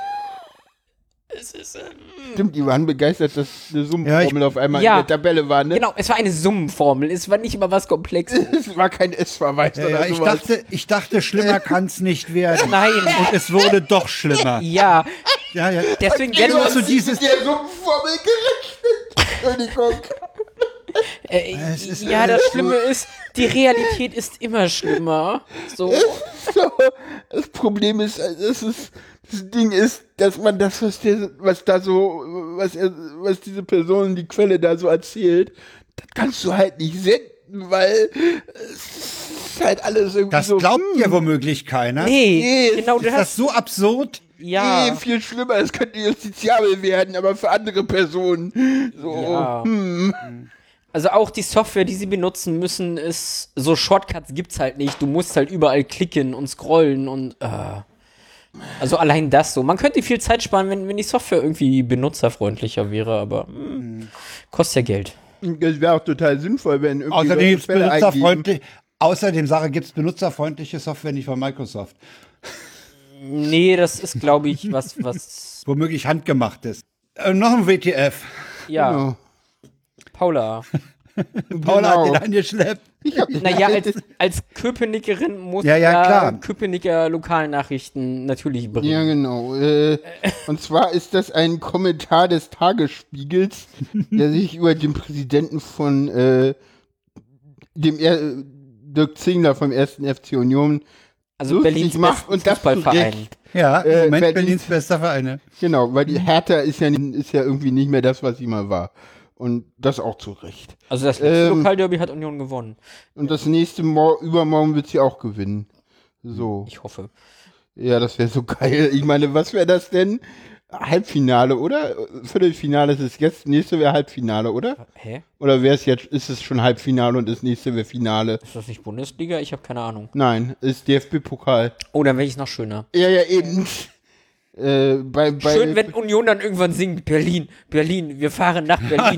es ist, ähm, Stimmt, die waren begeistert, dass eine Summenformel Ja, auf einmal Ja. in der Tabelle war, ne? genau, es war eine Summenformel, es war nicht immer was Komplexes. Es war kein S-Verweis ja, oder ja ich, sowas. dachte, ich dachte, schlimmer kann's nicht werden. Nein. Und es wurde doch schlimmer. Ja, Ja, ja. deswegen Du werden wir hast so nicht dieses- mit der Summenformel gerechnet. Entschuldigung. Äh, Es ist ja, alles das Schlimme ist, die Realität ist immer schlimmer. So. So, das Problem ist, äh, das ist, das Ding ist, dass man das, was, der, was da so, was, er, was diese Person, die Quelle da so erzählt, das kannst du halt nicht senden, weil es ist halt alles irgendwie Das so. glaubt hm, ja womöglich keiner. Nee, Nee, genau Ist das das. so absurd? Ja. Nee, viel schlimmer, es könnte justiziabel werden, aber für andere Personen. So, Ja. hm. Also auch die Software, die sie benutzen müssen, ist, so Shortcuts gibt's halt nicht. Du musst halt überall klicken und scrollen und, äh. Also allein das so. Man könnte viel Zeit sparen, wenn, wenn die Software irgendwie benutzerfreundlicher wäre, aber mh, kostet ja Geld. Das wäre auch total sinnvoll, wenn irgendwie Außerdem solche gibt's Fälle eingeben. benutzerfreundlich, außerdem Sache gibt's benutzerfreundliche Software nicht von Microsoft. Nee, das ist, glaube ich, was, was, Womöglich handgemacht ist. Äh, noch ein W T F. ja, Genau. Paula. Paula Genau. hat den angeschleppt. Naja, als, als Köpenickerin muss Ja, ja, klar. Köpenicker Lokalnachrichten natürlich bringen. Ja, genau. Äh, und zwar ist das ein Kommentar des Tagesspiegels, der sich über den Präsidenten von äh, dem er Dirk Zingler vom ersten F C Union Also lustig Berlins macht besten und das zu Fußballverein. Recht. Ja, Äh, im Moment Berlins- Berlins bester Vereine. Genau, weil die Hertha ist ja, ist ja irgendwie nicht mehr das, was sie mal war. Und das auch zu Recht. Also das letzte Ähm, Lokalderby hat Union gewonnen. Und das nächste Mor übermorgen wird sie auch gewinnen. So. Ich hoffe. Ja, das wäre so geil. Ich meine, was wäre das denn? Halbfinale, oder? Viertelfinale ist es jetzt, nächste wäre Halbfinale, oder? Hä? Oder wäre es jetzt, ist es schon Halbfinale und das nächste wäre Finale? Ist das nicht Bundesliga? Ich habe keine Ahnung. Nein, ist D F B-Pokal. Oh, dann wäre ich noch schöner. Ja, ja, eben. Äh, bei, bei, Schön, wenn Union dann irgendwann singt, Berlin, Berlin, wir fahren nach Berlin.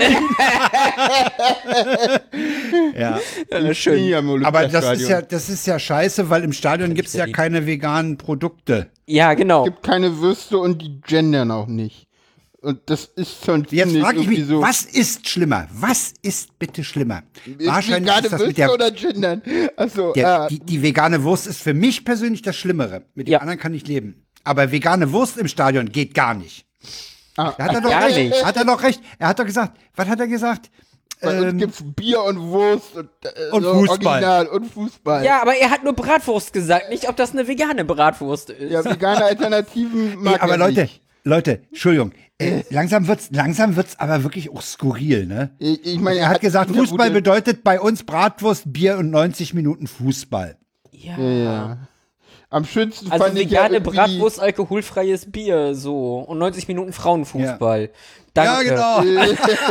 Ja. Ja, schön. Ja, im Aber das ist Olympiastadion. ja, das ist ja scheiße, weil im Stadion gibt es ja Berlin. keine veganen Produkte. Ja, genau. gibt keine Würste und die gendern auch nicht. Und das ist schon Jetzt ziemlich frage ich mich, irgendwie so. was ist schlimmer? Was ist bitte schlimmer? Ist Wahrscheinlich vegane ist das mit Würste der, oder gendern? Also, der ah, die, die vegane Wurst ist für mich persönlich das Schlimmere. Mit dem Ja. anderen kann ich leben. Aber vegane Wurst im Stadion geht gar nicht. ah, Da hat er doch Gar recht. nicht. Hat er doch recht. Er hat doch gesagt, was hat er gesagt? bei uns Ähm, gibt's Bier und Wurst und, äh, und so Fußball. Original und Fußball. Ja, aber er hat nur Bratwurst gesagt, nicht ob das eine vegane Bratwurst ist. Ja, vegane Alternativen mag Nee, aber er Leute, nicht. Leute, Entschuldigung. Äh, langsam wird's, langsam wird's aber wirklich auch skurril, ne? Ich, ich meine, Er hat gesagt, eine Fußball gute- bedeutet bei uns Bratwurst, Bier und neunzig Minuten Fußball. Ja. Ja, ja. Am schönsten Also fand ich ja vegane irgendwie- Bratwurst, alkoholfreies Bier, so. Und neunzig Minuten Frauenfußball. Danke. Ja, genau.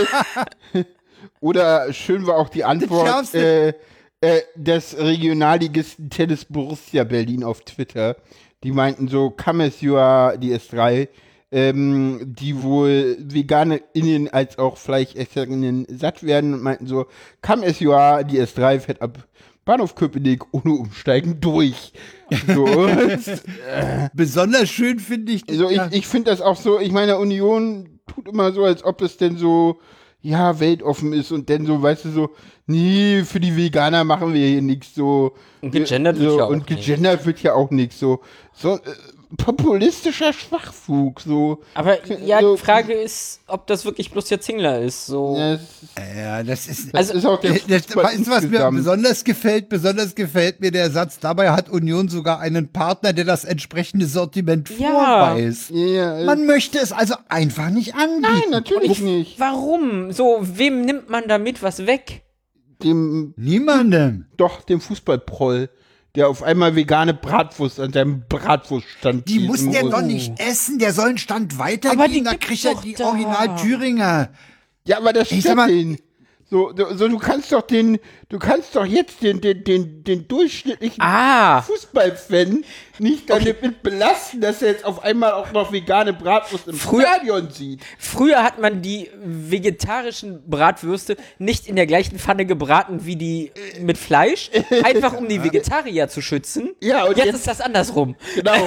Oder schön war auch die Antwort Schärfste. äh, äh, des Regionalligisten Tennis Borussia Berlin auf Twitter. Die meinten so, come as you are, die S drei, ähm, die wohl VeganerInnen als auch FleischesserInnen satt werden und meinten so, come as you are, die S drei fährt ab Bahnhof Köpenick ohne Umsteigen durch. So. Besonders schön finde ich. Also ich, ja, ich finde das auch so, ich meine, Union tut immer so, als ob es denn so, ja, weltoffen ist und dann so, weißt du, so, nee, für die Veganer machen wir hier nichts so. Und gegendert so, wird ja auch Und nicht. gegendert wird ja auch nichts so. So, äh, populistischer Schwachfug, so. Aber ja, so, die Frage ist, ob das wirklich bloß der Zingler ist. So. Ja, es ist, ja, das ist. das ist auch der Das, das, Fußball weißt du, was mir insgesamt. besonders gefällt? Besonders gefällt mir der Satz, dabei hat Union sogar einen Partner, der das entsprechende Sortiment Ja. vorweist. Ja, ja, Man möchte es also einfach nicht anbieten. nein, natürlich nicht. Warum? So, wem nimmt man damit was weg? Dem, Niemandem. doch, dem Fußballproll, der auf einmal vegane Bratwurst an seinem Bratwurststand Die muss gießen der muss. doch nicht essen, der soll einen Stand Aber die weitergehen, da gibt's kriegt er doch die da. Original Thüringer. Ja, aber das Ich stört sag mal- den. So, du, so, du kannst doch den, du kannst doch jetzt den, den, den, den durchschnittlichen Ah, Fußballfan nicht damit belasten, dass er jetzt auf einmal auch noch vegane Bratwurst im Früher- Stadion sieht. früher hat man die vegetarischen Bratwürste nicht in der gleichen Pfanne gebraten wie die äh, mit Fleisch, einfach um die Vegetarier zu schützen. Ja, und jetzt, jetzt- ist das andersrum. Genau.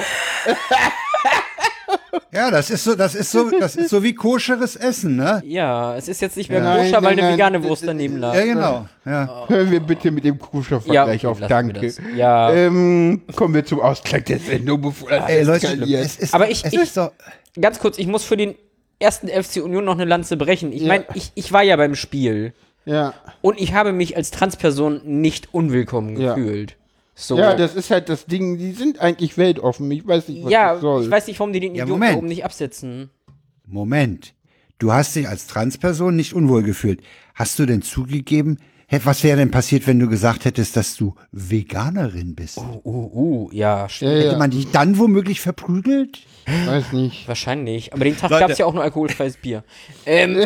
Ja, das ist so, das ist so, das ist so wie koscheres Essen, ne? Ja, es ist jetzt nicht mehr Ja. koscher, Nein, weil nein, eine vegane nein. Wurst daneben lag. Ja, genau. Ja. Hören wir bitte mit dem Koscher-Vergleich okay, auf. lassen wir Danke. das. Ja. Ähm, kommen wir zum Ausklang der Sendung, bevor das Ey, Leute, eskaliert. es ist, Aber ich- es ich- ist so, Ganz kurz, ich muss für den ersten F C Union noch eine Lanze brechen. Ich meine, ich, ich war ja beim Spiel Ja. und ich habe mich als Transperson nicht unwillkommen Ja. gefühlt. So. Ja, das ist halt das Ding, die sind eigentlich weltoffen. Ich weiß nicht, was Ja, das soll. ich weiß nicht, warum die den Ja, Idioten Moment. da oben nicht absetzen. Moment. Du hast dich als Transperson nicht unwohl gefühlt. Hast du denn zugegeben, hä, was wäre denn passiert, wenn du gesagt hättest, dass du Veganerin bist? Uh, uh, ja, stimmt. ja, Hätte ja, man dich dann womöglich verprügelt? weiß nicht. Wahrscheinlich. Aber den Tag Leute. gab es ja auch nur alkoholfreies Bier. Ähm,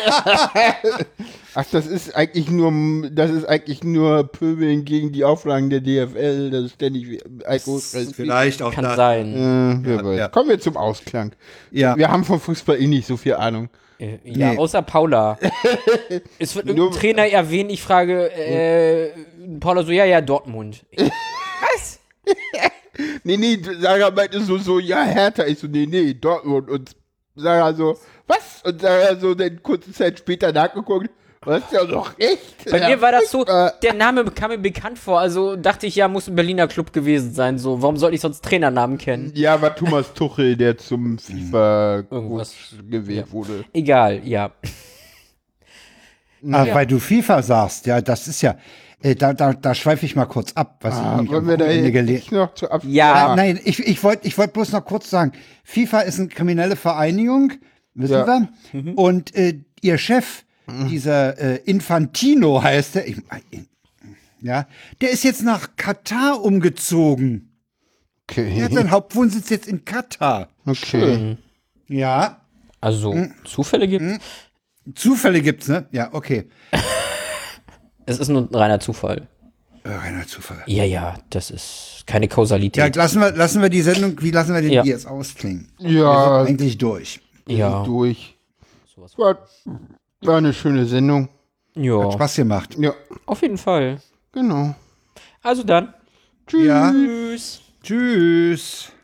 Ach, das ist eigentlich nur, das ist eigentlich nur Pöbeln gegen die Auflagen der D F L, das ist ständig alkoholfreies Vielleicht auch kann da. sein. Äh, wer weiß. ja. Kommen wir zum Ausklang. Ja. Wir haben vom Fußball eh nicht so viel Ahnung. Äh, ja, Nee. außer Paula. Es wird irgendein Nur- Trainer erwähnt, ich frage äh, Paula so, ja, ja, Dortmund. Was? Nee, nee, Sarah meinte so, so, ja, Hertha. Ich so, nee, nee, Dortmund. Und Sarah so, was? Und Sarah so dann kurze Zeit später nachgeguckt, Was ja doch echt. Bei ja, mir war das so, äh, der Name kam mir bekannt vor, also dachte ich, ja, muss ein Berliner Club gewesen sein, so. Warum sollte ich sonst Trainernamen kennen? Ja, war Thomas Tuchel, der zum FIFA Irgendwas gewählt ja. wurde. Egal, ja. Ach, ja. Weil du FIFA sagst, ja, das ist ja, äh, da, da, da schweife ich mal kurz ab, was Ah, ich wollen wir da jetzt noch zu ab Ja. Äh, nein, ich, ich wollte ich wollt bloß noch kurz sagen, FIFA ist eine kriminelle Vereinigung, wissen Ja. wir? Mhm. Und äh, ihr Chef, mhm. dieser äh, Infantino heißt der, ich, äh, ja, der ist jetzt nach Katar umgezogen. Okay. Der hat seinen Hauptwohnsitz jetzt in Katar. Okay. Schön. Ja. Also, hm. Zufälle gibt's? Hm. Zufälle gibt's, ne? Ja, okay. Es ist nur ein reiner Zufall. Äh, reiner Zufall. Ja, ja, das ist keine Kausalität. Ja, lassen wir, lassen wir die Sendung, wie lassen wir den ja. jetzt ausklingen? Ja. Eigentlich durch. Ja. Durch. War, war eine schöne Sendung. Ja. Hat Spaß gemacht. Ja. Auf jeden Fall. Genau. Also dann. Ja. Tschüss. Tschüss.